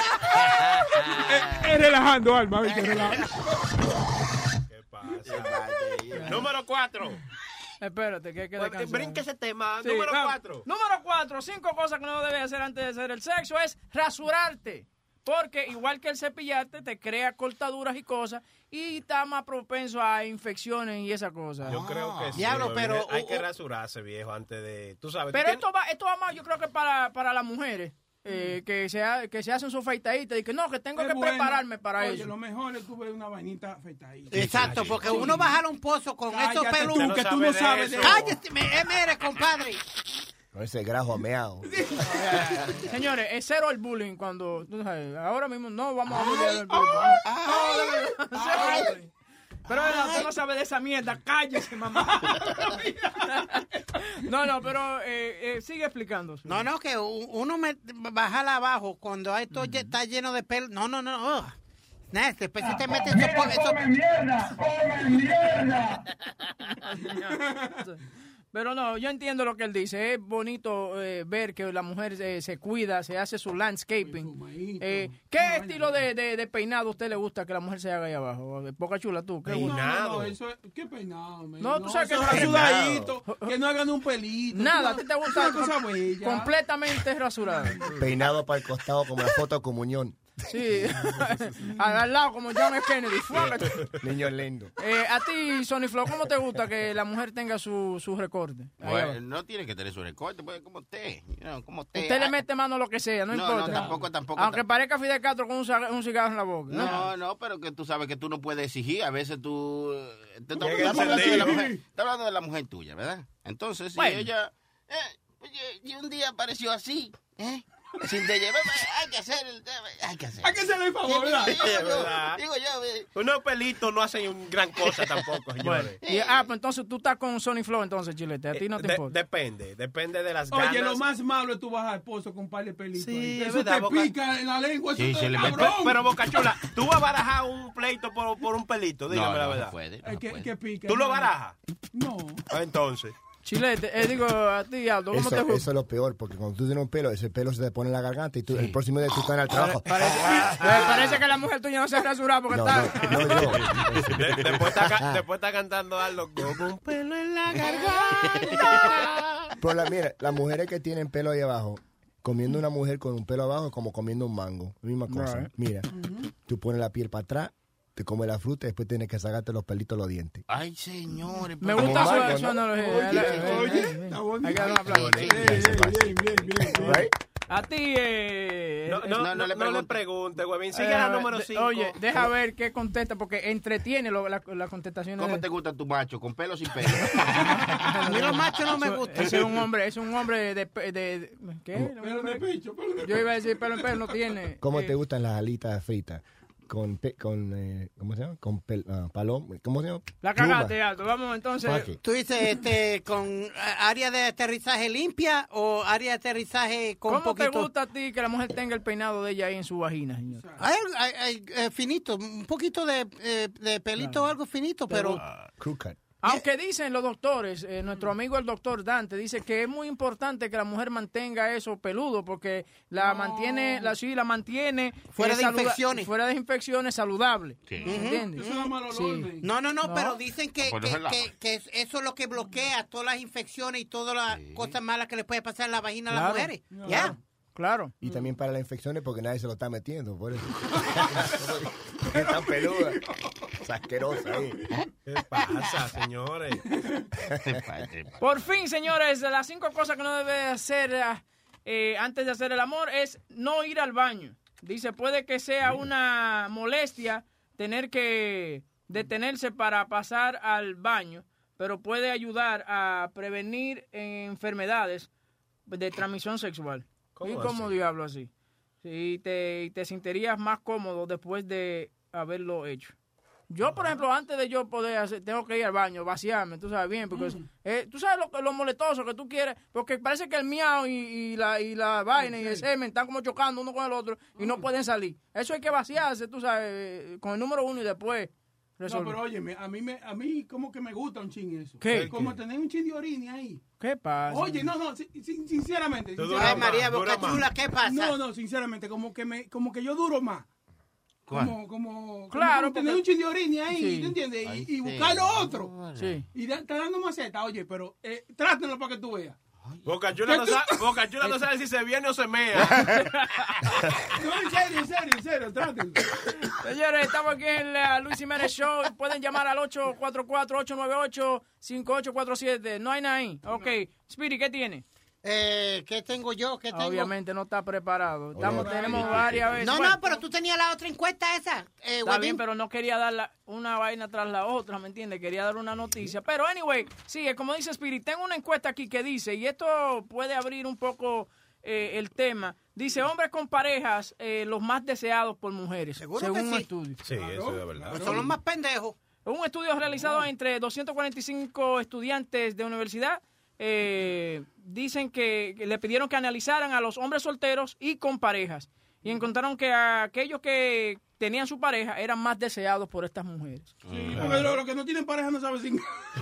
Es relajando, Alma, ¿viste? Relajando. ¿Qué pasa? Número cuatro. Espérate, que hay que descansar. Brinque ese tema. Sí, Número vamos. cuatro. Número cuatro, cinco cosas que no debes hacer antes de hacer el sexo es rasurarte. Porque igual que el cepillarte, te crea cortaduras y cosas y está más propenso a infecciones y esas cosas. Yo creo que sí. Diablo, Huevín. pero- Hay uh, que uh. rasurarse, viejo, antes de... Tú sabes. Pero tú esto va, esto va más, yo creo que para, para las mujeres. eh, que, se, ha- que se hacen su afeitadita y que no, que tengo Es que bueno. prepararme para Oye, eso. lo mejor es tú ver una vainita afeitadita. Exacto, porque uno baja a un pozo con esos Cállate peludos. tú, que tú no sabes de eso. Cállate, me- eh, mire, compadre. Con ese grajo ameado. Señores, es cero el bullying cuando... tú sabes, ahora mismo no vamos a bullying el bullying. No, cero el bullying. Pero no, usted no sabe de esa mierda. Cállese, mamá. No, no, pero eh, eh, sigue explicando. No, no, que u- uno me baja abajo cuando esto ye- está lleno de pelo. No, no, no. ugh. Nasty. Después si te metes eso, po- eso- ¡Come mierda! ¡Come mierda! Pero no, yo entiendo lo que él dice. Es bonito eh, ver que la mujer eh, se cuida, se hace su landscaping. Eh, ¿Qué estilo de, de, de peinado a usted le gusta que la mujer se haga ahí abajo? Poca chula, tú. ¿Qué gusta? No, no, eso es, ¿qué peinado, man? No, tú sabes que eso es es rasudadito, que no hagan un pelito. Nada, ¿a ti te gusta Una cosa bella. completamente rasurado? Peinado para el costado como la foto de comunión. Sí, al, al lado como John F. Kennedy. Fuágate. Niño lindo. Eh, a ti, Sony Flow, ¿cómo te gusta que la mujer tenga su, su recorte? Ahí Bueno, abajo. no tiene que tener su recorte, pues como usted. you know, como usted. Usted le Ah, mete mano a lo que sea, no, No, importa. no, tampoco, tampoco. Aunque parezca Fidel Castro con un, ciga- un cigarro en la boca. No, no, pero que tú sabes que tú no puedes exigir. A veces tú... eh, Te, te- Llega estamos ese hablando de la día. mujer, estamos hablando de la mujer tuya, ¿verdad? Entonces, si Bueno. ella... Eh, oye, y un día apareció así, ¿eh? Sin de llevar... Hay que hacer el... Hay que hacer. Hay que hacerle el favor, ¿verdad? Digo yo, ¿Verdad? digo yo, eh, Unos pelitos no hacen gran cosa tampoco, Bueno, señores. y, ah, pues entonces tú estás con Sony Flow, entonces, Chilete. A ti no te De- importa. depende, depende de las ganas. Oye, lo más malo es tú vas al pozo con un par de pelitos. Sí, ahí. es Eso verdad, te Boca- pica en la lengua. Eso Sí, te se le mete- cabrón. Pero, Boca Chula, tú vas a barajar un pleito por, por un pelito, dígame no, la no verdad. se puede. no Ay, se que, puede. que pica. ¿Tú lo no. barajas? No. Ah, entonces. Chilete, eh, digo, a ti, Aldo, ¿cómo Eso, te gusta? eso es lo peor, porque cuando tú tienes un pelo, ese pelo se te pone en la garganta y tú, el próximo día tú estás en el trabajo. Parece, eh, parece que la mujer tuya no se ha rasurado porque No, está... no, no, yo. De- después, está, ca- después está cantando algo como un pelo en la garganta. Pero la, mira, las mujeres que tienen pelo ahí abajo, comiendo una mujer con un pelo abajo es como comiendo un mango. Misma cosa. Right. Mira, tú pones la piel para atrás, te comes la fruta y después tienes que sacarte los pelitos de los dientes. Ay, señores. Me pero- gusta su, mango, su ¿no? analogía. Oye, Eh, eh, oye, eh, está eh. bonito. Hay que dar un aplauso. Sí, Bien, bien, bien, bien, bien. Right? A ti, eh... No, eh, no, No, no, no le no le pregunte. pregunte, huevín. Sigue eh, la número de- cinco. Oye, deja ver qué contesta porque entretiene lo, la, la contestación. ¿Cómo de- te gusta tu macho? ¿Con pelo o sin pelo? a mí los machos no me Eso- gustan. Ese es un hombre, es un hombre de... de, de- ¿Qué? Pelo de pecho, pelo de Yo iba a decir pelo en pelo, no tiene. ¿Cómo Eh, te gustan las alitas fritas? Con, pe- con eh, ¿cómo se llama? Con pel, ah, palom, ¿cómo se llama? La cagaste, Aldo. Vamos entonces... Fuck it. Tú dices, este, con eh, área de aterrizaje limpia o área de aterrizaje con ¿Cómo te poquito... gusta a ti que la mujer tenga el peinado de ella ahí en su vagina, señor? Hay, hay- hay, eh, finito, un poquito de, eh, de pelito o algo finito, pero... Crew cut. Aunque dicen los doctores, eh, nuestro amigo el doctor Dante dice que es muy importante que la mujer mantenga eso peludo porque la mantiene, la sí, la mantiene Fuera eh, de saluda- infecciones. fuera de infecciones saludable. Sí. ¿Entiendes? Eso da mal olor, Sí. man. No, no, no, No. pero dicen que, Pues no que, se lava. que- que eso es lo que bloquea todas las infecciones y todas las cosas malas que le puede pasar en la vagina a las Claro. mujeres. Claro. Ya. Claro. Y también para las infecciones porque nadie se lo está metiendo, por eso. Es tan peluda. Es asquerosa ahí. ¿Qué pasa, señores? Por fin, señores, las cinco cosas que no debe hacer ah, eh, antes de hacer el amor es no ir al baño. Dice, puede que sea una molestia tener que detenerse para pasar al baño, pero puede ayudar a prevenir eh, enfermedades de transmisión sexual. ¿Cómo ¿Y cómo así? diablo así? Sí, te, y te sentirías más cómodo después de haberlo hecho. Yo, por ejemplo, antes de yo poder hacer, tengo que ir al baño, vaciarme, tú sabes bien, porque eh, tú sabes lo, lo moletoso que tú quieres, porque parece que el miau y, y la, y la vaina y el semen están como chocando uno con el otro y no pueden salir. Eso hay que vaciarse, tú sabes, eh, con el número uno y después No, resolver. pero óyeme, a mí, me, a mí como que me gusta un chin eso. ¿Qué? Como ¿Qué? tener un chin de orina ahí. ¿Qué pasa? Oye, no, no, sin- sin- sinceramente. Tú sinceramente. Ay, María dura Boca más. Chula, ¿qué pasa? No, no, sinceramente, como que me, como que yo duro más. ¿Cuál? Como, como, Claro, como tener porque- un chin de orina ahí, Sí. ¿tú entiendes? Ay, y, y sí. buscar lo otro. Sí. Y da- está dando maceta, oye, pero eh, trátenlo para que tú veas. Boca Chula no sabe, Boca Chula no sabe si se viene o se mea. No, en serio, en serio, en serio, trátenlo. Señores, estamos aquí en la Luis Jiménez Show. Pueden llamar al ocho cuatro cuatro, ocho nueve ocho, cinco ocho cuatro siete. No hay nada ahí. Ok. Speedy, ¿qué tiene? Eh, ¿Qué tengo yo? ¿Qué tengo? Obviamente no está preparado. Estamos, tenemos varias veces. No, Bueno, no, pero tú tenías la otra encuesta esa. Eh, está Huevín. bien, pero no quería dar la- una vaina tras la otra, ¿me entiendes? Quería dar una noticia. Pero, anyway, sí, como dice Spirit, tengo una encuesta aquí que dice, y esto puede abrir un poco eh, el tema, dice, hombres con parejas, eh, los más deseados por mujeres, Seguro según que un sí. estudio. Sí, eso es verdad. Pues son los más pendejos. Un estudio realizado entre doscientos cuarenta y cinco estudiantes de universidad eh, dicen que, que le pidieron que analizaran a los hombres solteros y con parejas y encontraron que aquellos que tenían su pareja eran más deseados por estas mujeres. Sí, porque los lo que no tienen pareja no saben sin...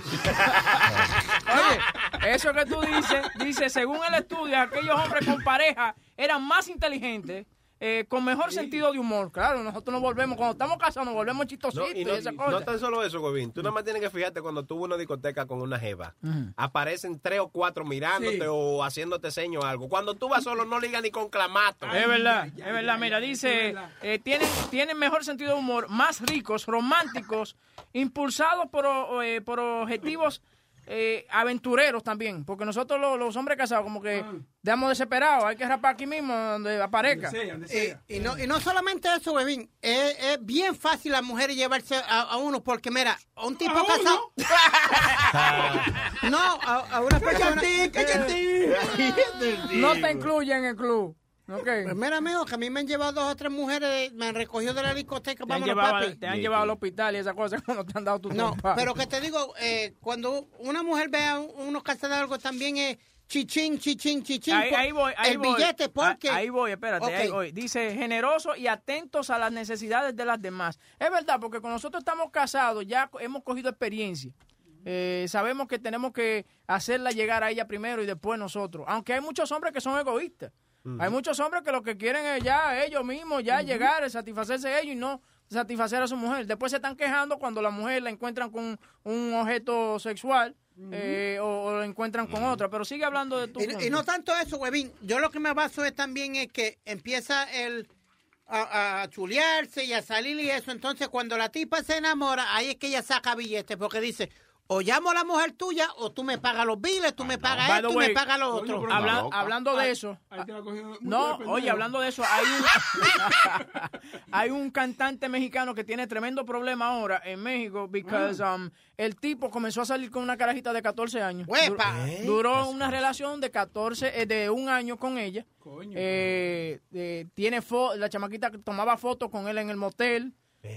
Oye, eso que tú dices, dice, según el estudio, aquellos hombres con pareja eran más inteligentes, eh, con mejor sentido de humor. Claro, nosotros nos volvemos, cuando estamos casados, nos volvemos chistositos No, y y, no, esas no cosas. tan solo eso, Huevín. Tú nada más tienes que fijarte cuando tú vas a una discoteca con una jeva. Aparecen tres o cuatro mirándote Sí. o haciéndote seño o algo. Cuando tú vas solo, no ligas ni con clamato. Es verdad, es verdad. Mira, dice, eh, tienen, tienen mejor sentido de humor, más ricos, románticos, impulsados por, o- eh, por objetivos eh, aventureros también. Porque nosotros los, los hombres casados como que damos desesperados. Hay que rapar aquí mismo donde aparezca. Y, y no, y no solamente eso, Huevín. Es, es bien fácil a las mujeres llevarse a, a uno porque, mira, a un tipo casado... no, a, a una persona... No te incluyen en el club. Okay. Pues mira, amigo, que a mí me han llevado dos o tres mujeres, me han recogido de la discoteca, Te han, vámonos, llevado, papi. te han llevado al hospital y esas cosas cuando te han dado tu No, trompa. pero que te digo, eh, cuando una mujer ve a unos casados algo también es chichín, chichín, chichín. Ahí, por- ahí voy, ahí el voy. billete, porque... Ah, Ahí voy, espérate, Ok. ahí voy. Dice, generosos y atentos a las necesidades de las demás. Es verdad, porque cuando nosotros estamos casados ya hemos cogido experiencia. Eh, sabemos que tenemos que hacerla llegar a ella primero y después nosotros. Aunque hay muchos hombres que son egoístas. Hay muchos hombres que lo que quieren es ya ellos mismos, ya llegar, satisfacerse ellos y no satisfacer a su mujer. Después se están quejando cuando la mujer la encuentran con un objeto sexual eh, o, o la encuentran con otra. Pero sigue hablando de tu Y, y no tanto eso, Huevín. Yo lo que me baso es también es que empieza el a, a chulearse y a salir y eso. Entonces, cuando la tipa se enamora, ahí es que ella saca billetes porque dice, o llamo a la mujer tuya o tú me pagas los biles, tú me pagas By esto the y me way, pagas lo otro. habla- hablando de eso, no, oye, hablando de eso, hay un, hay un cantante mexicano que tiene tremendo problema ahora en México because um, el tipo comenzó a salir con una carajita de catorce años. ¡Huepa! Dur- Duró una relación de catorce, eh, de un año con ella. Eh, eh, tiene fo- la chamaquita tomaba fotos con él en el motel.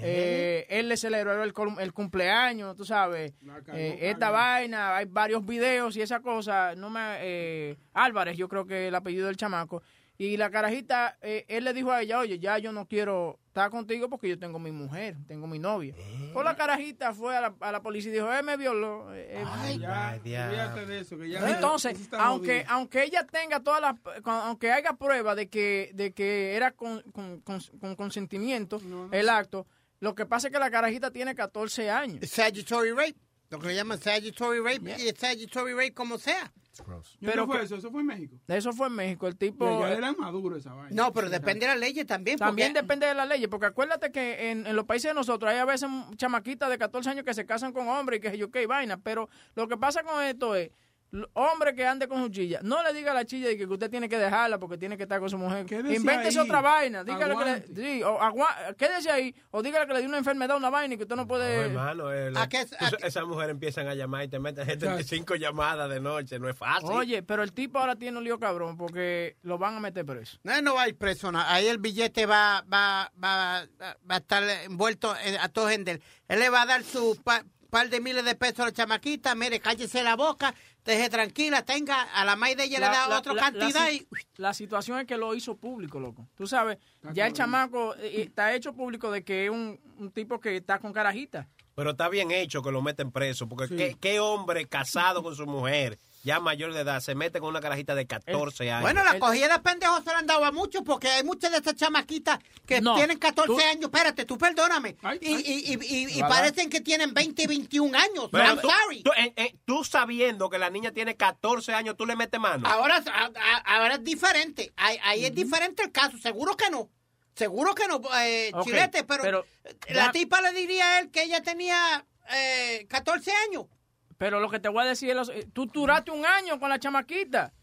Eh, él le celebró el, cum- el cumpleaños, tú sabes, eh, esta vaina, hay varios videos y esa cosa, no me, eh, Álvarez, yo creo que el apellido del chamaco, y la carajita, eh, él le dijo a ella, oye, ya yo no quiero estar contigo porque yo tengo mi mujer, tengo mi novia. Pues la carajita fue a la, a la policía y dijo, él me violó. eh, eh, Ya, olvídate de eso, que ya... entonces, eso está aunque jodido. aunque ella tenga todas las, aunque haya prueba de que de que era con, con, con- con consentimiento el acto, lo que pasa es que la carajita tiene catorce años. Statutory rape. Lo que le llaman statutory rape y statutory rape como sea. ¿Pero Pero fue que- eso? ¿Eso fue en México? Eso fue en México. El Y tipo. allá era maduro esa vaina. No, pero depende de las leyes también. También porque- depende de la ley, porque acuérdate que en, en los países de nosotros hay a veces chamaquitas de catorce años que se casan con hombres y que yo qué vaina, pero lo que pasa con esto es, l- hombre que ande con su chilla, no le diga a la chilla de que usted tiene que dejarla porque tiene que estar con su mujer. Quédese Invéntese ahí. otra vaina, dígale que Aguante. le, sí, o agua- quédese ahí, o dígale que le dio una enfermedad, una vaina y que usted no puede... No, hermano, el- ¿A qué- tú- a qué- esas mujeres empiezan a llamar y te meten setenta y cinco llamadas de noche, no es fácil. Oye, pero el tipo ahora tiene un lío cabrón porque lo van a meter preso. No, no va a ir preso. no. Ahí el billete va, va, va, va a estar envuelto en- a todo gente. Él le va a dar su pa- par de miles de pesos a la chamaquita. Mire, cállese la boca, deje tranquila, tenga. A la maíz de ella le da otra cantidad la, y... la situación es que lo hizo público, loco. Tú sabes, ya el chamaco eh, está hecho público de que es un, un tipo que está con carajita. Pero está bien hecho que lo meten preso, porque ¿qué, qué hombre casado con su mujer, ya mayor de edad, se mete con una carajita de catorce años? Bueno, la cogida de pendejos se la han dado a muchos porque hay muchas de estas chamaquitas que No, tienen catorce tú- años. Espérate, tú perdóname. y, y, y, y, y ¿Verdad? parecen que tienen veinte y veintiún años. Pero I'm tú, sorry. tú, eh, eh, tú sabiendo que la niña tiene catorce años, tú le metes mano. Ahora, a- a- ahora es diferente. Ahí, ahí es diferente el caso. Seguro que no. Seguro que no, eh, Ok, Chilete, pero, pero- la ya- tipa le diría a él que ella tenía eh, catorce años. Pero lo que te voy a decir es, los- tú duraste un año con la chamaquita.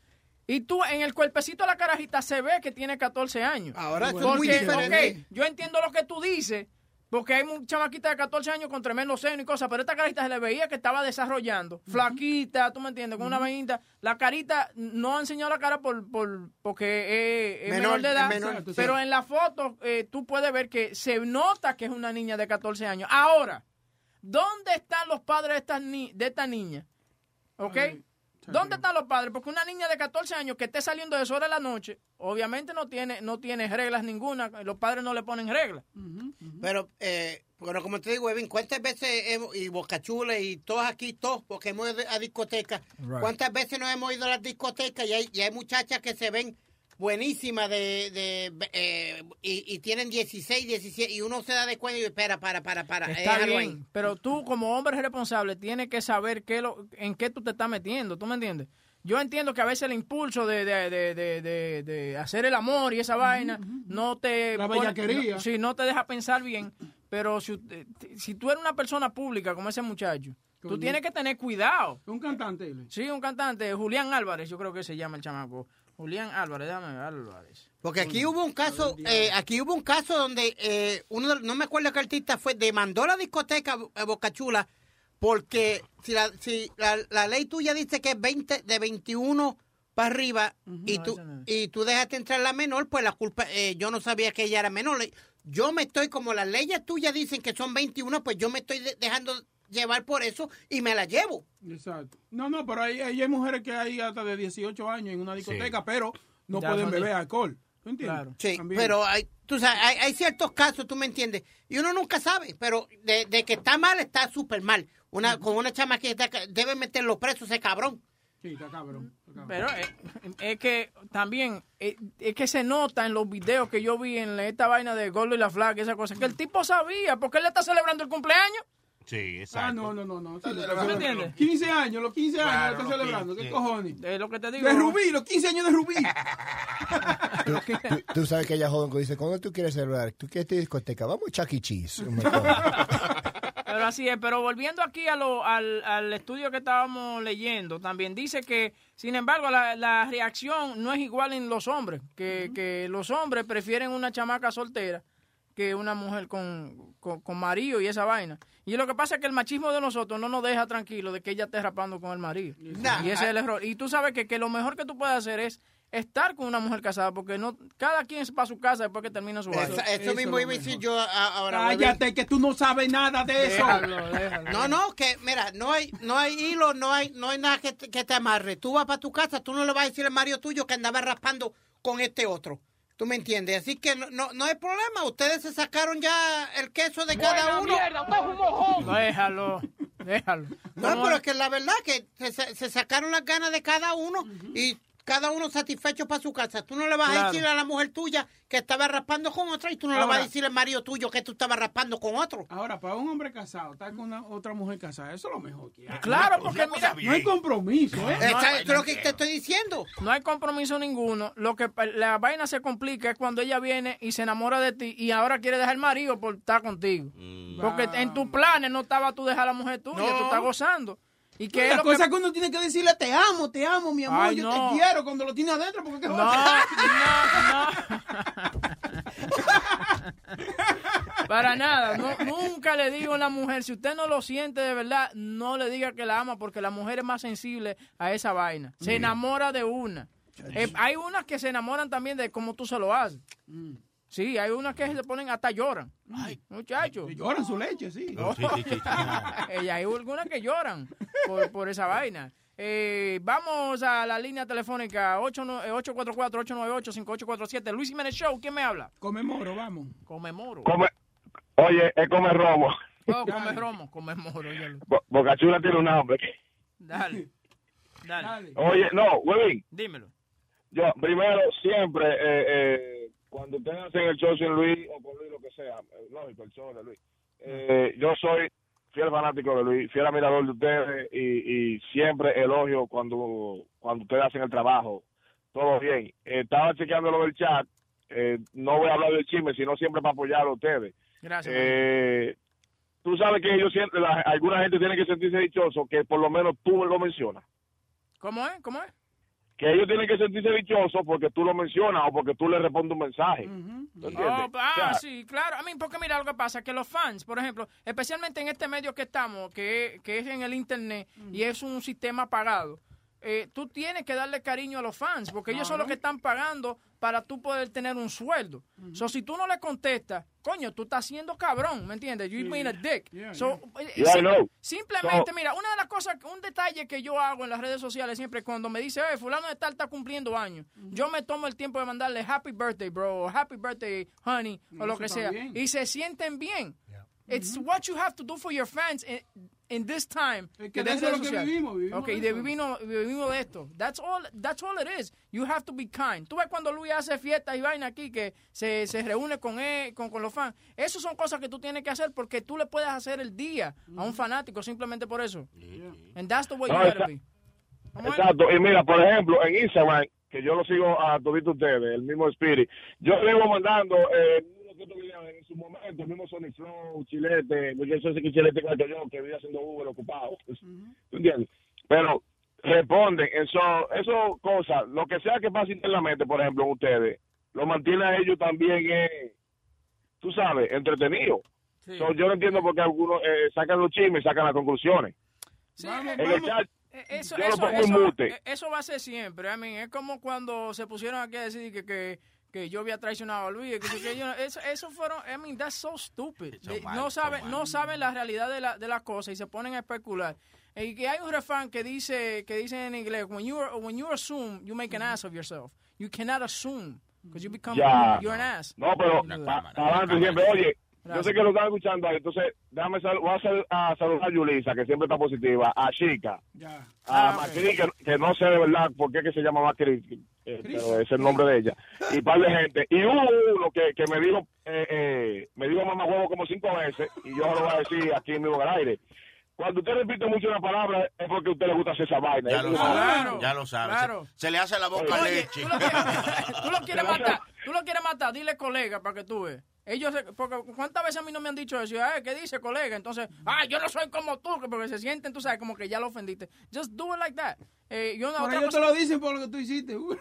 Y tú, en el cuerpecito de la carajita se ve que tiene catorce años. Ahora eso es Porque, muy diferente. ok, yo entiendo lo que tú dices, porque hay mucha chamaquita de catorce años con tremendo seno y cosas, pero esta carajita se le veía que estaba desarrollando. Flaquita, tú me entiendes, con una vainita. La carita, no ha enseñado la cara por, por porque es, es menor, Menor, de edad, es menor, tú pero sí. en la foto eh, tú puedes ver que se nota que es una niña de catorce años. Ahora, ¿dónde están los padres de esta, ni de esta niña? ¿Ok? ¿Dónde están los padres? Porque una niña de catorce años que esté saliendo de esa hora de la noche, obviamente no tiene no tiene reglas ninguna. Los padres no le ponen reglas. Pero, eh, bueno, como te digo, Evin, ¿cuántas veces hemos, y Bocachula y todos aquí, todos, porque hemos ido a discotecas, Right. ¿cuántas veces nos hemos ido a las discotecas y hay, y hay muchachas que se ven buenísimas de, de eh, y, y tienen dieciséis, diecisiete, y uno se da de cuenta y espera, para, para, para. Está déjalo bien, ahí. pero tú como hombre responsable tienes que saber qué lo, en qué tú te estás metiendo, ¿tú me entiendes? Yo entiendo que a veces el impulso de, de, de, de, de, de hacer el amor y esa vaina no te... La pone- bellaquería. no- sí, no te deja pensar bien, pero si, usted- si tú eres una persona pública como ese muchacho, tú Coño. tienes que tener cuidado. Un cantante, Ile. Sí, un cantante, Julián Álvarez, yo creo que se llama el chamaco. Julián Álvarez, déjame ver, Álvarez. Porque aquí hubo un caso, eh, aquí hubo un caso donde eh, uno, de- no me acuerdo qué artista fue, demandó la discoteca eh, Bocachula porque si la, si la, la ley tuya dice que es veinte, de veintiuno para arriba y no, tú esa no es. y tú dejaste entrar la menor, pues la culpa, eh, yo no sabía que ella era menor. Yo me estoy, como las leyes tuyas dicen que son veintiuno, pues yo me estoy de- dejando llevar por eso y me la llevo. Exacto. No, no, pero hay, hay mujeres que hay hasta de dieciocho años en una discoteca, pero no Ya pueden son beber de- alcohol. ¿Tú entiendes? Claro. Sí, También. pero hay, tú sabes, hay, hay ciertos casos, tú me entiendes, y uno nunca sabe, pero de, de que está mal, está súper mal. Una, con una chama que está, debe meterlo preso ese cabrón. Sí, está cabrón. está cabrón. Pero eh, es que también, eh, es que se nota en los videos que yo vi en la- esta vaina de Gordo y la Flaca, esa cosa, que el tipo sabía, porque él le está celebrando el cumpleaños. Sí, exacto. Ah, no, no, no, no. Sí, ¿Tú lo me está entiendes? quince años, los quince años Claro, lo están los celebrando. quince, ¿Qué sí. cojones? Es lo que te digo. De Rubí, los quince años de Rubí. Tú, tú- tú sabes que ella joven que dice, ¿cuándo tú quieres celebrar? ¿Tú quieres ir a discoteca? Vamos a Chuck E. Cheese. Pero así es, pero volviendo aquí a lo, al, al estudio que estábamos leyendo, también dice que, sin embargo, la, la reacción no es igual en los hombres, que, que los hombres prefieren una chamaca soltera que una mujer con, con, con marido y esa vaina. Y lo que pasa es que el machismo de nosotros no nos deja tranquilo de que ella esté rapando con el marido. Nah. Y ese es el error. Y tú sabes que, que lo mejor que tú puedes hacer es estar con una mujer casada, porque no cada quien se va a su casa después que termina su Eso, vaina. eso mismo iba a decir yo a- ahora. Cállate, que tú no sabes nada de eso. Déjalo, déjalo. No, no, que mira, no hay, no hay hilo, no hay, no hay nada que te, que te amarre. Tú vas para tu casa, tú no le vas a decir al marido tuyo que andaba raspando con este otro. ¿Tú me entiendes? Así que no, no, no hay problema. Ustedes se sacaron ya el queso de cada uno. Déjalo, déjalo. No, pero es que la verdad que se, se- se sacaron las ganas de cada uno y cada uno satisfecho para su casa. Tú no le vas Claro. a decir a la mujer tuya que estaba raspando con otra y tú no le Ahora- vas a decir al marido tuyo que tú estabas raspando con otro. Ahora, para un hombre casado, estar con una, otra mujer casada, eso es lo mejor que hay. Claro, porque mira, No hay compromiso, ¿eh? Esa- eso es lo que te estoy diciendo. no hay compromiso ninguno. Lo que pa- la vaina se complica es cuando ella viene y se enamora de ti y ahora quiere dejar el marido por estar contigo. Porque en tus planes no estaba tú dejar a la mujer tuya, No. tú estás gozando. Y que es la lo cosa que... que uno tiene que decirle, te amo, te amo, mi amor, Ay, yo no. te quiero cuando lo tiene adentro, porque qué No, joder. no, no. Para nada. No, nunca le digo a la mujer, si usted no lo siente de verdad, no le diga que la ama, porque la mujer es más sensible a esa vaina. Se enamora de una. Eh, hay unas que se enamoran también de cómo tú se lo haces. Sí, hay unas que se ponen hasta lloran. Ay, muchachos. Lloran su leche, sí. No. Y hay algunas que lloran por, por esa vaina. Eh, vamos a la línea telefónica ocho cuatro cuatro, ocho nueve ocho, cinco ocho cuatro siete. Luis Jiménez Show, ¿quién me habla? Come moro, vamos. Come moro. Come, oye, es come romo. Oh, come romo, come moro. óyalo. Bo- Bocachula tiene un nombre. Dale. Dale. Oye, no, Webin, Dímelo. yo primero siempre, eh, eh, cuando ustedes hacen el show sin Luis o con Luis, lo que sea, eh, lógico, el show de Luis, eh, yo soy fiel fanático de Luis, fiel admirador de ustedes y, y siempre elogio cuando, cuando ustedes hacen el trabajo, todo bien. Eh, estaba chequeando lo del chat, eh, no voy a hablar del chisme, sino siempre para apoyar a ustedes. Gracias. Eh, tú sabes que ellos siempre, la- alguna gente tiene que sentirse dichoso que por lo menos tú lo mencionas. ¿Cómo es? ¿Cómo es? que ellos tienen que sentirse dichosos porque tú lo mencionas o porque tú le respondes un mensaje. ¿Tú entiendes? Oh, ah, O sea, sí, claro. A mí, porque mira lo que pasa, que los fans, por ejemplo, especialmente en este medio que estamos, que, que es en el internet y es un sistema pagado, eh, tú tienes que darle cariño a los fans, porque ellos son los que están pagando para tú poder tener un sueldo. So, si tú no le contestas, coño, tú estás siendo cabrón, ¿me entiendes? You being a dick. Yeah, So, yeah. eh, Yeah, I sim- know. Simplemente, So- mira, una de las cosas, un detalle que yo hago en las redes sociales siempre cuando me dice, hey, fulano de tal está cumpliendo años, yo me tomo el tiempo de mandarle happy birthday, bro, o happy birthday, honey, o lo Eso que está sea. bien. Y se sienten bien. It's what you have to do for your fans in, in this time. que de las eso es redes lo que sociales. vivimos, vivimos Okay, de de eso. vivimos, vivimos de esto. That's all, that's all it is. You have to be kind. Tú ves cuando Luis hace fiestas y vaina aquí, que se, se reúne con, él, con, con los fans. Esas son cosas que tú tienes que hacer porque tú le puedes hacer el día a un fanático simplemente por eso. And that's the way you No, gotta exa- be. ¿Cómo es? Exacto, y mira, por ejemplo, en Instagram, que yo lo sigo a todos ustedes, el mismo Spirit, yo le iba mandando eh, unos que otros videos en su momento, el mismo Sonic Flow, Chilete, porque yo sé que Chilete igual que yo, que vivía haciendo Uber ocupado, ¿tú entiendes? Pero responden, eso, eso cosas, lo que sea que pase internamente, por ejemplo, en ustedes, lo mantiene a ellos también, eh, tú sabes, entretenido. So, yo no entiendo por qué algunos eh, sacan los chismes y sacan las conclusiones. en el chat, Eh, Eso, yo eso, lo pongo eso, en mute. eh, eso va a ser siempre. I mean, es como cuando se pusieron aquí a decir que, que, que yo había traicionado a Luis. Que, que yo- eso, eso fueron, I mean, that's so stupid. Son Eh, mal, no son saben mal. no saben la realidad de la, de las cosas y se ponen a especular. Y que hay un refrán que dice que dice en inglés, when you, are, when you assume, you make an ass of yourself. You cannot assume, because you become, Ya. you're an ass. No, pero You know pa- that. para adelante siempre. Oye, yo Gracias. sé que lo están escuchando ahí, entonces déjame sal- voy a, sal- a saludar a Yulisa, que siempre está positiva, a Chica, a Ah, ok. Macri, que, que no sé de verdad por qué que se llama Macri, eh, pero es el nombre de ella, y un par de gente. Y hubo uno que, que me dijo, eh, eh, me dijo mamá huevo como cinco veces, y yo lo voy a decir aquí en vivo al aire. Cuando usted repite mucho una palabra es porque a usted le gusta hacer esa vaina. Ya Es lo una- sabe, ya lo sabe. claro. Se, se le hace la boca Oye, leche. tú lo quieres, tú lo quieres matar, tú lo quieres matar, dile colega para que tú veas. Ellos, se- porque ¿cuántas veces a mí no me han dicho eso? Ay, ¿qué dice colega? Entonces, ah, yo no soy como tú, que porque se sienten, tú sabes, como que ya lo ofendiste. Just do it like that. Eh, yo, Por otra ellos cosa- te lo dicen por lo que tú hiciste. Uh.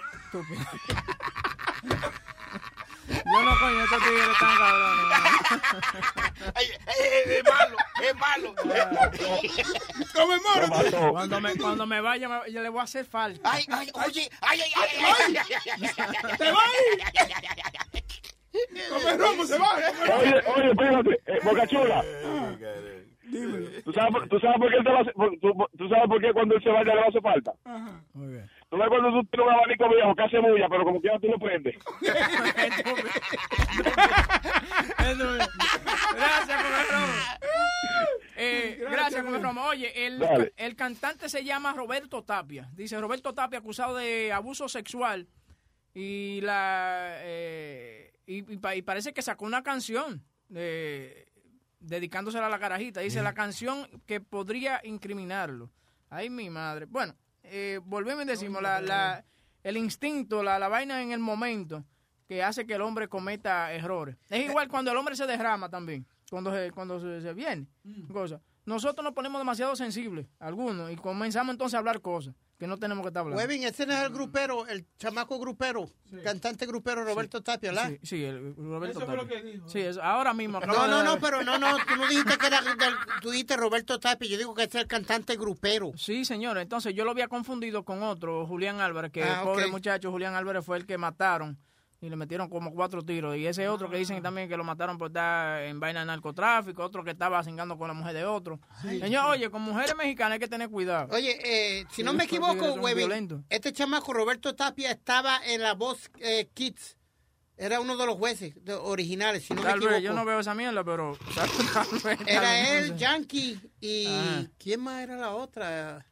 Yo no, coño, estos tigres están cabrones. Es malo, es malo. Conmemora. Cuando me, cuando me vaya, me- yo le voy a hacer falta. Ay, ay, oye, ay, ay, ay, ay. ¡Te va! Come romo, se va. Oye, oye, espérate, eh, Boca Chula. ¿Tú sabes, por- ¿Tú sabes por qué él te va a hacer- por- tú, tú sabes por qué cuando él se vaya le va a hacer falta? Muy bien. Tú ves cuando tú tienes un abanico viejo que hace bulla, pero como quiera tú lo prendes. Gracias, Come Romo. Eh, gracias, Come Romo. Oye, el, Dale. el cantante se llama Roberto Tapia. Dice Roberto Tapia acusado de abuso sexual y la eh, y, y pa- y parece que sacó una canción eh, dedicándosela a la carajita. Dice la canción que podría incriminarlo. Ay, mi madre. Bueno, eh, volvemos y decimos la, la, el instinto, la, la vaina en el momento que hace que el hombre cometa errores. Es igual cuando el hombre se derrama también, cuando se, cuando se, se viene. Cosa. Nosotros nos ponemos demasiado sensibles, algunos, y comenzamos entonces a hablar cosas que no tenemos que estar hablando. Webin, ese no es el grupero, el chamaco grupero, cantante grupero Roberto Tapia, ¿verdad? Sí, sí, el, Roberto Eso fue Tapia. lo que dijo. Sí, es, ahora mismo. acabo No, de no, ver- no, pero no, no, tú no dijiste que era, del- tú dijiste Roberto Tapia, yo digo que es el cantante grupero. Sí, señor. Entonces yo lo había confundido con otro, Julián Álvarez, que Ah, el pobre ok. muchacho Julián Álvarez fue el que mataron y le metieron como cuatro tiros. Y ese otro que dicen también que lo mataron por estar en vaina de narcotráfico, otro que estaba cingando con la mujer de otro. Señor, oye, con mujeres mexicanas hay que tener cuidado. Oye, eh, si no Sí, me estos equivoco, tigres son Webin, violentos. este chamaco Roberto Tapia estaba en la voz eh, Kids. Era uno de los jueces de- originales, si no Tal me equivoco. vez, yo no veo esa mierda, pero... tal vez, tal vez, Era él, no sé. Yankee y... Ajá. ¿Quién más era la otra?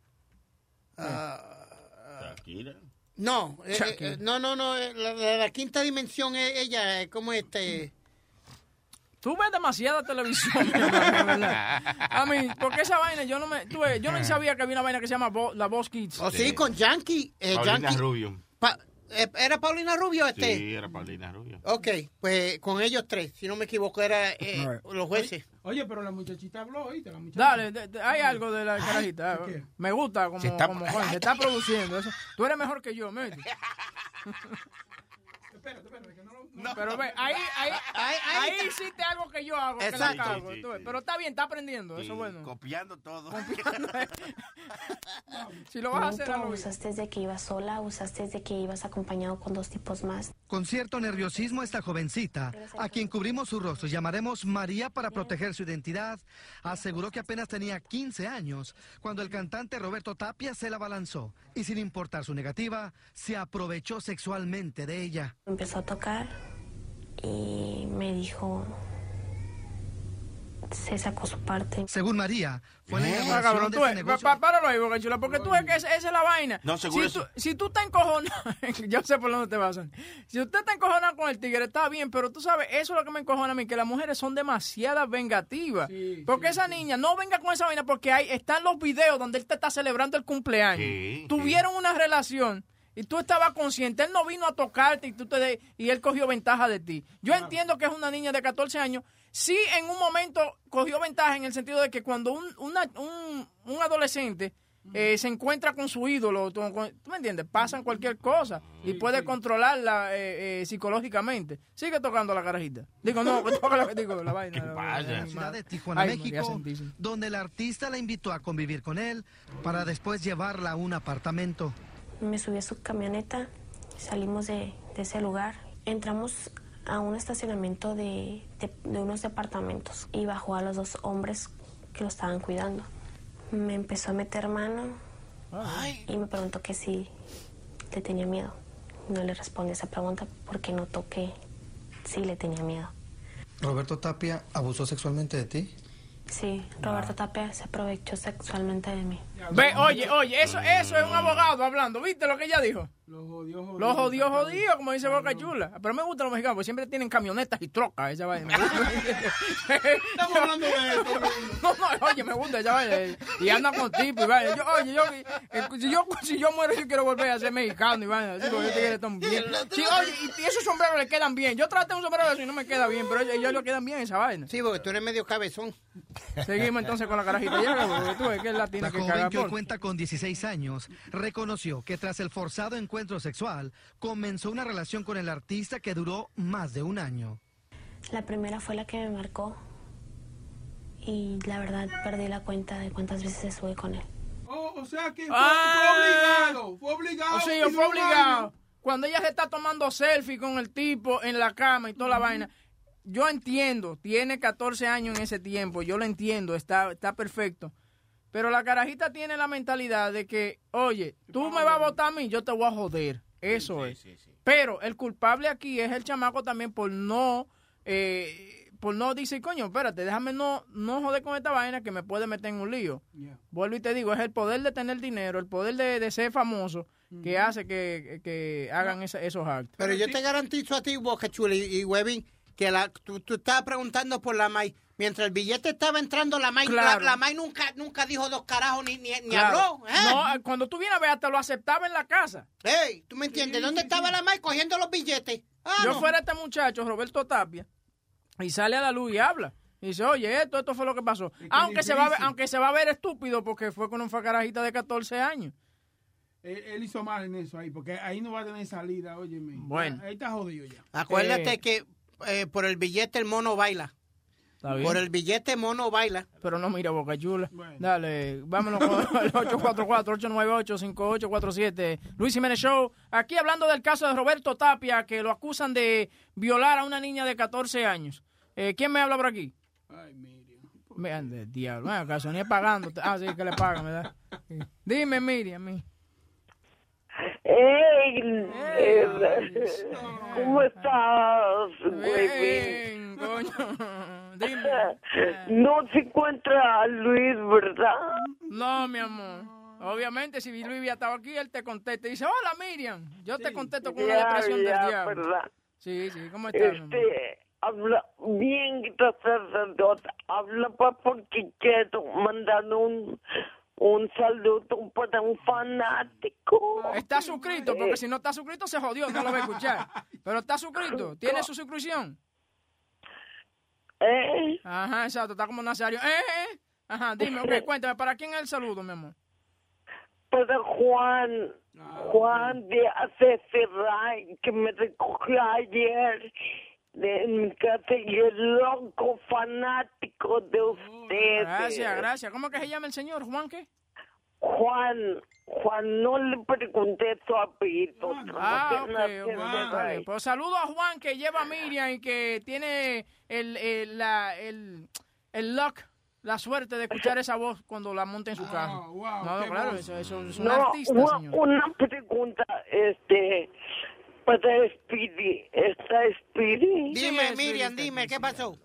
Ah, Shakira. no, eh, Shakira. eh, no, no, no, eh, la, la- la quinta dimensión, eh, ella, eh, como este... Tú ves demasiada televisión, mi hermano, de verdad. A mí, porque esa vaina, yo no me... Tú ves, yo no sabía que había una vaina que se llama Vo- La Voz Kids. Oh, sí, con Yankee. Eh, Paulina Yankee Rubio. Pa- eh, ¿era Paulina Rubio este? Sí, era Paulina Rubio. Ok, pues con ellos tres, si no me equivoco, era eh, los jueces. Oye, pero la muchachita habló, ¿oíste? La muchacha. Dale, de- de- hay algo de la carajita. ¿qué? Me gusta como, Se está- como coño, se está produciendo. Eso. Tú eres mejor que yo, ¿me entiendes? Espérate, espérate, que no lo... No, pero ve, ahí, ahí, ahí, ahí hiciste algo que yo hago, que la Exacto. cago, Sí, sí, tú ves. sí. Pero está bien, está aprendiendo, eso es bueno. Copiando todo. Si lo vas a hacer, Tú hazlo bien. usaste de que ibas sola, usaste de que ibas acompañado con dos tipos más. Con cierto nerviosismo, esta jovencita, a quien cubrimos su rostro, llamaremos María para proteger su identidad, aseguró que apenas tenía quince años cuando el cantante Roberto Tapia se la abalanzó y, sin importar su negativa, se aprovechó sexualmente de ella. Empezó a tocar y me dijo, se sacó su parte. Según María, fue la Ah, inauguración cabrón, de tú ese ves, negocio. pa- pa- páralo ahí, Boca Chula, porque tú ves que esa, esa es la vaina. No, seguro si, tú, eso- si tú estás encojonado, yo sé por dónde te vas. Si usted está encojonado con el tigre, está bien, pero tú sabes, eso es lo que me encojona a mí, que las mujeres son demasiadas vengativas. porque esa niña no venga con esa vaina porque hay, están los videos donde él te está celebrando el cumpleaños. Sí, Tuvieron una relación. Y tú estabas consciente, él no vino a tocarte y, tú te de- y él cogió ventaja de ti. Yo entiendo que es una niña de catorce años. Sí, en un momento cogió ventaja en el sentido de que cuando un, una- un, un adolescente eh, se encuentra con su ídolo, tú, con- ¿tú me entiendes? Pasan cualquier cosa y puede controlarla eh, eh, psicológicamente. Sigue tocando la carajita. Digo, no, que toca la, digo, la vaina. la- la- En la ciudad de Tijuana, Ay, María México, Santísima. donde el artista la invitó a convivir con él para después llevarla a un apartamento. Me subí a su camioneta, salimos de, de ese lugar, entramos a un estacionamiento de, de, de unos departamentos y bajó a los dos hombres que lo estaban cuidando. Me empezó a meter mano y me preguntó que si le tenía miedo. No le respondí esa pregunta porque notó que sí le tenía miedo. ¿Roberto Tapia abusó sexualmente de ti? Sí, Roberto Tapia se aprovechó sexualmente de mí. Ve, oye, oye, eso, eso es un abogado hablando. ¿Viste lo que ella dijo? Los jodió, jodió. Los jodió, jodido, como dice Boca Chula. Pero me gustan los mexicanos, porque siempre tienen camionetas y trocas, esa vaina. Estamos hablando de esto. No, no, oye, me gusta esa vaina. Y andan con tipo y vaina. Yo, oye, yo, eh, si yo, si yo muero, yo quiero volver a ser mexicano y vaina. Así, porque yo tigres están bien. Sí, oye, y, y esos sombreros le quedan bien. Yo traté un sombrero de eso y no me queda bien, pero ellos, ellos le quedan bien esa vaina. Sí, porque tú eres medio cabezón. Seguimos entonces con la carajita. Ya, porque tú ves que él la tiene La que joven cagar que hoy por. cuenta con dieciséis años reconoció que tras el forzado encuentro sexual comenzó una relación con el artista que duró más de un año. La primera fue la que me marcó y la verdad perdí la cuenta de cuántas veces estuve con él. Oh, o sea que fue, Ah. fue obligado. Fue obligado. O sea, y yo no fue obligado. daño. Cuando ella se está tomando selfie con el tipo en la cama y toda la vaina. Yo entiendo, tiene catorce años en ese tiempo, yo lo entiendo, está, está perfecto. Pero la carajita tiene la mentalidad de que, oye, tú me vas a votar a mí, yo te voy a joder. Eso es. Pero el culpable aquí es el chamaco también por no, eh, por no decir, coño, espérate, déjame no, no joder con esta vaina que me puede meter en un lío. Vuelvo y te digo, es el poder de tener dinero, el poder de, de ser famoso que hace que, que hagan esa- esos actos. Pero yo te garantizo a ti, Boca Chula y, y Webin, que la, tú, tú estabas preguntando por la May. Mientras el billete estaba entrando, la May, Claro. la, la May nunca, nunca dijo dos carajos ni, ni, ni Claro. habló. ¿eh? No, cuando tú vienes a ver, hasta lo aceptaba en la casa. Ey, ¿tú me entiendes? ¿Dónde estaba la May cogiendo los billetes? Ah, Yo no. fuera este muchacho, Roberto Tapia, y sale a la luz y habla. Y dice, oye, esto, esto fue lo que pasó. Aunque se, va a ver, aunque se va a ver estúpido porque fue con un carajita de catorce años. Él, él hizo mal en eso ahí, porque ahí no va a tener salida, óyeme. Bueno. Ahí está jodido ya. Acuérdate Eh. que eh, por el billete el mono baila. Está bien. Por el billete mono baila. Pero no mira Boca Chula. Dale, vámonos con el ocho cuatro cuatro, ocho nueve ocho, cinco ocho cuatro siete. Luis Jiménez Show. Aquí hablando del caso de Roberto Tapia, que lo acusan de violar a una niña de catorce años. Eh, ¿Quién me habla por aquí? Ay, Miriam. Me ande, diablo. Bueno, acaso ni es pagando. Ah, sí, que le pagan, ¿verdad? Sí. Dime, Miriam. mi- ¡Ey! ¿Cómo estás, güey? Bien, coño. Dime. No se encuentra a Luis, ¿verdad? No, mi amor. Obviamente, si Luis había estado aquí, él te contesta y dice, hola, Miriam. Yo te contesto con una Ya, depresión ya, del diablo. ¿verdad? Sí, sí, ¿cómo estás, mi amor? Este, habla bien, sacerdote. Habla pa porque quiero mandar un, Un saludo para un fanático. Está suscrito, porque si no está suscrito se jodió, no lo va a escuchar. Pero está suscrito, tiene su suscripción. ¿Eh? Ajá, exacto, está como Nazario. ¿Eh? Ajá, dime, ok, cuéntame, ¿para quién es el saludo, mi amor? Para Juan, Juan de Aceferay, que me recogió ayer de mi casa y el loco fanático de ustedes. Gracias, gracias. ¿Cómo que se llama el señor? ¿Juan qué? Juan, Juan, no le pregunté su apellido. Ah, ok, ok, ok. Pues saludo a Juan que lleva a Miriam y que tiene el, el, la, el, el luck, la suerte de escuchar esa voz cuando la monta en su carro. wow, no, qué claro, voz. eso, eso es un No, artista, una, señor. una pregunta, este, para Speedy. ¿Está Speedy? Dime, Miriam, dime, ¿qué pasó?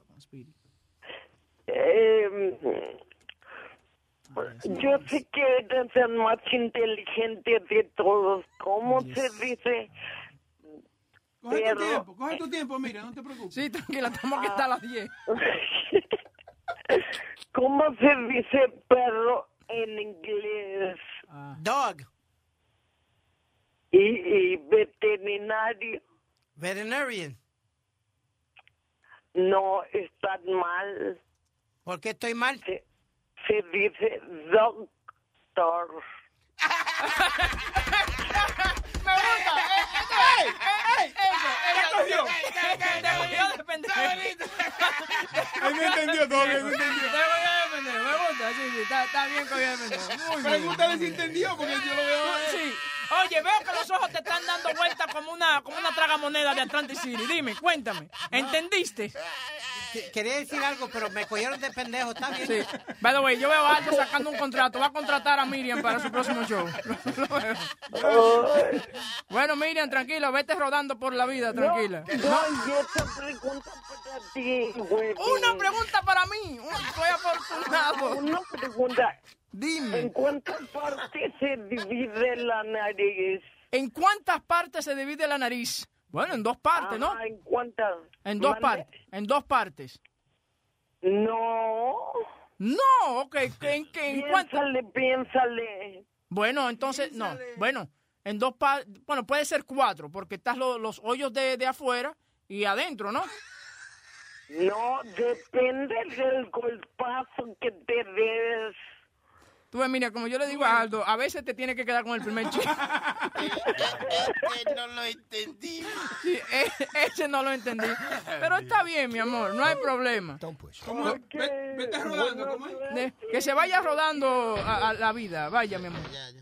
Eh, yo sé que eres el más inteligente de todos. ¿Cómo se dice? Coge Pero- tu tiempo, coge tu tiempo, mira, no te preocupes. Sí, tranquila, estamos aquí hasta las diez. ¿Cómo se dice perro en inglés? Dog. Y, y veterinario. Veterinarian. No, está mal. ¿Por qué estoy mal? Se, se dice doctor. ¡Me gusta! ¡Ey! ¡Ey! ¡Ey! ¡Eso! ¡Eso! cogió! ¡Te cogió de pendejo! Él no entendió todo, él no entendió. Te cogió de pendejo, me gusta, sí, sí, está, está bien cogido de pendejo. Muy bien. Pregúntale si entendió, porque yo lo veo. Sí. Oye, veo que los ojos te están dando vueltas como una, como una tragamoneda de Atlantic City. Dime, cuéntame, ¿entendiste? Que- Quería decir algo, pero me cogieron de pendejo, está bien. Sí. By the way, yo veo a Aldo sacando un contrato. Va a contratar a Miriam para su próximo show. Lo veo. Bueno, Miriam, tranquila, vete rodando por la vida, tranquila. No, yo te pregunto para ti, güey. Una pregunta para mí. Soy afortunado. Una pregunta. Dime. ¿En cuántas partes se divide la nariz? ¿En cuántas partes se divide la nariz? Bueno, en dos partes, ¿no? Ah, ¿en cuántas? En dos ¿Mande? partes. En dos partes. No. No, ok. ¿En, qué- en cuántas? Piénsale, piénsale. Bueno, entonces, no. Bueno, en dos partes. Bueno, puede ser cuatro, porque estás lo- los hoyos de, de afuera y adentro, ¿no? No, depende del golpazo que te des. Tú ves, mira, como yo le digo a Aldo, a veces te tiene que quedar con el primer chiste. no lo entendí. Sí, e- ese no lo entendí. Pero está bien, mi amor, no hay problema. ¿Cómo es? Ve- Vete rodando, ¿cómo es? De- que se vaya rodando a, a la vida. Vaya, mi amor.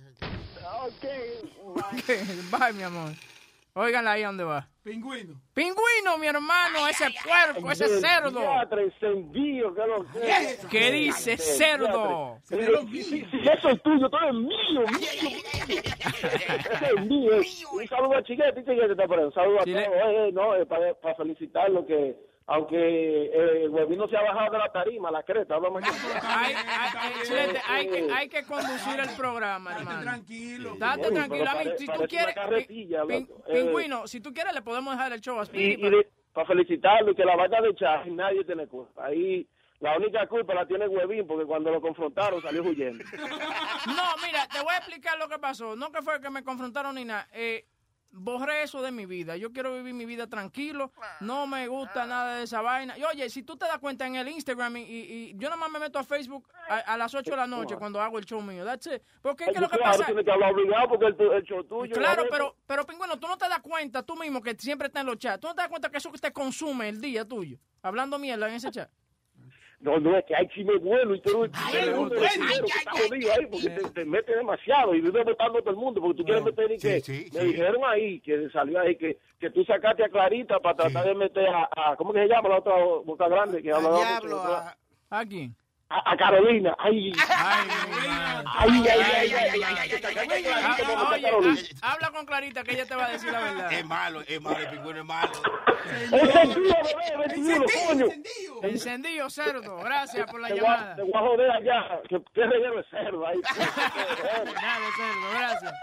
Ok, Bye, mi amor. Óiganla ahí donde va. Pingüino. Pingüino, mi hermano, ese puerco, ese cerdo. encendido, que lo que. ¿Qué dice, cerdo? Si, si, si eso es tuyo, todo es mío, mío, mío. Ese es mío. Un saludo a Chiquete, Chiquete está por ahí. Un saludo a Chile- todos. Eh, eh, no, eh, para, para felicitarlo que aunque eh, el huevino se ha bajado de la tarima, la creta, habla mañana. Hay, hay, Chilete, hay, que, hay que conducir el programa, hermano. Tranquilo. Date Bueno, tranquilo. A pero mí, pare- si tú parece quieres, una carretilla, pin- loco. Eh, pingüino, si tú quieres, le podemos dejar el show a Y, Speedy. y de- para felicitarlo y que la vaina de Chávez nadie tiene culpa. Ahí la única culpa la tiene Huevín porque cuando lo confrontaron salió huyendo. No, mira, te voy a explicar lo que pasó. No que fue que me confrontaron ni nada. Eh, borré eso de mi vida. Yo quiero vivir mi vida tranquilo. No me gusta nada de esa vaina. Y oye, si tú te das cuenta en el Instagram y, y- y yo nomás me meto a Facebook a, a las ocho de la noche cuando hago el show mío. That's it. Porque es que lo que claro, pasa... tiene que hablar obligado porque el, tu- el show tuyo. Claro, la pero, pero Pingüino, tú no te das cuenta tú mismo que siempre está en los chats. Tú no te das cuenta que eso que te consume el día tuyo. Hablando mierda en ese chat. No, no, es que hay chisme bueno y tú Ay, eres un bueno, vecino que está jodido ahí porque te, te metes demasiado y vives votando a todo el mundo porque tú quieres meter y que sí, me sí. dijeron ahí que salió ahí que, que tú sacaste a Clarita para tratar de meter a, a ¿cómo que se llama la otra boca grande que habla Diablo, mucho? a- ¿A quién? A, a Carolina, ay, Ay, ay, ay, ay, ay, ay, ay, que sacaste a Clarita para Ah, meter a oye, Carolina. ha- habla con Clarita que ella te va a decir la verdad. Es malo, es malo, el pingüino es malo. Encendido, bebé, veintiuno, coño. Encendido, cerdo. Gracias por la Te voy a- llamada. te voy a joder allá, que qué reguero de cerdo ahí. Dale, cerdo, gracias.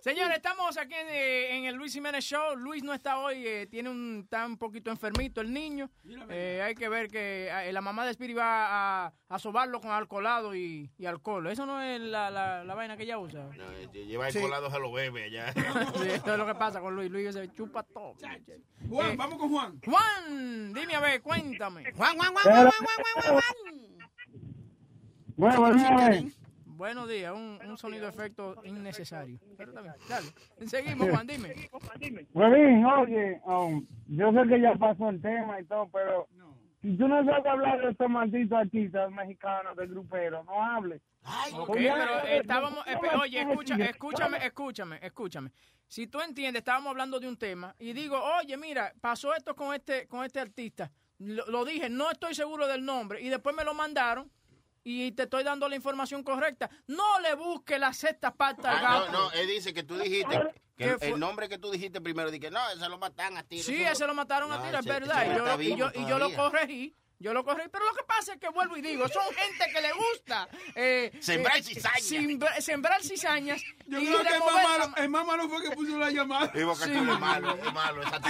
Señores, estamos aquí en, eh, en el Luis Jiménez Show. Luis no está hoy, eh, tiene un, está un poquito enfermito el niño. Eh, hay que ver que eh, la mamá de Spirit va a, a sobarlo con alcoholado y, y alcohol. Eso no es la, la, la vaina que ella usa. No, eh, lleva alcoholado, se lo bebe allá. Sí, esto es lo que pasa con Luis. Luis se chupa todo. Juan, Eh, vamos con Juan. Juan, dime a ver, cuéntame. Juan, Juan, Juan, Juan, Juan, Juan, Juan, Juan. Bueno, bueno, Buenos días, un, un sonido de efecto innecesario. Pero está bien, dale. Seguimos, Juan, dime. Pues bien, oye, um, yo sé que ya pasó el tema y todo, pero si tú no sabes hablar de estos malditos artistas mexicanos del grupero, no hables. Ok, Pues ya, pero eh, estábamos, no, espe- no, oye, no, escucha, no, escúchame, escúchame, escúchame. Si tú entiendes, estábamos hablando de un tema y digo, oye, mira, pasó esto con este, con este artista. Lo, lo dije, no estoy seguro del nombre y después me lo mandaron y te estoy dando la información correcta. No le busques la sexta pata al Ah, gato. no, no, él dice que tú dijiste, que ¿Qué el, fue? el nombre que tú dijiste primero, dije, no, ese lo matan a ti. Sí, ese lo mataron a No, tiro, es ese- verdad. ese Y yo, está lo- y, vivo yo, y yo lo todavía. corregí. Yo lo corregí, pero lo que pasa es que vuelvo y digo, son gente que le gusta eh, Sembrar eh, cizañas. simbra- sembrar cizañas. Yo y creo que el más, remover malo, el más malo fue que puso la llamada. Y Boca Sí. Chula es malo, es malo, esa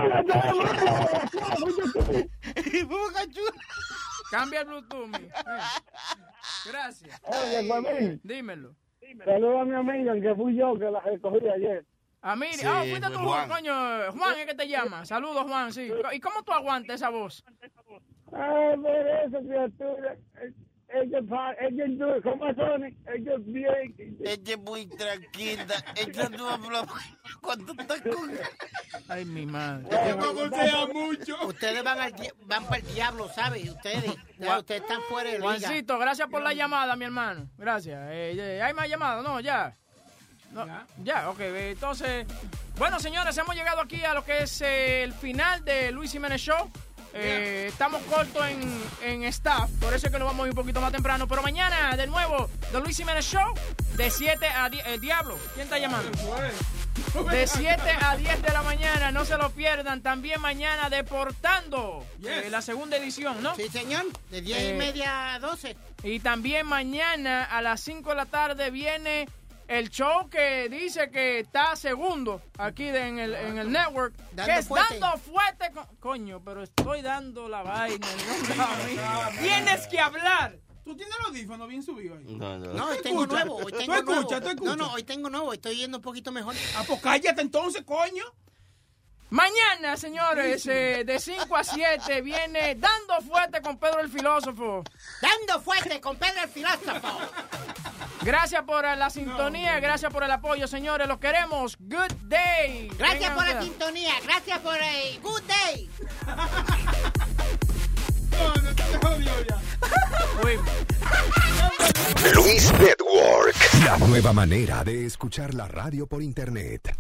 Cambia el Bluetooth, mi. Eh. Gracias. Oye, Guamín, Dímelo. saluda a mi amiga, el que fui yo que la recogí ayer. A mí, Sí, ah, fuiste tú, Juan. coño. Juan es que te llama. Saludos, Juan, sí. ¿Y cómo tú aguantas esa voz? Ah, por eso, criatura. Ella, pa- ella, ella, ¿cómo son? Ella es bien. Ella es muy tranquila. Ella no habla cuando está con... Ay, mi madre. Ustedes van, al, di- van para el diablo, ¿sabes? Ustedes, ya, ustedes están fuera de liga. Juancito, gracias por la llamada, mi hermano. Gracias. Eh, eh, ¿Hay más llamadas? No, ya. No, ya, ok. eh, Entonces, bueno, señores, hemos llegado aquí a lo que es eh, el final de Luis Jiménez Show. Eh, estamos cortos en, en staff, por eso es que nos vamos a ir un poquito más temprano. Pero mañana, de nuevo, The Luis Jiménez Show, de siete a diez. El diablo, ¿quién está llamando? De siete a diez de la mañana, no se lo pierdan. También mañana, Deportando, eh, la segunda edición, ¿no? Sí, señor, de diez Eh, y media a doce. Y también mañana a las cinco de la tarde viene el show que dice que está segundo aquí de- en, el, en el network, Dando que es fuerte. Dando Fuerte. con- Coño, pero estoy dando la vaina. ¿no? Tienes que hablar. ¿Tú tienes el audífono bien subido ahí? No, no. No, hoy ¿Tú tengo escuchas? nuevo, hoy ¿Tú tengo escuchas? nuevo. ¿Tú escuchas? No, no, hoy tengo nuevo, estoy yendo un poquito mejor. Ah, pues cállate entonces, coño. Mañana, señores, eh, de cinco a siete viene Dando Fuerte con Pedro el Filósofo. Dando Fuerte con Pedro el Filósofo. Gracias por eh, la sintonía, gracias por el apoyo, señores. Los queremos. Good day. Gracias Tengan por la cuidado. sintonía, gracias por el good day. Luis Network. La nueva manera de escuchar la radio por internet.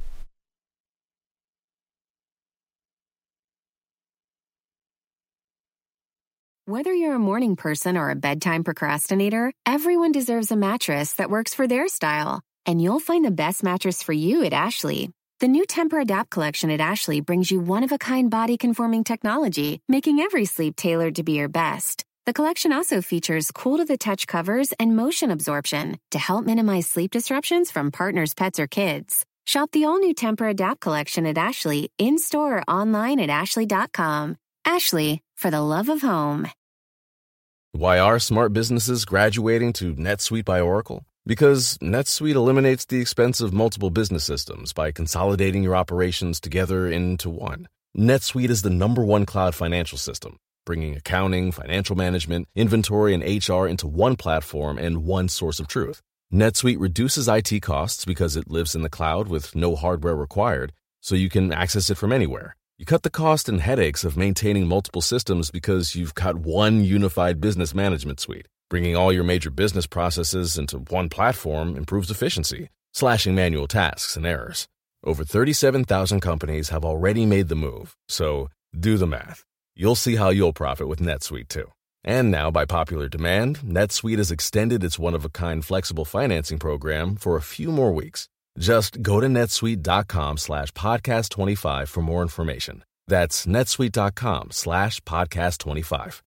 Whether you're a morning person or a bedtime procrastinator, everyone deserves a mattress that works for their style. And you'll find the best mattress for you at Ashley. The new Temper-Adapt collection at Ashley brings you one-of-a-kind body-conforming technology, making every sleep tailored to be your best. The collection also features cool-to-the-touch covers and motion absorption to help minimize sleep disruptions from partners, pets, or kids. Shop the all-new Temper-Adapt collection at Ashley, in-store or online at ashley dot com. Ashley, for the love of home. Why are smart businesses graduating to NetSuite by Oracle? Because NetSuite eliminates the expense of multiple business systems by consolidating your operations together into one. NetSuite is the number one cloud financial system, bringing accounting, financial management, inventory, and H R into one platform and one source of truth. NetSuite reduces I T costs because it lives in the cloud with no hardware required, so you can access it from anywhere. You cut the cost and headaches of maintaining multiple systems because you've got one unified business management suite. Bringing all your major business processes into one platform improves efficiency, slashing manual tasks and errors. Over thirty-seven thousand companies have already made the move, so do the math. You'll see how you'll profit with NetSuite too. And now, by popular demand, NetSuite has extended its one-of-a-kind flexible financing program for a few more weeks. Just go to netsuite.com slash podcast25 for more information. That's netsuite.com slash podcast25.